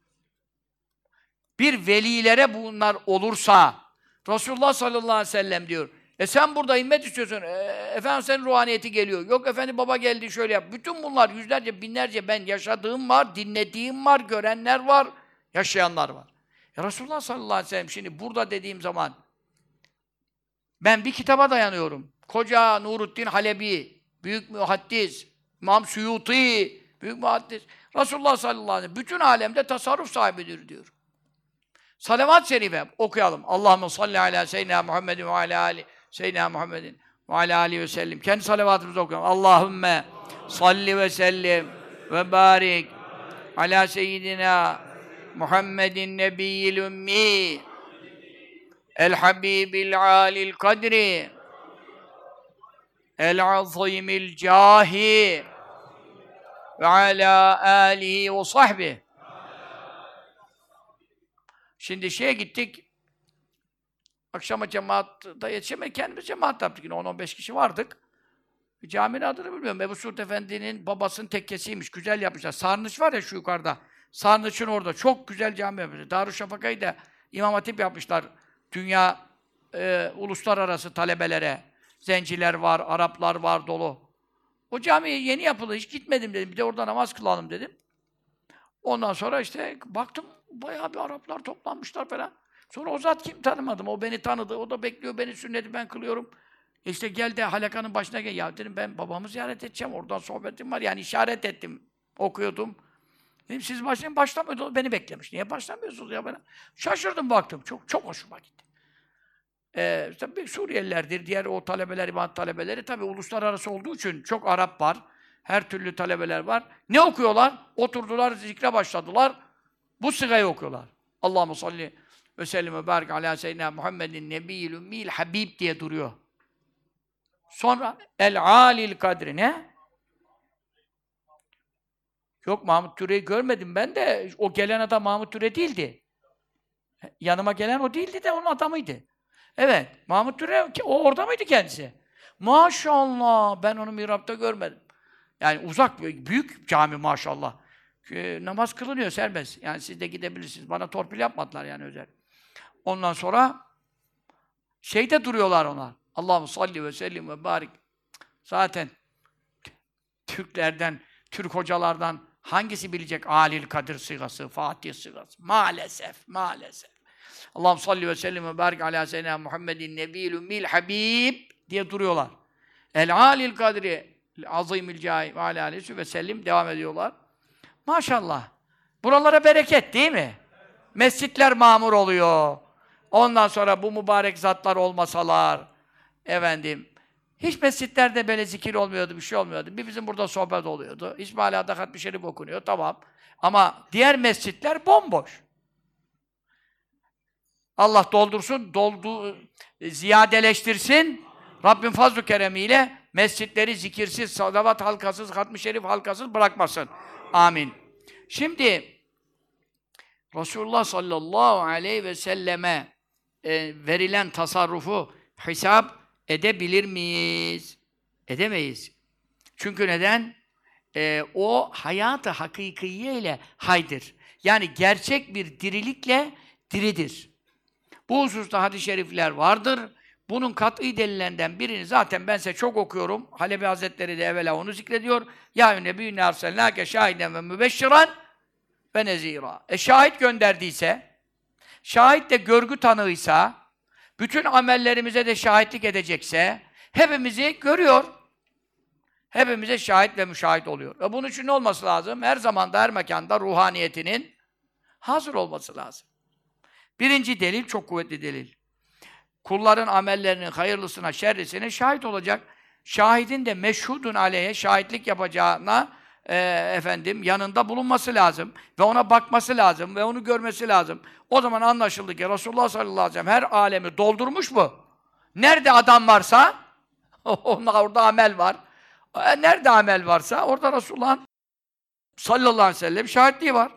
Bir velilere bunlar olursa Resulullah sallallahu aleyhi ve sellem diyor, e sen burada himmet istiyorsun, e, efendim senin ruhaniyeti geliyor, yok efendim baba geldi şöyle yap. Bütün bunlar yüzlerce, binlerce ben yaşadığım var, dinlediğim var, görenler var, yaşayanlar var. Ya Resulullah sallallahu aleyhi ve sellem şimdi burada dediğim zaman ben bir kitaba dayanıyorum. Koca Nuruddin Halebi, büyük muhaddis, İmam Suyuti, büyük muhaddis. Resulullah sallallahu aleyhi ve sellem bütün alemde tasarruf sahibidir diyor. Salavat-ı şerife okuyalım. Allahumme salli ala seyyidina Muhammedin ve ala ali seyyidina Muhammedin ve ala alihi ve sellem. Kendi salavatımızı okuyalım. Allahumme salli ve sellim ve barik ala seyyidina Muhammedin nebiyyil ümmi el habibil alil kadri el azimil cahi ve ala alihi ve sahbihi. Şimdi şeye gittik, akşama cemaatta yetişemedik, kendimiz cemaat yaptık yine on on beş kişi vardık. Caminin adını bilmiyorum, Ebu Suud Efendi'nin babasının tekkesiymiş, güzel yapmışlar. Sarnıç var ya şu yukarıda, Sarnıç'ın orada çok güzel cami yapmışlar. Darüşşafaka'yı da İmam Hatip yapmışlar, dünya, e, uluslararası talebelere. Zenciler var, Araplar var dolu. O cami yeni yapıldı, hiç gitmedim dedim, bir de orada namaz kılalım dedim. Ondan sonra işte baktım, bayağı bir Araplar toplanmışlar falan. Sonra o zat kim tanımadım, o beni tanıdı, o da bekliyor beni, sünneti ben kılıyorum. İşte gel de halakanın başına gel. Ya dedim ben babamı ziyaret edeceğim, oradan sohbetim var. Yani işaret ettim, okuyordum. Dedim siz başlayın, başlamıyordu, beni beklemiş. Niye başlamıyorsunuz ya bana? Şaşırdım baktım, çok çok hoşuma gitti. Ee, tabii Suriyelilerdir, diğer o talebeler, ibadet talebeleri tabii uluslararası olduğu için çok Arap var. Her türlü talebeler var. Ne okuyorlar? Oturdular, zikre başladılar. Bu sigayı okuyorlar. Allahumme salli ve sellim ve barik ala seyyidina Muhammedin nebiyyil ümmiyil habib diye duruyor. Sonra el alil kadri ne? Yok, Mahmud Türe'yi görmedim ben de. O gelen adam Mahmud Türe değildi. Yanıma gelen o değildi de onun adamıydı. Evet, Mahmud Türe, o orada mıydı kendisi? Maşallah, ben onu mihrapta görmedim. Yani uzak, büyük cami maşallah. E, namaz kılınıyor serbest. Yani siz de gidebilirsiniz. Bana torpil yapmadılar yani özel. Ondan sonra şeyde duruyorlar onlar. Allahu salli ve sellim ve barik. Zaten Türklerden, Türk hocalardan hangisi bilecek Alil Kadir sigası, Fatih sigası? Maalesef, maalesef. Allahu salli ve sellim ve barik ala seyyidina Muhammedin nebiyyil ümmil habib diye duruyorlar. El Alil Kadri azimil cahi ve ala aleyhi ve sellim devam ediyorlar. Maşallah. Buralara bereket değil mi? Mescitler mamur oluyor. Ondan sonra bu mübarek zatlar olmasalar, efendim, Hiç mescitlerde böyle zikir olmuyordu, bir şey olmuyordu. Bir bizim burada sohbet oluyordu. İsmail Ağa'da Hatmi Şerif okunuyor, tamam. Ama diğer mescitler bomboş. Allah doldursun, doldu, ziyadeleştirsin. Rabbim fazl-ı keremiyle mescitleri zikirsiz, salavat halkasız, Hatmi Şerif halkasız bırakmasın. Amin. Şimdi Resulullah sallallahu aleyhi ve selleme e, verilen tasarrufu hesap edebilir miyiz? Edemeyiz. Çünkü neden? E, o hayat-ı hakikiye ile haydır. Yani gerçek bir dirilikle diridir. Bu hususta hadis-i şerifler vardır. Bunun kat'î delillerinden birini zaten ben size çok okuyorum. Halebi Hazretleri de evvela onu zikrediyor. Ya Nebiyyüne arselnâke şahiden ve mübeşşiran ve nezîrâ. E şahit gönderdiyse, şahit de görgü tanığıysa, bütün amellerimize de şahitlik edecekse, hepimizi görüyor. Hepimize şahit ve müşahit oluyor. Ve bunun için ne olması lazım? Her zamanda, her mekanda ruhaniyetinin hazır olması lazım. Birinci delil, çok kuvvetli delil. Kulların amellerinin hayırlısına, şerrisine şahit olacak. Şahidin de meşhudun aleyhe, şahitlik yapacağına e, efendim yanında bulunması lazım. Ve ona bakması lazım ve onu görmesi lazım. O zaman anlaşıldı ki Resulullah sallallahu aleyhi ve sellem her alemi doldurmuş mu? Nerede adam varsa orada amel var. Nerede amel varsa orada Resulullah'ın sallallahu aleyhi ve sellem şahitliği var.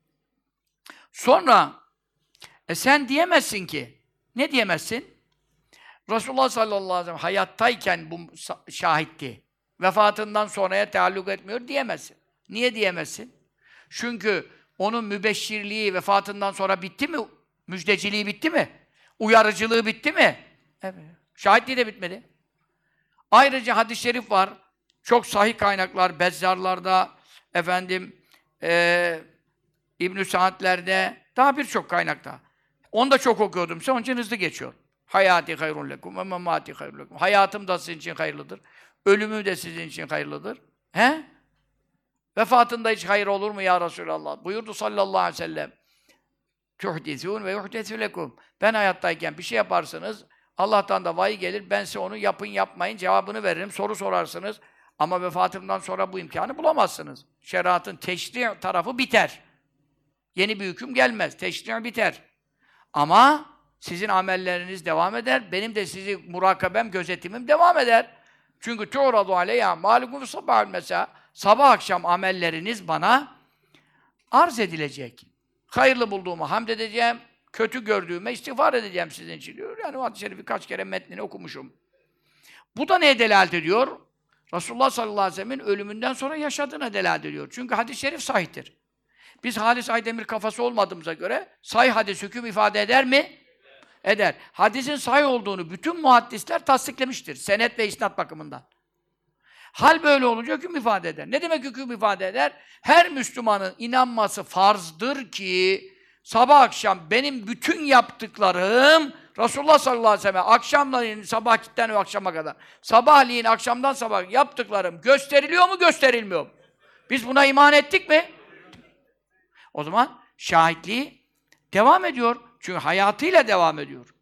Sonra e sen diyemezsin ki, ne diyemezsin? Resulullah sallallahu aleyhi ve sellem hayattayken bu şahitti. Vefatından sonraya taalluk etmiyor diyemezsin. Niye diyemezsin? Çünkü onun mübeşşirliği vefatından sonra bitti mi? Müjdeciliği bitti mi? Uyarıcılığı bitti mi? Evet. Şahitliği de bitmedi. Ayrıca hadis-i şerif var. Çok sahih kaynaklar, Bezzarlarda, efendim, e, İbn-i Saad'lerde, daha birçok kaynakta. Onu da çok okuyordum. Sen onun için hızlı geçiyor. Hayati hayrun lekum ve memati hayrun lekum. Hayatım da sizin için hayırlıdır. Ölümü de sizin için hayırlıdır. He? Vefatında hiç hayır olur mu ya Resulallah? Buyurdu sallallahu aleyhi ve sellem. Tuhdisûn ve yuhdesû lekum. Ben hayattayken bir şey yaparsınız, Allah'tan da vahiy gelir, ben size onu yapın yapmayın cevabını veririm, soru sorarsınız. Ama vefatımdan sonra bu imkanı bulamazsınız. Şeriatın teşri' tarafı biter. Yeni bir hüküm gelmez, teşri' biter. Ama sizin amelleriniz devam eder, benim de sizi murakabem, gözetimim devam eder. Çünkü tu'radu aleyya mâlukum sabahül mesâ. Sabah akşam amelleriniz bana arz edilecek. Hayırlı bulduğumu hamd edeceğim, kötü gördüğüme istiğfar edeceğim sizin için diyor. Yani o hadis-i şerifi kaç kere metnini okumuşum. Bu da neye delalet ediyor? Resulullah sallallahu aleyhi ve sellem'in ölümünden sonra yaşadığına delalet ediyor. Çünkü hadis-i şerif sahihtir. Biz Halis Aydemir kafası olmadığımıza göre sahih hadis hüküm ifade eder mi? Eder. Hadisin sahih olduğunu bütün muhaddisler tasdiklemiştir. Senet ve isnat bakımından. Hal böyle olunca hüküm ifade eder. Ne demek hüküm ifade eder? Her Müslümanın inanması farzdır ki sabah akşam benim bütün yaptıklarım Resulullah sallallahu aleyhi ve sellem akşamleyin sabahkitten o akşama kadar sabahleyin akşamdan sabah yaptıklarım gösteriliyor mu gösterilmiyor mu? Biz buna iman ettik mi? O zaman şahitliği devam ediyor. Çünkü hayatıyla devam ediyor.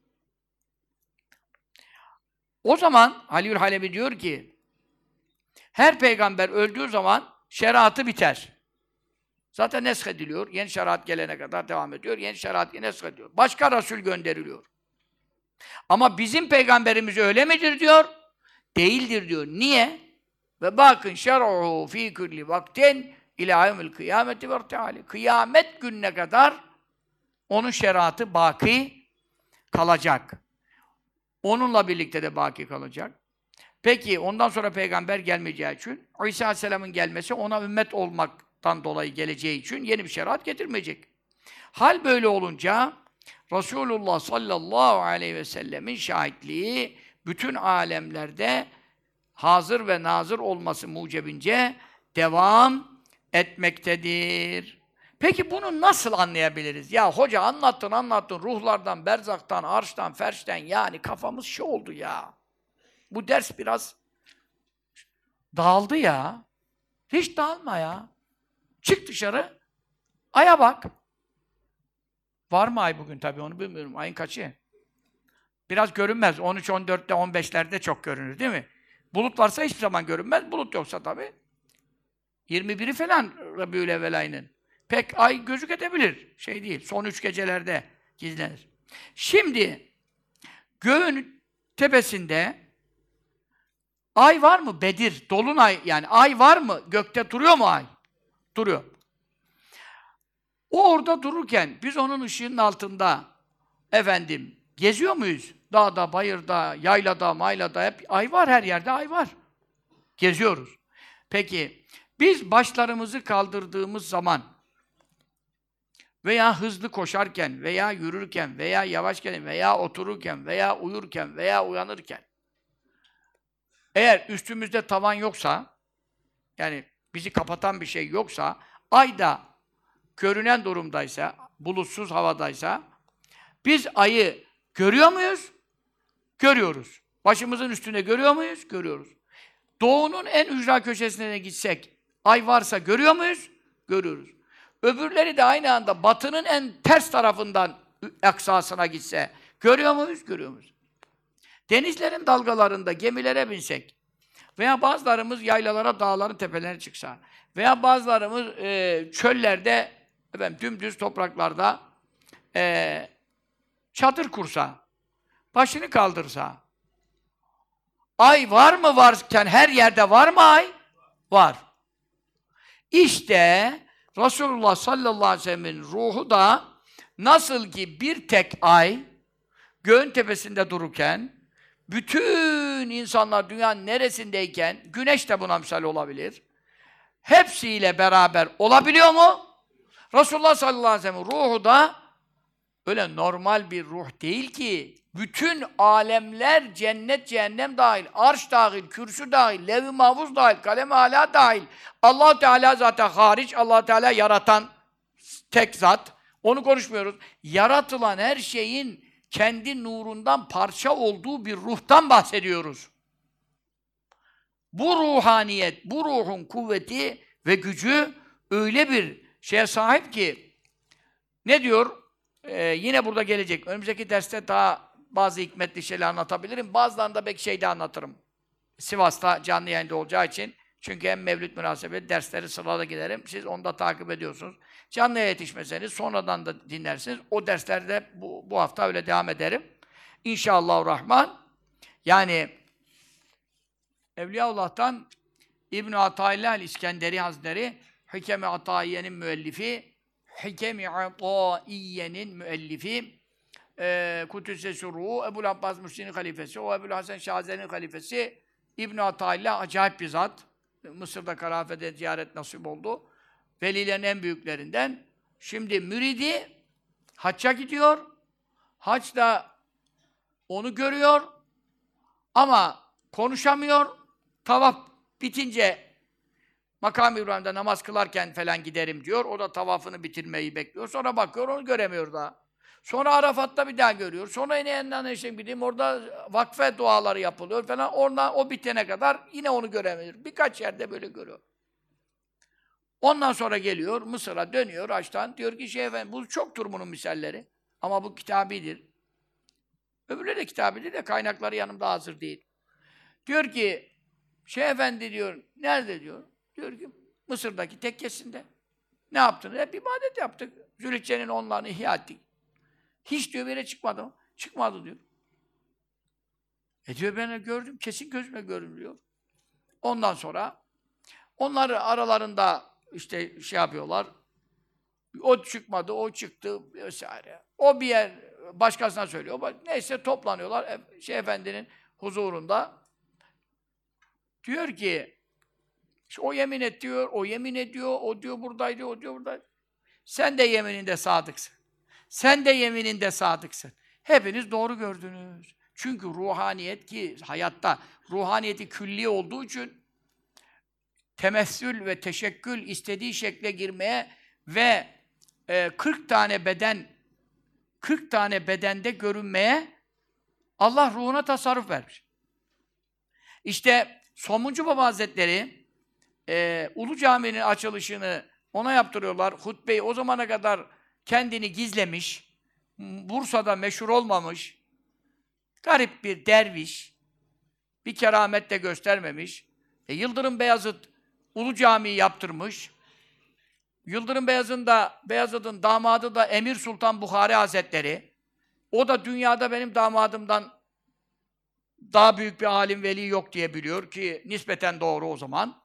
O zaman Aliül Halebi diyor ki her peygamber öldüğü zaman şeriatı biter. Zaten nesk ediliyor. Yeni şeriat gelene kadar devam ediyor. Yeni şeriat nesk ediliyor. Başka Resul gönderiliyor. Ama bizim peygamberimiz öyle midir diyor? Değildir diyor. Niye? Ve bakın şer'uhu fî kulli vaktin ilâ yevmil kıyameti ve teâlî. Kıyamet gününe kadar onun şeriatı baki kalacak. Onunla birlikte de baki kalacak. Peki ondan sonra peygamber gelmeyeceği için İsa Aleyhisselam'ın gelmesi ona ümmet olmaktan dolayı geleceği için yeni bir şeriat getirmeyecek. Hal böyle olunca Resulullah sallallahu aleyhi ve sellemin şahitliği bütün alemlerde hazır ve nazır olması mucebince devam etmektedir. Peki bunu nasıl anlayabiliriz? Ya hoca anlattın anlattın ruhlardan, berzaktan, arştan, ferşten yani kafamız şey oldu ya. Bu ders biraz dağıldı ya. Hiç dağılma ya. Çık dışarı, aya bak. Var mı ay bugün tabii onu bilmiyorum. Ayın kaçı? Biraz görünmez. on üç, on dörtte, on beşlerde çok görünür değil mi? Bulut varsa hiçbir zaman görünmez. Bulut yoksa tabii. yirmi biri falan Rabiülevvel ayının. Pek ay gözükebilir. Şey değil. Son üç gecelerde gizlenir. Şimdi göğün tepesinde ay var mı? Bedir, dolunay yani ay var mı? Gökte duruyor mu ay? Duruyor. O orada dururken biz onun ışığının altında efendim geziyor muyuz? Dağda, bayırda, yaylada, maylada hep ay var, her yerde ay var. Geziyoruz. Peki biz başlarımızı kaldırdığımız zaman veya hızlı koşarken veya yürürken veya yavaşken veya otururken veya uyurken veya uyanırken eğer üstümüzde tavan yoksa, yani bizi kapatan bir şey yoksa, ay da görünen durumdaysa, bulutsuz havadaysa, biz ayı görüyor muyuz? Görüyoruz. Başımızın üstünde görüyor muyuz? Görüyoruz. Doğunun en ücra köşesine de gitsek, ay varsa görüyor muyuz? Görüyoruz. Öbürleri de aynı anda batının en ters tarafından aksasına gitse, görüyor muyuz? Görüyor muyuz? Denizlerin dalgalarında gemilere binsek veya bazılarımız yaylalara, dağların tepelerine çıksa veya bazılarımız e, çöllerde, efendim, dümdüz topraklarda e, çadır kursa, başını kaldırsa, ay var mı varken her yerde var mı ay? Var. İşte Resulullah sallallahu aleyhi ve sellem'in ruhu da nasıl ki bir tek ay göğün tepesinde dururken bütün insanlar dünyanın neresindeyken, güneş de buna misal olabilir, hepsiyle beraber olabiliyor mu? Resulullah sallallahu aleyhi ve sellem'in ruhu da öyle normal bir ruh değil ki. Bütün alemler, cennet, cehennem dahil, arş dahil, kürsü dahil, lev-i mahfuz dahil, kalem-i âlâ dahil. Allah Teala zaten hariç, Allah Teala yaratan tek zat. Onu konuşmuyoruz. Yaratılan her şeyin kendi nurundan parça olduğu bir ruhtan bahsediyoruz. Bu ruhaniyet, bu ruhun kuvveti ve gücü öyle bir şeye sahip ki, ne diyor? Ee, yine burada gelecek. Önümüzdeki derste daha bazı hikmetli şeyler anlatabilirim. Bazılarında belki şeyde anlatırım. Sivas'ta canlı yayında olacağı için. Çünkü hem mevlüt münasebeti dersleri sırada giderim. Siz onu da takip ediyorsunuz. Canlıya yetişmeseniz sonradan da dinlersiniz. O derslerde bu, bu hafta öyle devam ederim. İnşallahurrahman. Yani Evliyaullah'tan İbn-i Ataillah İskenderi Hazretleri, Hikem-i Ataiye'nin müellifi, Hikem-i Ataiye'nin müellifi, e, Kudüs-i Sürruhu, Ebu'l Abbas Müslim'in halifesi, o Ebu'l Hasan Şazeli'nin halifesi, İbn-i Ataillah acayip bir zat. Mısır'da Karafe'de ziyaret nasip oldu. Velilerin en büyüklerinden. Şimdi müridi hacca gidiyor. Haçta onu görüyor. Ama konuşamıyor. Tavaf bitince Makam-ı İbrahim'de namaz kılarken falan giderim diyor. O da tavafını bitirmeyi bekliyor. Sonra bakıyor, onu göremiyor daha. Sonra Arafat'ta bir daha görüyor. Sonra yine yeniden eşek gideyim. Orada vakfe duaları yapılıyor falan. Oradan o bitene kadar yine onu göremiyor. Birkaç yerde böyle görüyor. Ondan sonra geliyor, Mısır'a dönüyor Haç'tan. Diyor ki şey efendim, bu çoktur bunun misalleri. Ama bu kitabidir. Öbürleri de kitabidir de kaynakları yanımda hazır değil. Diyor ki, şey efendi diyor, nerede diyor? Diyor ki, Mısır'daki tekkesinde. Ne yaptınız? Hep ibadet yaptık. Zülhicce'nin onlarını ihya ettik. Hiç diyor bir yere çıkmadı. Çıkmadı diyor. E diyor ben gördüm, kesin gözüme gördüm diyor. Ondan sonra onları aralarında işte şey yapıyorlar. O çıkmadı, o çıktı vesaire. O bir yer başkasına söylüyor. Neyse toplanıyorlar şey efendinin huzurunda. Diyor ki işte o yemin et diyor, o yemin ediyor, o diyor buradaydı, o diyor buradaydı. Sen de yemininde sadıksın. Sen de yemininde sadıksın. Hepiniz doğru gördünüz. Çünkü ruhaniyet ki hayatta ruhaniyeti külli olduğu için temessül ve teşekkül istediği şekle girmeye ve e, kırk tane beden kırk tane bedende görünmeye Allah ruhuna tasarruf vermiş. İşte Somuncu Baba Hazretleri e, Ulu Cami'nin açılışını ona yaptırıyorlar. Hutbeyi o zamana kadar kendini gizlemiş. Bursa'da meşhur olmamış. Garip bir derviş, bir keramet de göstermemiş. E, Yıldırım Beyazıt Ulu Cami'yi yaptırmış. Yıldırım Beyazıt'ın da Beyazıt'ın damadı da Emir Sultan Buhari Hazretleri. O da dünyada benim damadımdan daha büyük bir alim veli yok diye biliyor ki nispeten doğru o zaman.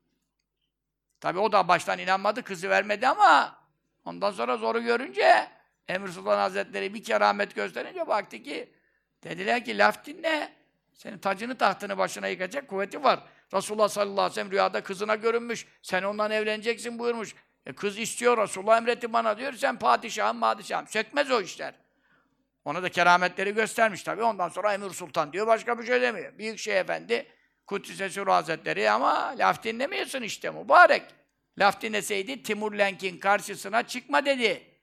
Tabii o da baştan inanmadı, kızı vermedi ama ondan sonra zoru görünce Emir Sultan Hazretleri bir keramet gösterince baktı ki dediler ki laf dinle. Senin tacını tahtını başına yıkacak kuvveti var. Resulullah sallallahu aleyhi ve sellem rüyada kızına görünmüş. Sen ondan evleneceksin buyurmuş. E kız istiyor, Resulullah emretti bana diyor. Sen padişahım, padişahım. Sökmez o işler. Ona da kerametleri göstermiş tabii. Ondan sonra Emir Sultan diyor, başka bir şey demiyor. Büyük Şeyh Efendi, Kuddise Sürru Hazretleri ama laf dinlemiyorsun işte mübarek. Laf dinleseydi Timur Lenk'in karşısına çıkma dedi.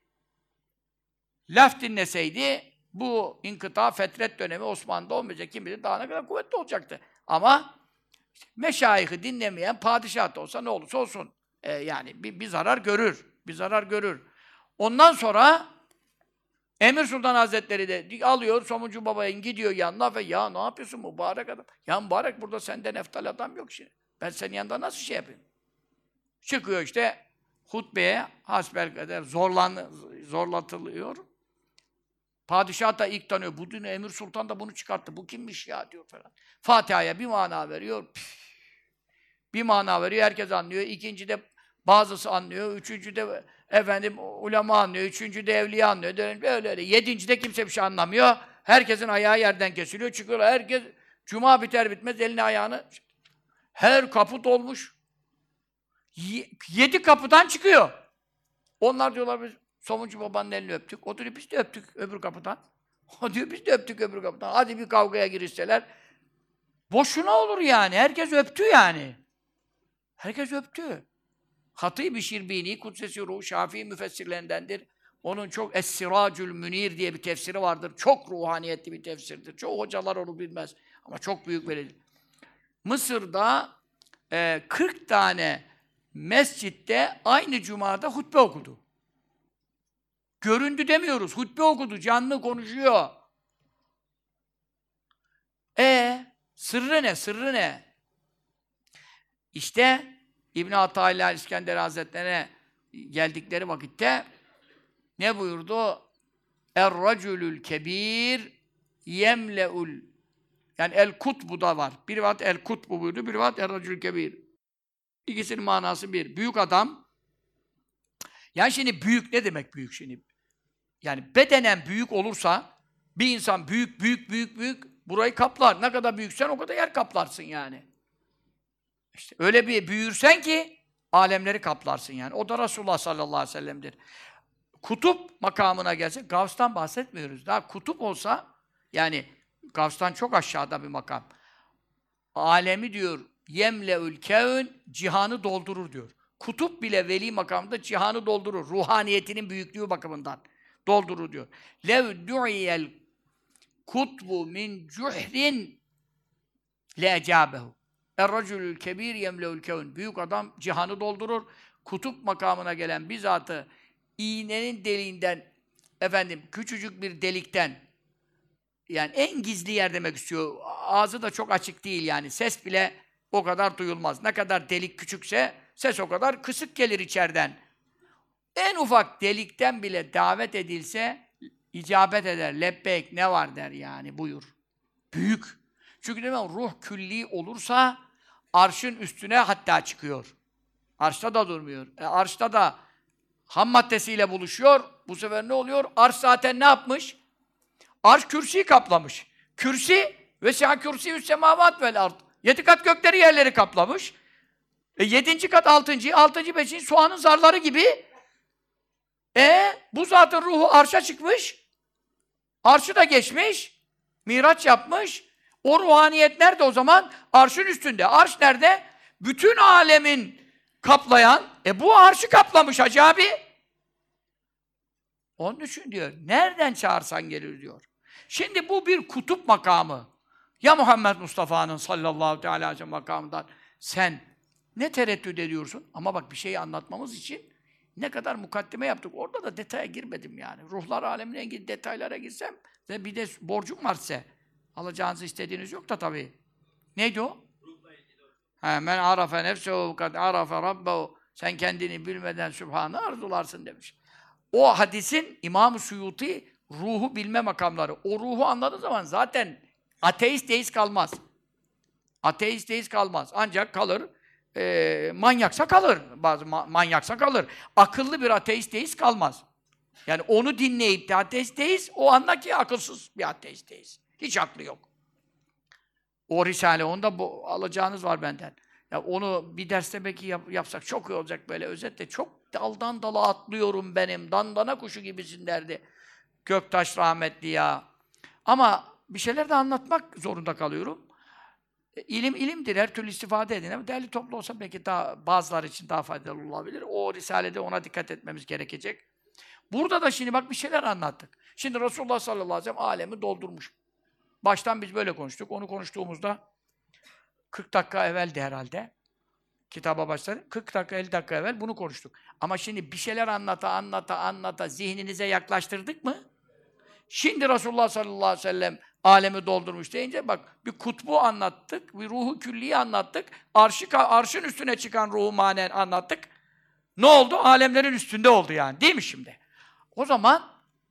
Laf dinleseydi bu inkıta, fetret dönemi Osmanlı'da olmayacak. Kim bilir daha ne kadar kuvvetli olacaktı. Ama meşayih'i dinlemeyen padişah da olsa ne olursa olsun. Ee, yani bir, bir zarar görür. Bir zarar görür. Ondan sonra Emir Sultan Hazretleri de alıyor, Somuncu Baba'ya gidiyor yanına ve ya ne yapıyorsun mübarek adam? Ya mübarek burada senden eftal adam yok şimdi. Ben senin yanında nasıl şey yapayım? Çıkıyor işte hutbeye hasbelkader zorlan zorlatılıyor. Padişah da ilk tanıyor. Bu dün Emir Sultan da bunu çıkarttı. Bu kimmiş ya diyor falan. Fatiha'ya bir mana veriyor. Püf. Bir mana veriyor. Herkes anlıyor. İkinci de bazısı anlıyor. Üçüncü de efendim ulema anlıyor. Üçüncü de evliya anlıyor. Öyle öyle. Yedinci de kimse bir şey anlamıyor. Herkesin ayağı yerden kesiliyor. Çıkıyorlar. Herkes cuma biter bitmez elini ayağını her kapı dolmuş. Ye- yedi kapıdan çıkıyor. Onlar diyorlar biz Somuncu Baba'nın elini öptük. O diyor biz de öptük öbür kapıdan. O diyor biz de öptük öbür kapıdan. Hadi bir kavgaya girişseler. Boşuna olur yani. Herkes öptü yani. Herkes öptü. Hatîb-i Şirbînî, Kudsesi Ruh, Şafii müfessirlerindendir. Onun çok Es-Siracül Münir diye bir tefsiri vardır. Çok ruhaniyetli bir tefsirdir. Çoğu hocalar onu bilmez. Ama çok büyük velidir. Mısır'da e, kırk tane mescitte aynı cumada hutbe okudu. Göründü demiyoruz. Hutbe okudu. Canlı konuşuyor. E sırrı ne? Sırrı ne? İşte İbn-i Atâilâ İskender Hazretleri'ne geldikleri vakitte ne buyurdu? Er-racülül kebîr yemle'ul yani el-kutbu da var. Bir rivayet el-kutbu buyurdu, bir rivayet er-racülül kebîr. İkisinin manası bir. Büyük adam. Yani şimdi büyük ne demek büyük şimdi? Yani bedenen büyük olursa bir insan büyük, büyük, büyük, büyük burayı kaplar. Ne kadar büyüksen o kadar yer kaplarsın yani. İşte öyle bir büyürsen ki alemleri kaplarsın yani. O da Resulullah sallallahu aleyhi ve sellem'dir. Kutup makamına gelse, Gavs'tan bahsetmiyoruz. Daha kutup olsa, yani Gavs'tan çok aşağıda bir makam. Alemi diyor, yemle'ül kevn, cihanı doldurur diyor. Kutup bile veli makamında cihanı doldurur. Ruhaniyetinin büyüklüğü bakımından doldurur diyor. Lev du'iyel kutbu min cuhrin le'ecâbehu. Er-racülül kebîr yemle'ül kevn. Büyük adam cihanı doldurur. Kutup makamına gelen bizzatı iğnenin deliğinden, efendim küçücük bir delikten, yani en gizli yer demek istiyor. Ağzı da çok açık değil yani. Ses bile o kadar duyulmaz. Ne kadar delik küçükse ses o kadar kısık gelir içeriden. En ufak delikten bile davet edilse icabet eder. Lebbeyk ne var der yani buyur. Büyük. Çünkü demek ruh külli olursa arşın üstüne hatta çıkıyor. Arşta da durmuyor. E, arşta da ham maddesiyle buluşuyor. Bu sefer ne oluyor? Arş zaten ne yapmış? Arş kürsüyü kaplamış. Kürsi ve sâ kürsiyü semavat vel ard. Yedi kat gökleri yerleri kaplamış. E yedinci kat altıncı, altıncı beşinci soğanın zarları gibi. E bu zatın ruhu arşa çıkmış. Arşı da geçmiş. Miraç yapmış. O ruhaniyet nerede o zaman? Arşın üstünde. Arş nerede? Bütün alemin kaplayan, e bu arşı kaplamış Hacı abi. Onun için diyor, nereden çağırsan gelir diyor. Şimdi bu bir kutup makamı. Ya Muhammed Mustafa'nın sallallahu teala aleyhi ve sellem makamından sen ne tereddüt ediyorsun? Ama bak bir şeyi anlatmamız için ne kadar mukaddime yaptık. Orada da detaya girmedim yani. Ruhlar alemine ilgili detaylara girsem ve bir de borcum var size. Alacağınızı istediğiniz yok da tabii. Neydi o? Ha, men arafe nefsehu kad arafe rabbehu. Sen kendini bilmeden Sübhan'ı arzularsın demiş. O hadisin İmam-ı Suyuti ruhu bilme makamları. O ruhu anladığı zaman zaten ateist deist kalmaz. Ateist deist kalmaz. Ancak kalır, e, manyaksa kalır. Bazı ma manyaksa kalır. Akıllı bir ateist deist kalmaz. Yani onu dinleyip de ateist deist, o andaki akılsız bir ateist deist. Hiç aklı yok. O Risale, onda bu alacağınız var benden. Ya onu bir derste belki yap, yapsak çok iyi olacak böyle özetle. Çok daldan dala atlıyorum benim, dandana kuşu gibisin derdi Göktaş rahmetli ya. Ama bir şeyler de anlatmak zorunda kalıyorum. E, ilim ilimdir, her türlü istifade edin. Ama değerli toplu olsa belki daha bazıları için daha faydalı olabilir. O Risale'de ona dikkat etmemiz gerekecek. Burada da şimdi bak bir şeyler anlattık. Şimdi Resulullah sallallahu aleyhi ve sellem alemi doldurmuş. Baştan biz böyle konuştuk. Onu konuştuğumuzda kırk dakika evveldi herhalde. Kitaba başladık. kırk dakika, elli dakika evvel bunu konuştuk. Ama şimdi bir şeyler anlata, anlata, anlata zihninize yaklaştırdık mı? Şimdi Resulullah sallallahu aleyhi ve sellem alemi doldurmuş deyince bak bir kutbu anlattık, bir ruhu külliyi anlattık, arşı, arşın üstüne çıkan ruhu manen anlattık. Ne oldu? Alemlerin üstünde oldu yani. Değil mi şimdi? O zaman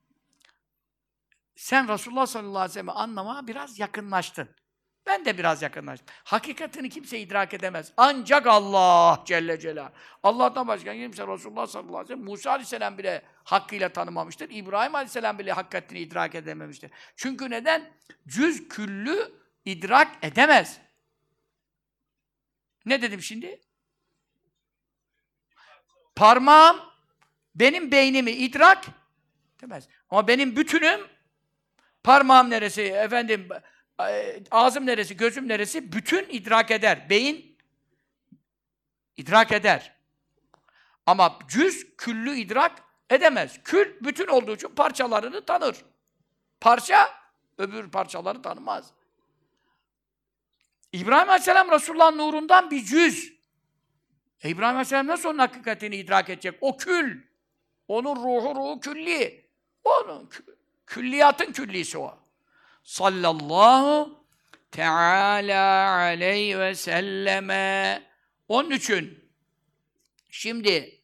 sen Resulullah sallallahu aleyhi ve sellem'i anlamaya biraz yakınlaştın. Ben de biraz yakınlaştım. Hakikatini kimse idrak edemez. Ancak Allah Celle Celaluhu. Allah'tan başka kimse Resulullah sallallahu aleyhi ve sellem, Musa aleyhisselam bile hakkıyla tanımamıştır. İbrahim aleyhisselam bile hakikatini idrak edememiştir. Çünkü neden? Cüz küllü idrak edemez. Ne dedim şimdi? Parmağım benim beynimi idrak edemez. Ama benim bütünüm, parmağım neresi, efendim, ağzım neresi, gözüm neresi, bütün idrak eder. Beyin idrak eder. Ama cüz, küllü idrak edemez. Kül, bütün olduğu için parçalarını tanır. Parça, öbür parçaları tanımaz. İbrahim Aleyhisselam Resulullah'ın nurundan bir cüz. E İbrahim Aleyhisselam nasıl onun hakikatini idrak edecek? O kül. Onun ruhu, ruhu külli. Onun külliyatın küllisi o. Sallallahu teala aleyhi ve selleme. Onun için şimdi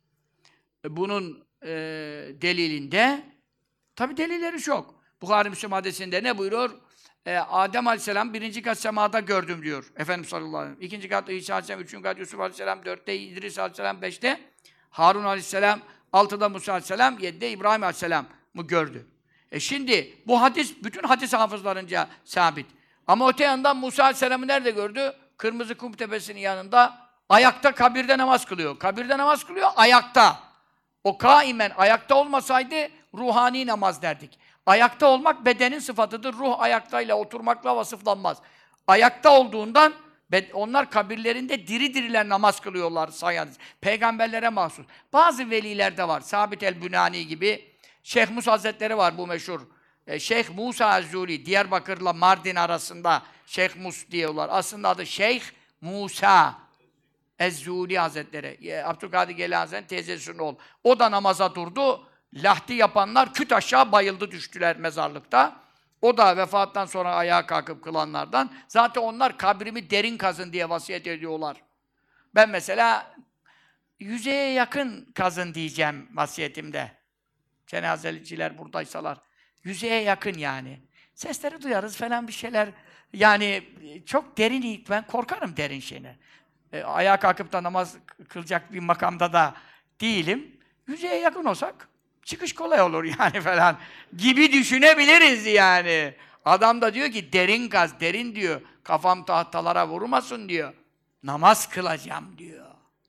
bunun e, delilinde tabi delilleri çok. Buhari Müslim hadisinde ne buyuruyor? E, Adem Aleyhisselam birinci kat semada gördüm diyor. Efendimiz sallallahu aleyhi ve sellem. İkinci kat İsa Aleyhisselam, üçüncü kat Yusuf Aleyhisselam, dörtte İdris Aleyhisselam, beşte Harun Aleyhisselam, altıda Musa Aleyhisselam, yedide İbrahim Aleyhisselam mı gördü? E şimdi bu hadis bütün hadis hafızlarınca sabit. Ama öte yandan Musa Aleyhisselam'ı nerede gördü? Kırmızı kum tepesinin yanında ayakta kabirde namaz kılıyor. Kabirde namaz kılıyor ayakta. O kaimen ayakta olmasaydı ruhani namaz derdik. Ayakta olmak bedenin sıfatıdır. Ruh ayaktayla oturmakla vasıflanmaz. Ayakta olduğundan onlar kabirlerinde diri diriler namaz kılıyorlar sayınız. Peygamberlere mahsus. Bazı velilerde var. Sabit el-Bünani gibi. Şeyh Musa Hazretleri var bu meşhur. E, Şeyh Musa Ez-Zuli, Diyarbakır'la Mardin arasında Şeyh Mus diyorlar. Aslında adı Şeyh Musa Ez-Zuli Hazretleri. E, Abdülkadir Geylani Hazretleri'nin teyzesinin oğlu. O da namaza durdu. Lahti yapanlar küt aşağı bayıldı düştüler mezarlıkta. O da vefattan sonra ayağa kalkıp kılanlardan. Zaten onlar kabrimi derin kazın diye vasiyet ediyorlar. Ben mesela yüzeye yakın kazın diyeceğim vasiyetimde. Cenazeliciler buradaysalar. Yüzeye yakın yani. Sesleri duyarız falan bir şeyler. Yani çok derin, ben korkarım derin şeyine. E, ayağa kalkıp da namaz kılacak bir makamda da değilim. Yüzeye yakın olsak çıkış kolay olur yani falan gibi düşünebiliriz yani. Adam da diyor ki derin kaz, derin diyor. Kafam tahtalara vurmasın diyor. Namaz kılacağım diyor.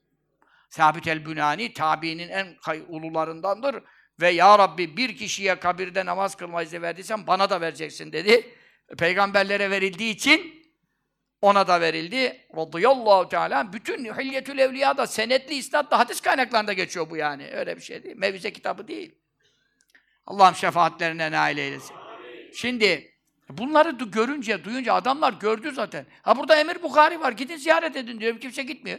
Sabit el-Bünani tabiinin en ulularındandır. Ve ya Rabbi bir kişiye kabirde namaz kılma izni verdiysen bana da vereceksin dedi. Peygamberlere verildiği için ona da verildi. Radıyallahu teala. Bütün Hilyetül Evliya'da senetli isnatla hadis kaynaklarında geçiyor bu yani. Öyle bir şey değil. Mevize kitabı değil. Allah'ım şefaatlerine nail eylesin. Amin. Şimdi bunları görünce, duyunca adamlar gördü zaten. Ha burada Emir Bukhari var. Gidin ziyaret edin diyor. Kimse gitmiyor.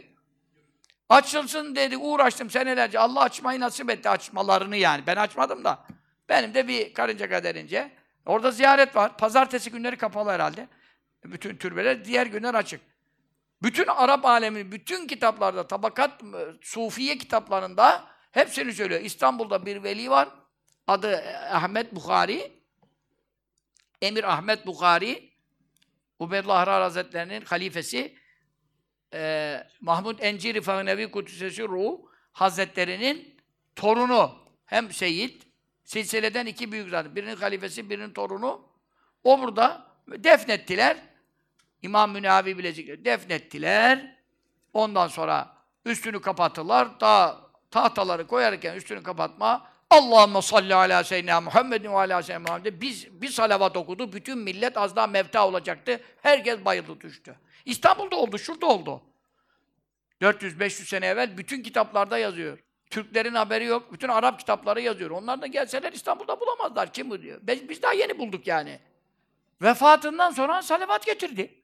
Açılsın dedi. Uğraştım senelerce. Allah açmayı nasip etti açmalarını yani. Ben açmadım da. Benim de bir karınca kaderince Orada ziyaret var. Pazartesi günleri kapalı herhalde. Bütün türbeler, diğer günler açık. Bütün Arap aleminin bütün kitaplarda, tabakat, sufiye kitaplarında hepsini söylüyor. İstanbul'da bir veli var. Adı Ahmet Bukhari. Emir Ahmet Bukhari. Ubeydullah Ahrar Hazretleri'nin halifesi. Ee, Mahmud Enciri Fahnevi Kudüs'ü Ruh Hazretleri'nin torunu. Hem Seyyid. Silsileden iki büyük zaten. Birinin halifesi, birinin torunu. O burada defnettiler. İmam Münavi Bilecikleri defnettiler. Ondan sonra üstünü kapattılar. Daha tahtaları koyarken üstünü kapatma. Allahümme salli ala seyyidina Muhammedin ve ala seyyidina Muhammedin. Biz bir salavat okudu. Bütün millet az daha mevta olacaktı. Herkes bayıldı düştü. İstanbul'da oldu, şurada oldu. dört yüz beş yüz sene evvel bütün kitaplarda yazıyor. Türklerin haberi yok. Bütün Arap kitapları yazıyor. Onlar da gelseler İstanbul'da bulamazlar. Kim bu diyor. Biz, biz daha yeni bulduk yani. Vefatından sonra salavat getirdi.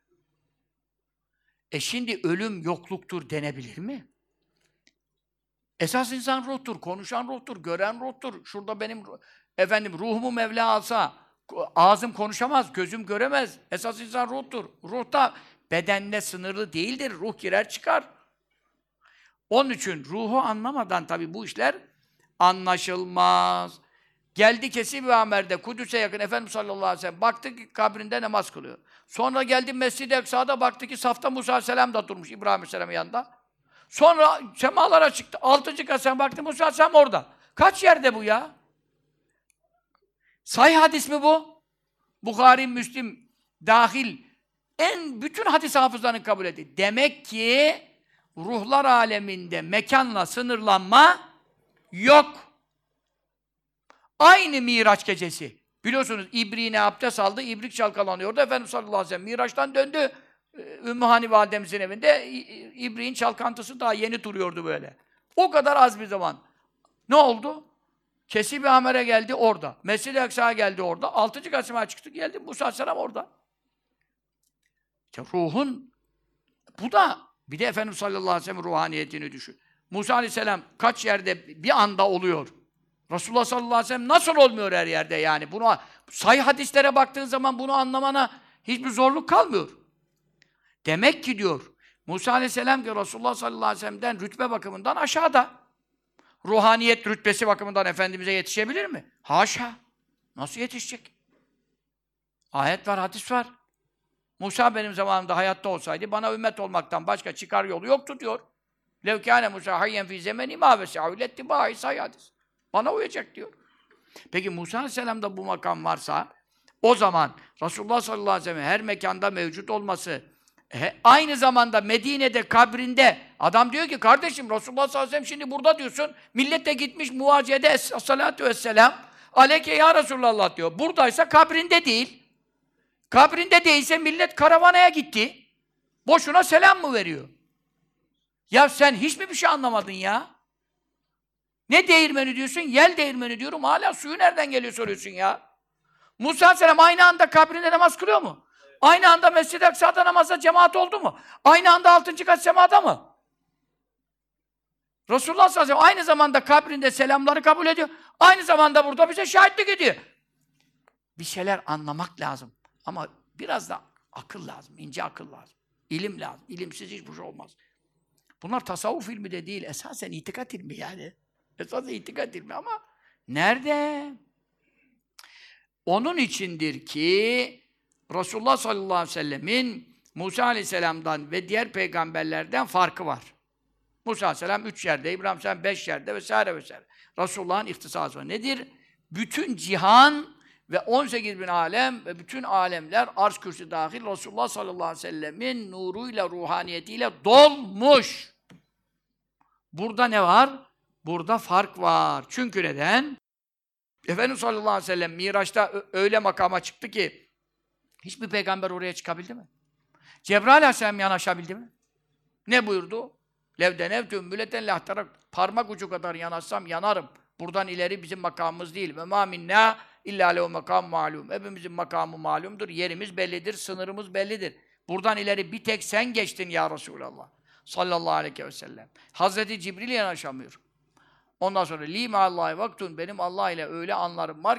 E şimdi ölüm yokluktur denebilir mi? Esas insan ruhtur, konuşan ruhtur, gören ruhtur. Şurada benim efendim ruhumu Mevla alsa, ağzım konuşamaz, gözüm göremez. Esas insan ruhtur. Ruh da bedenle sınırlı değildir. Ruh girer çıkar. Onun için ruhu anlamadan tabii bu işler anlaşılmaz. Geldi Kesib-i Amer'de, Kudüs'e yakın Efendimiz sallallahu aleyhi ve sellem baktı ki kabrinde namaz kılıyor. Sonra geldi Mescid-i Eksa'da baktı ki safta Musa aleyhisselam da durmuş İbrahim aleyhisselamın yanında. Sonra semalara çıktı. Altıncı kasem baktı Musa aleyhisselam orada. Kaç yerde bu ya? Sahih hadis mi bu? Bukhari, Müslim dahil en bütün hadis hafızlarını kabul etti. Demek ki ruhlar aleminde mekanla sınırlanma yok. Aynı Miraç gecesi. Biliyorsunuz İbriğine abdest aldı, İbrik çalkalanıyordu. Efendimiz sallallahu aleyhi ve sellem Miraç'tan döndü. Ümmü Hani validemizin evinde İbrik'in çalkantısı daha yeni duruyordu böyle. O kadar az bir zaman. Ne oldu? Kesib-i Amer'e geldi orada. Mescid-i Aksa'ya geldi orada. Altıncı Kasım'a çıktı geldi. Musa aleyhisselam orada. İşte ruhun bu da bir de Efendimiz sallallahu aleyhi ve sellem ruhaniyetini düşün. Musa aleyhisselam kaç yerde bir anda oluyor. Resulullah sallallahu aleyhi ve sellem nasıl olmuyor her yerde yani? Bunu sahih hadislere baktığın zaman bunu anlamana hiçbir zorluk kalmıyor. Demek ki diyor Musa aleyhisselam ki Resulullah sallallahu aleyhi ve sellem'den rütbe bakımından aşağıda. Ruhaniyet rütbesi bakımından Efendimiz'e yetişebilir mi? Haşa. Nasıl yetişecek? Ayet var, hadis var. Musa benim zamanımda hayatta olsaydı bana ümmet olmaktan başka çıkar yolu yoktu diyor. Lev kâne Musa hayyen fî zemeni mâ vese'ahu ilettibâhi sahih hadis. Bana uyacak diyor. Peki Musa aleyhisselam'da bu makam varsa o zaman Resulullah sallallahu aleyhi ve sellem her mekanda mevcut olması he, aynı zamanda Medine'de kabrinde adam diyor ki kardeşim Resulullah sallallahu aleyhi ve sellem şimdi burada diyorsun millet de gitmiş muvaciyede es-salatu vesselam aleyke ya Resulallah diyor. Buradaysa kabrinde değil. Kabrinde değilse millet karavanaya gitti. Boşuna selam mı veriyor? Ya sen hiç mi bir şey anlamadın ya? Ne değirmeni diyorsun? Yel değirmeni diyorum. Hala suyu nereden geliyor soruyorsun ya? Musa aleyhisselam aynı anda kabrinde namaz kılıyor mu? Evet. Aynı anda Mescid-i Aksa'da namazda cemaat oldu mu? Aynı anda altıncı kat semada mı? Resulullah sallallahu aleyhi ve sellem aynı zamanda kabrinde selamları kabul ediyor. Aynı zamanda burada bize şahitlik ediyor. Bir şeyler anlamak lazım. Ama biraz da akıl lazım. İnce akıl lazım. İlim lazım. İlimsiz hiçbir şey olmaz. Bunlar tasavvuf ilmi de değil. Esasen itikat ilmi yani. Esasen itikat ilmi ama nerede? Onun içindir ki Resulullah sallallahu aleyhi ve sellemin Musa aleyhisselam'dan ve diğer peygamberlerden farkı var. Musa aleyhisselam üç yerde, İbrahim aleyhisselam beş yerde vesaire vesaire. Resulullah'ın ihtisası var. Nedir? Bütün cihan ve on sekiz bin alem ve bütün alemler arş kürsü dahil Resulullah sallallahu aleyhi ve sellemin nuruyla, ruhaniyetiyle dolmuş. Burada ne var? Burada fark var. Çünkü neden? Efendimiz sallallahu aleyhi ve sellem Miraç'ta öyle makama çıktı ki hiçbir peygamber oraya çıkabildi mi? Cebrail aleyhisselam yanaşabildi mi? Ne buyurdu? Levden evtüm mületen lahtarak parmak ucu kadar yanaşsam yanarım. Buradan ileri bizim makamımız değil. Ve mâ minnâ illâ lehu makâm ma'lûm. Hepimizin makamı malumdur. Yerimiz bellidir, sınırımız bellidir. Buradan ileri bir tek sen geçtin ya Resulallah. Sallallahu aleyhi ve sellem. Hazreti Cibril yanaşamıyor. Ondan sonra li ma'allahi vaktun benim Allah ile öyle anlarım var ki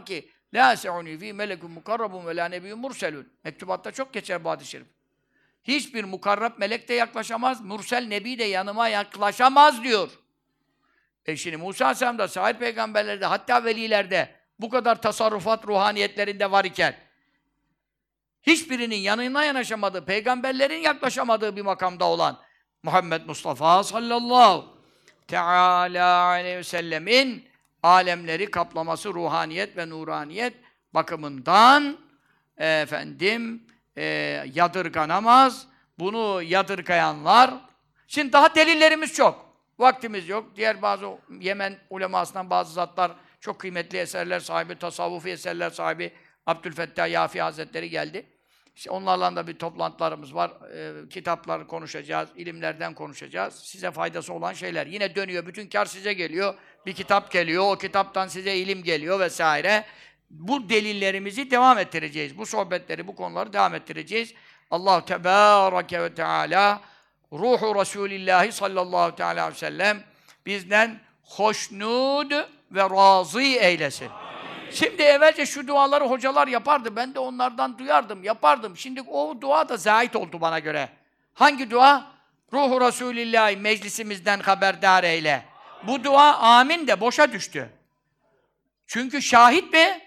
La se'uni fi melekun mukarrabun ve la nebiyyun murselun. Mektubatta çok geçer bu hadis-i şerif. Hiçbir mukarrab melek de yaklaşamaz, mursel nebi de yanıma yaklaşamaz diyor. E şimdi Musa Aleyhisselam da, sair peygamberlerde, hatta velilerde bu kadar tasarrufat ruhaniyetlerinde var iken hiçbirinin yanına yanaşamadığı, peygamberlerin yaklaşamadığı bir makamda olan Muhammed Mustafa sallallahu teala aleyhi ve sellemin alemleri kaplaması ruhaniyet ve nuraniyet bakımından efendim e, yadırganamaz. Bunu yadırgayanlar, şimdi daha delillerimiz çok. Vaktimiz yok. Diğer bazı Yemen ulemasından bazı zatlar, çok kıymetli eserler sahibi, tasavvufi eserler sahibi Abdülfettah Yafi Hazretleri geldi. İşte onlarla da bir toplantılarımız var. E, kitaplar konuşacağız, ilimlerden konuşacağız. Size faydası olan şeyler. Yine dönüyor, bütün kar size geliyor. Bir kitap geliyor, o kitaptan size ilim geliyor vesaire. Bu delillerimizi devam ettireceğiz. Bu sohbetleri, bu konuları devam ettireceğiz. Allah Tebareke ve Teala Ruhu Resulillahi sallallahu teala aleyhi ve sellem bizden hoşnut ve razı eylesin. Şimdi evvelce şu duaları hocalar yapardı. Ben de onlardan duyardım, yapardım. Şimdi o dua da zahit oldu bana göre. Hangi dua? Ruhu Resulillahi meclisimizden haberdar eyle. Bu dua amin de boşa düştü. Çünkü şahit mi?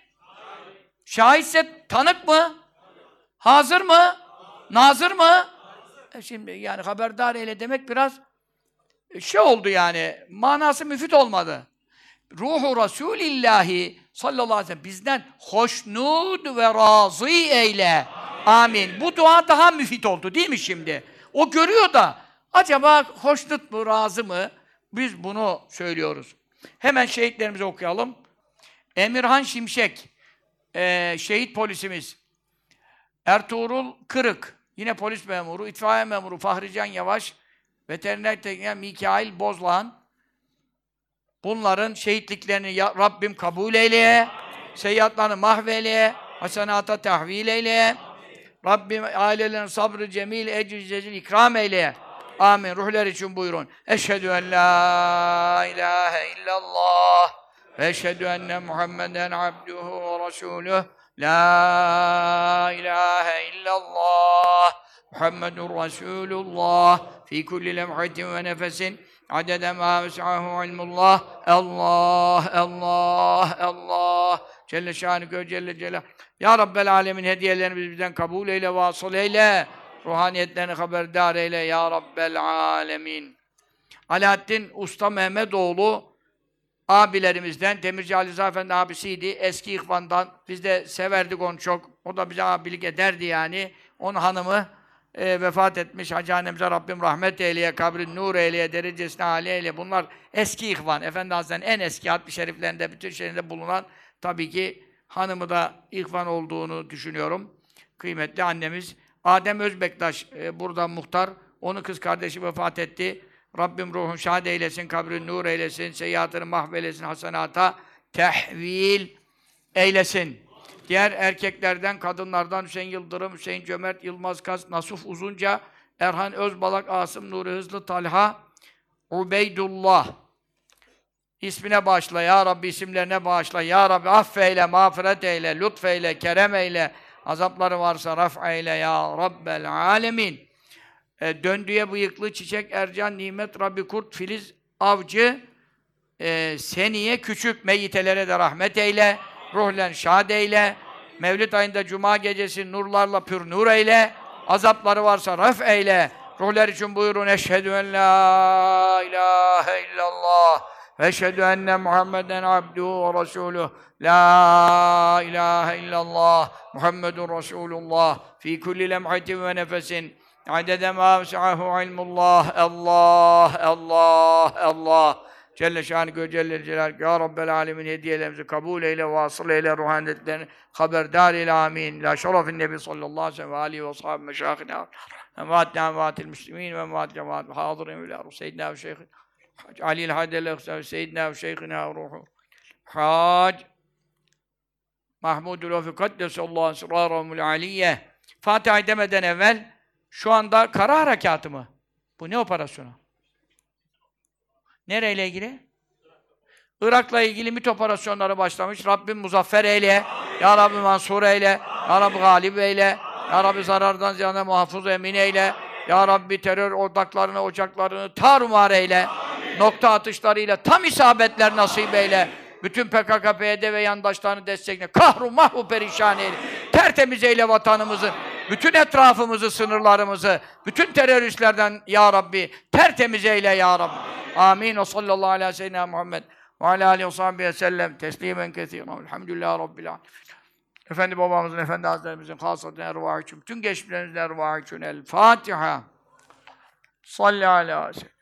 Şahitse tanık mı? Hazır mı? Nazır mı? E şimdi yani haberdar eyle demek biraz şey oldu yani. Manası müfit olmadı. Ruhu Resulillahi sallallahu aleyhi ve sellem bizden hoşnut ve razı eyle. Amin. Bu dua daha müfit oldu değil mi şimdi? O görüyor da acaba hoşnut mu, razı mı? Biz bunu söylüyoruz. Hemen şehitlerimizi okuyalım. Emirhan Şimşek, e, şehit polisimiz. Ertuğrul Kırık, yine polis memuru. İtfaiye memuru Fahrican Yavaş. Veteriner tekniker Mikail Bozlağan. Bunların şehitliklerini ya Rabbim kabul eyle, seyyiatlarını mahveyle, hasenata tahvil eyle. Rabbim ailelerin sabrı cemil, ecri cezil ikram eyle. Amin. Ruhlar için buyurun. Eşhedü en la ilahe illallah ve eşhedü enne Muhammeden abduhu ve resuluh. La ilahe illallah Muhammedun Resulullah fi kulli lemhatin ve nefesin adede ma ves'ahu ilmullah. Allah, Allah, Allah. Celle şanüke Celle Celal. Ya Rabbel alemin hediyelerini bizden kabul eyle, vasıl eyle. Ruhaniyetlerini haberdar eyle ya Rabbel alemin. Alaaddin Usta Mehmetoğlu abilerimizden, Demirci Ali Rıza Efendi abisiydi, eski ihvandan. Biz de severdik onu çok. O da bize abilik ederdi yani. Onun hanımı e, vefat etmiş. Hacı annemize Rabbim rahmet eyleye, kabrin nur eyleye, derecesine âli eyleye. Bunlar eski ihvan. Efendi Hazretleri'nin en eski hatmi şeriflerinde, bütün şeriflerinde bulunan tabii ki hanımı da ihvan olduğunu düşünüyorum. Kıymetli annemiz. Adem Özbektaş e, burada muhtar. Onun kız kardeşi vefat etti. Rabbim ruhun şad eylesin, kabrin nur eylesin, seyyiatını mahvelesin, hasenata tehvil eylesin. Diğer erkeklerden, kadınlardan Hüseyin Yıldırım, Hüseyin Cömert, Yılmaz Kas, Nasuf Uzunca, Erhan Özbalak, Asım Nuri Hızlı, Talha, Ubeydullah. İsmine bağışla ya Rabbi, isimlerine bağışla ya Rabbi, affeyle, mağfiret eyle, lütfeyle, kerem eyle, azapları varsa raf eyle ya Rabbel alemin. E, döndüye bıyıklı Çiçek Ercan, Nimet Rabbi Kurt, Filiz Avcı, e, Seniye Küçük, meyyitelere de rahmet eyle, ruhlen şad eyle, Mevlid ayında Cuma gecesi nurlarla pür nur eyle, azapları varsa raf eyle, ruhlar için buyurun, eşhedü en la ilahe illallah ve eşhedü enne Muhammeden abduhu ve resuluh, la ilahe illallah Muhammedun Resulullah fi kulli lemhatin ve nefesin adede ma ves'ahu ilmullah. Allah, Allah, Allah. Celle şanüke Celle Celal. Ya Rabbel alemin hediyelerimizi kabul eyle, vasıl eyle, ruhaniyetlerini haberdar eyle, amin. La şerefin nebi sallallahu aleyhi ve sellem ve alihi ve sahibi meşâhine ve muaddâ muaddâ müslimîn ve muaddâ cemaat hâzırîn ve seyyidina ve şeyhin Ali'l hadel seyyidina ve şeyhina ve ruhu Hac Mahmudul Vefi Kaddesallahu esrârahumul aliyye. Fatiha demeden evvel şu anda kara harekatı mı? Bu ne operasyonu? Nereyle ilgili? Irak'la ilgili MİT operasyonları başlamış. Rabbim muzaffer eyle. Ya Rabbi mansur eyle. Ya Rabbi galip eyle. Ya Rabbi zarardan ziyana muhafız emin eyle. Ya Rabbi terör odaklarını, ocaklarını tarumar eyle. Amin. Nokta atışlarıyla tam isabetler nasip eyle. Bütün P K K, P Y D ve yandaşlarını destekle. Kahru mahvu perişan eyle. Tertemiz eyle vatanımızı. Bütün etrafımızı, sınırlarımızı, bütün teröristlerden ya Rabbi tertemiz eyle ya Rabbi. Amin. Ve sallallahu aleyhi ve sellem Muhammed ve alâ aleyhi ve sahbihi sellem teslimen kesiren. Elhamdülillahi Rabbil âlemin. Efendi babamızın, Efendi Hazretlerimizin hasaten ervâh için, bütün geçmişlerimizin ervâh için. El Fatiha. Salli alâ seyyidina.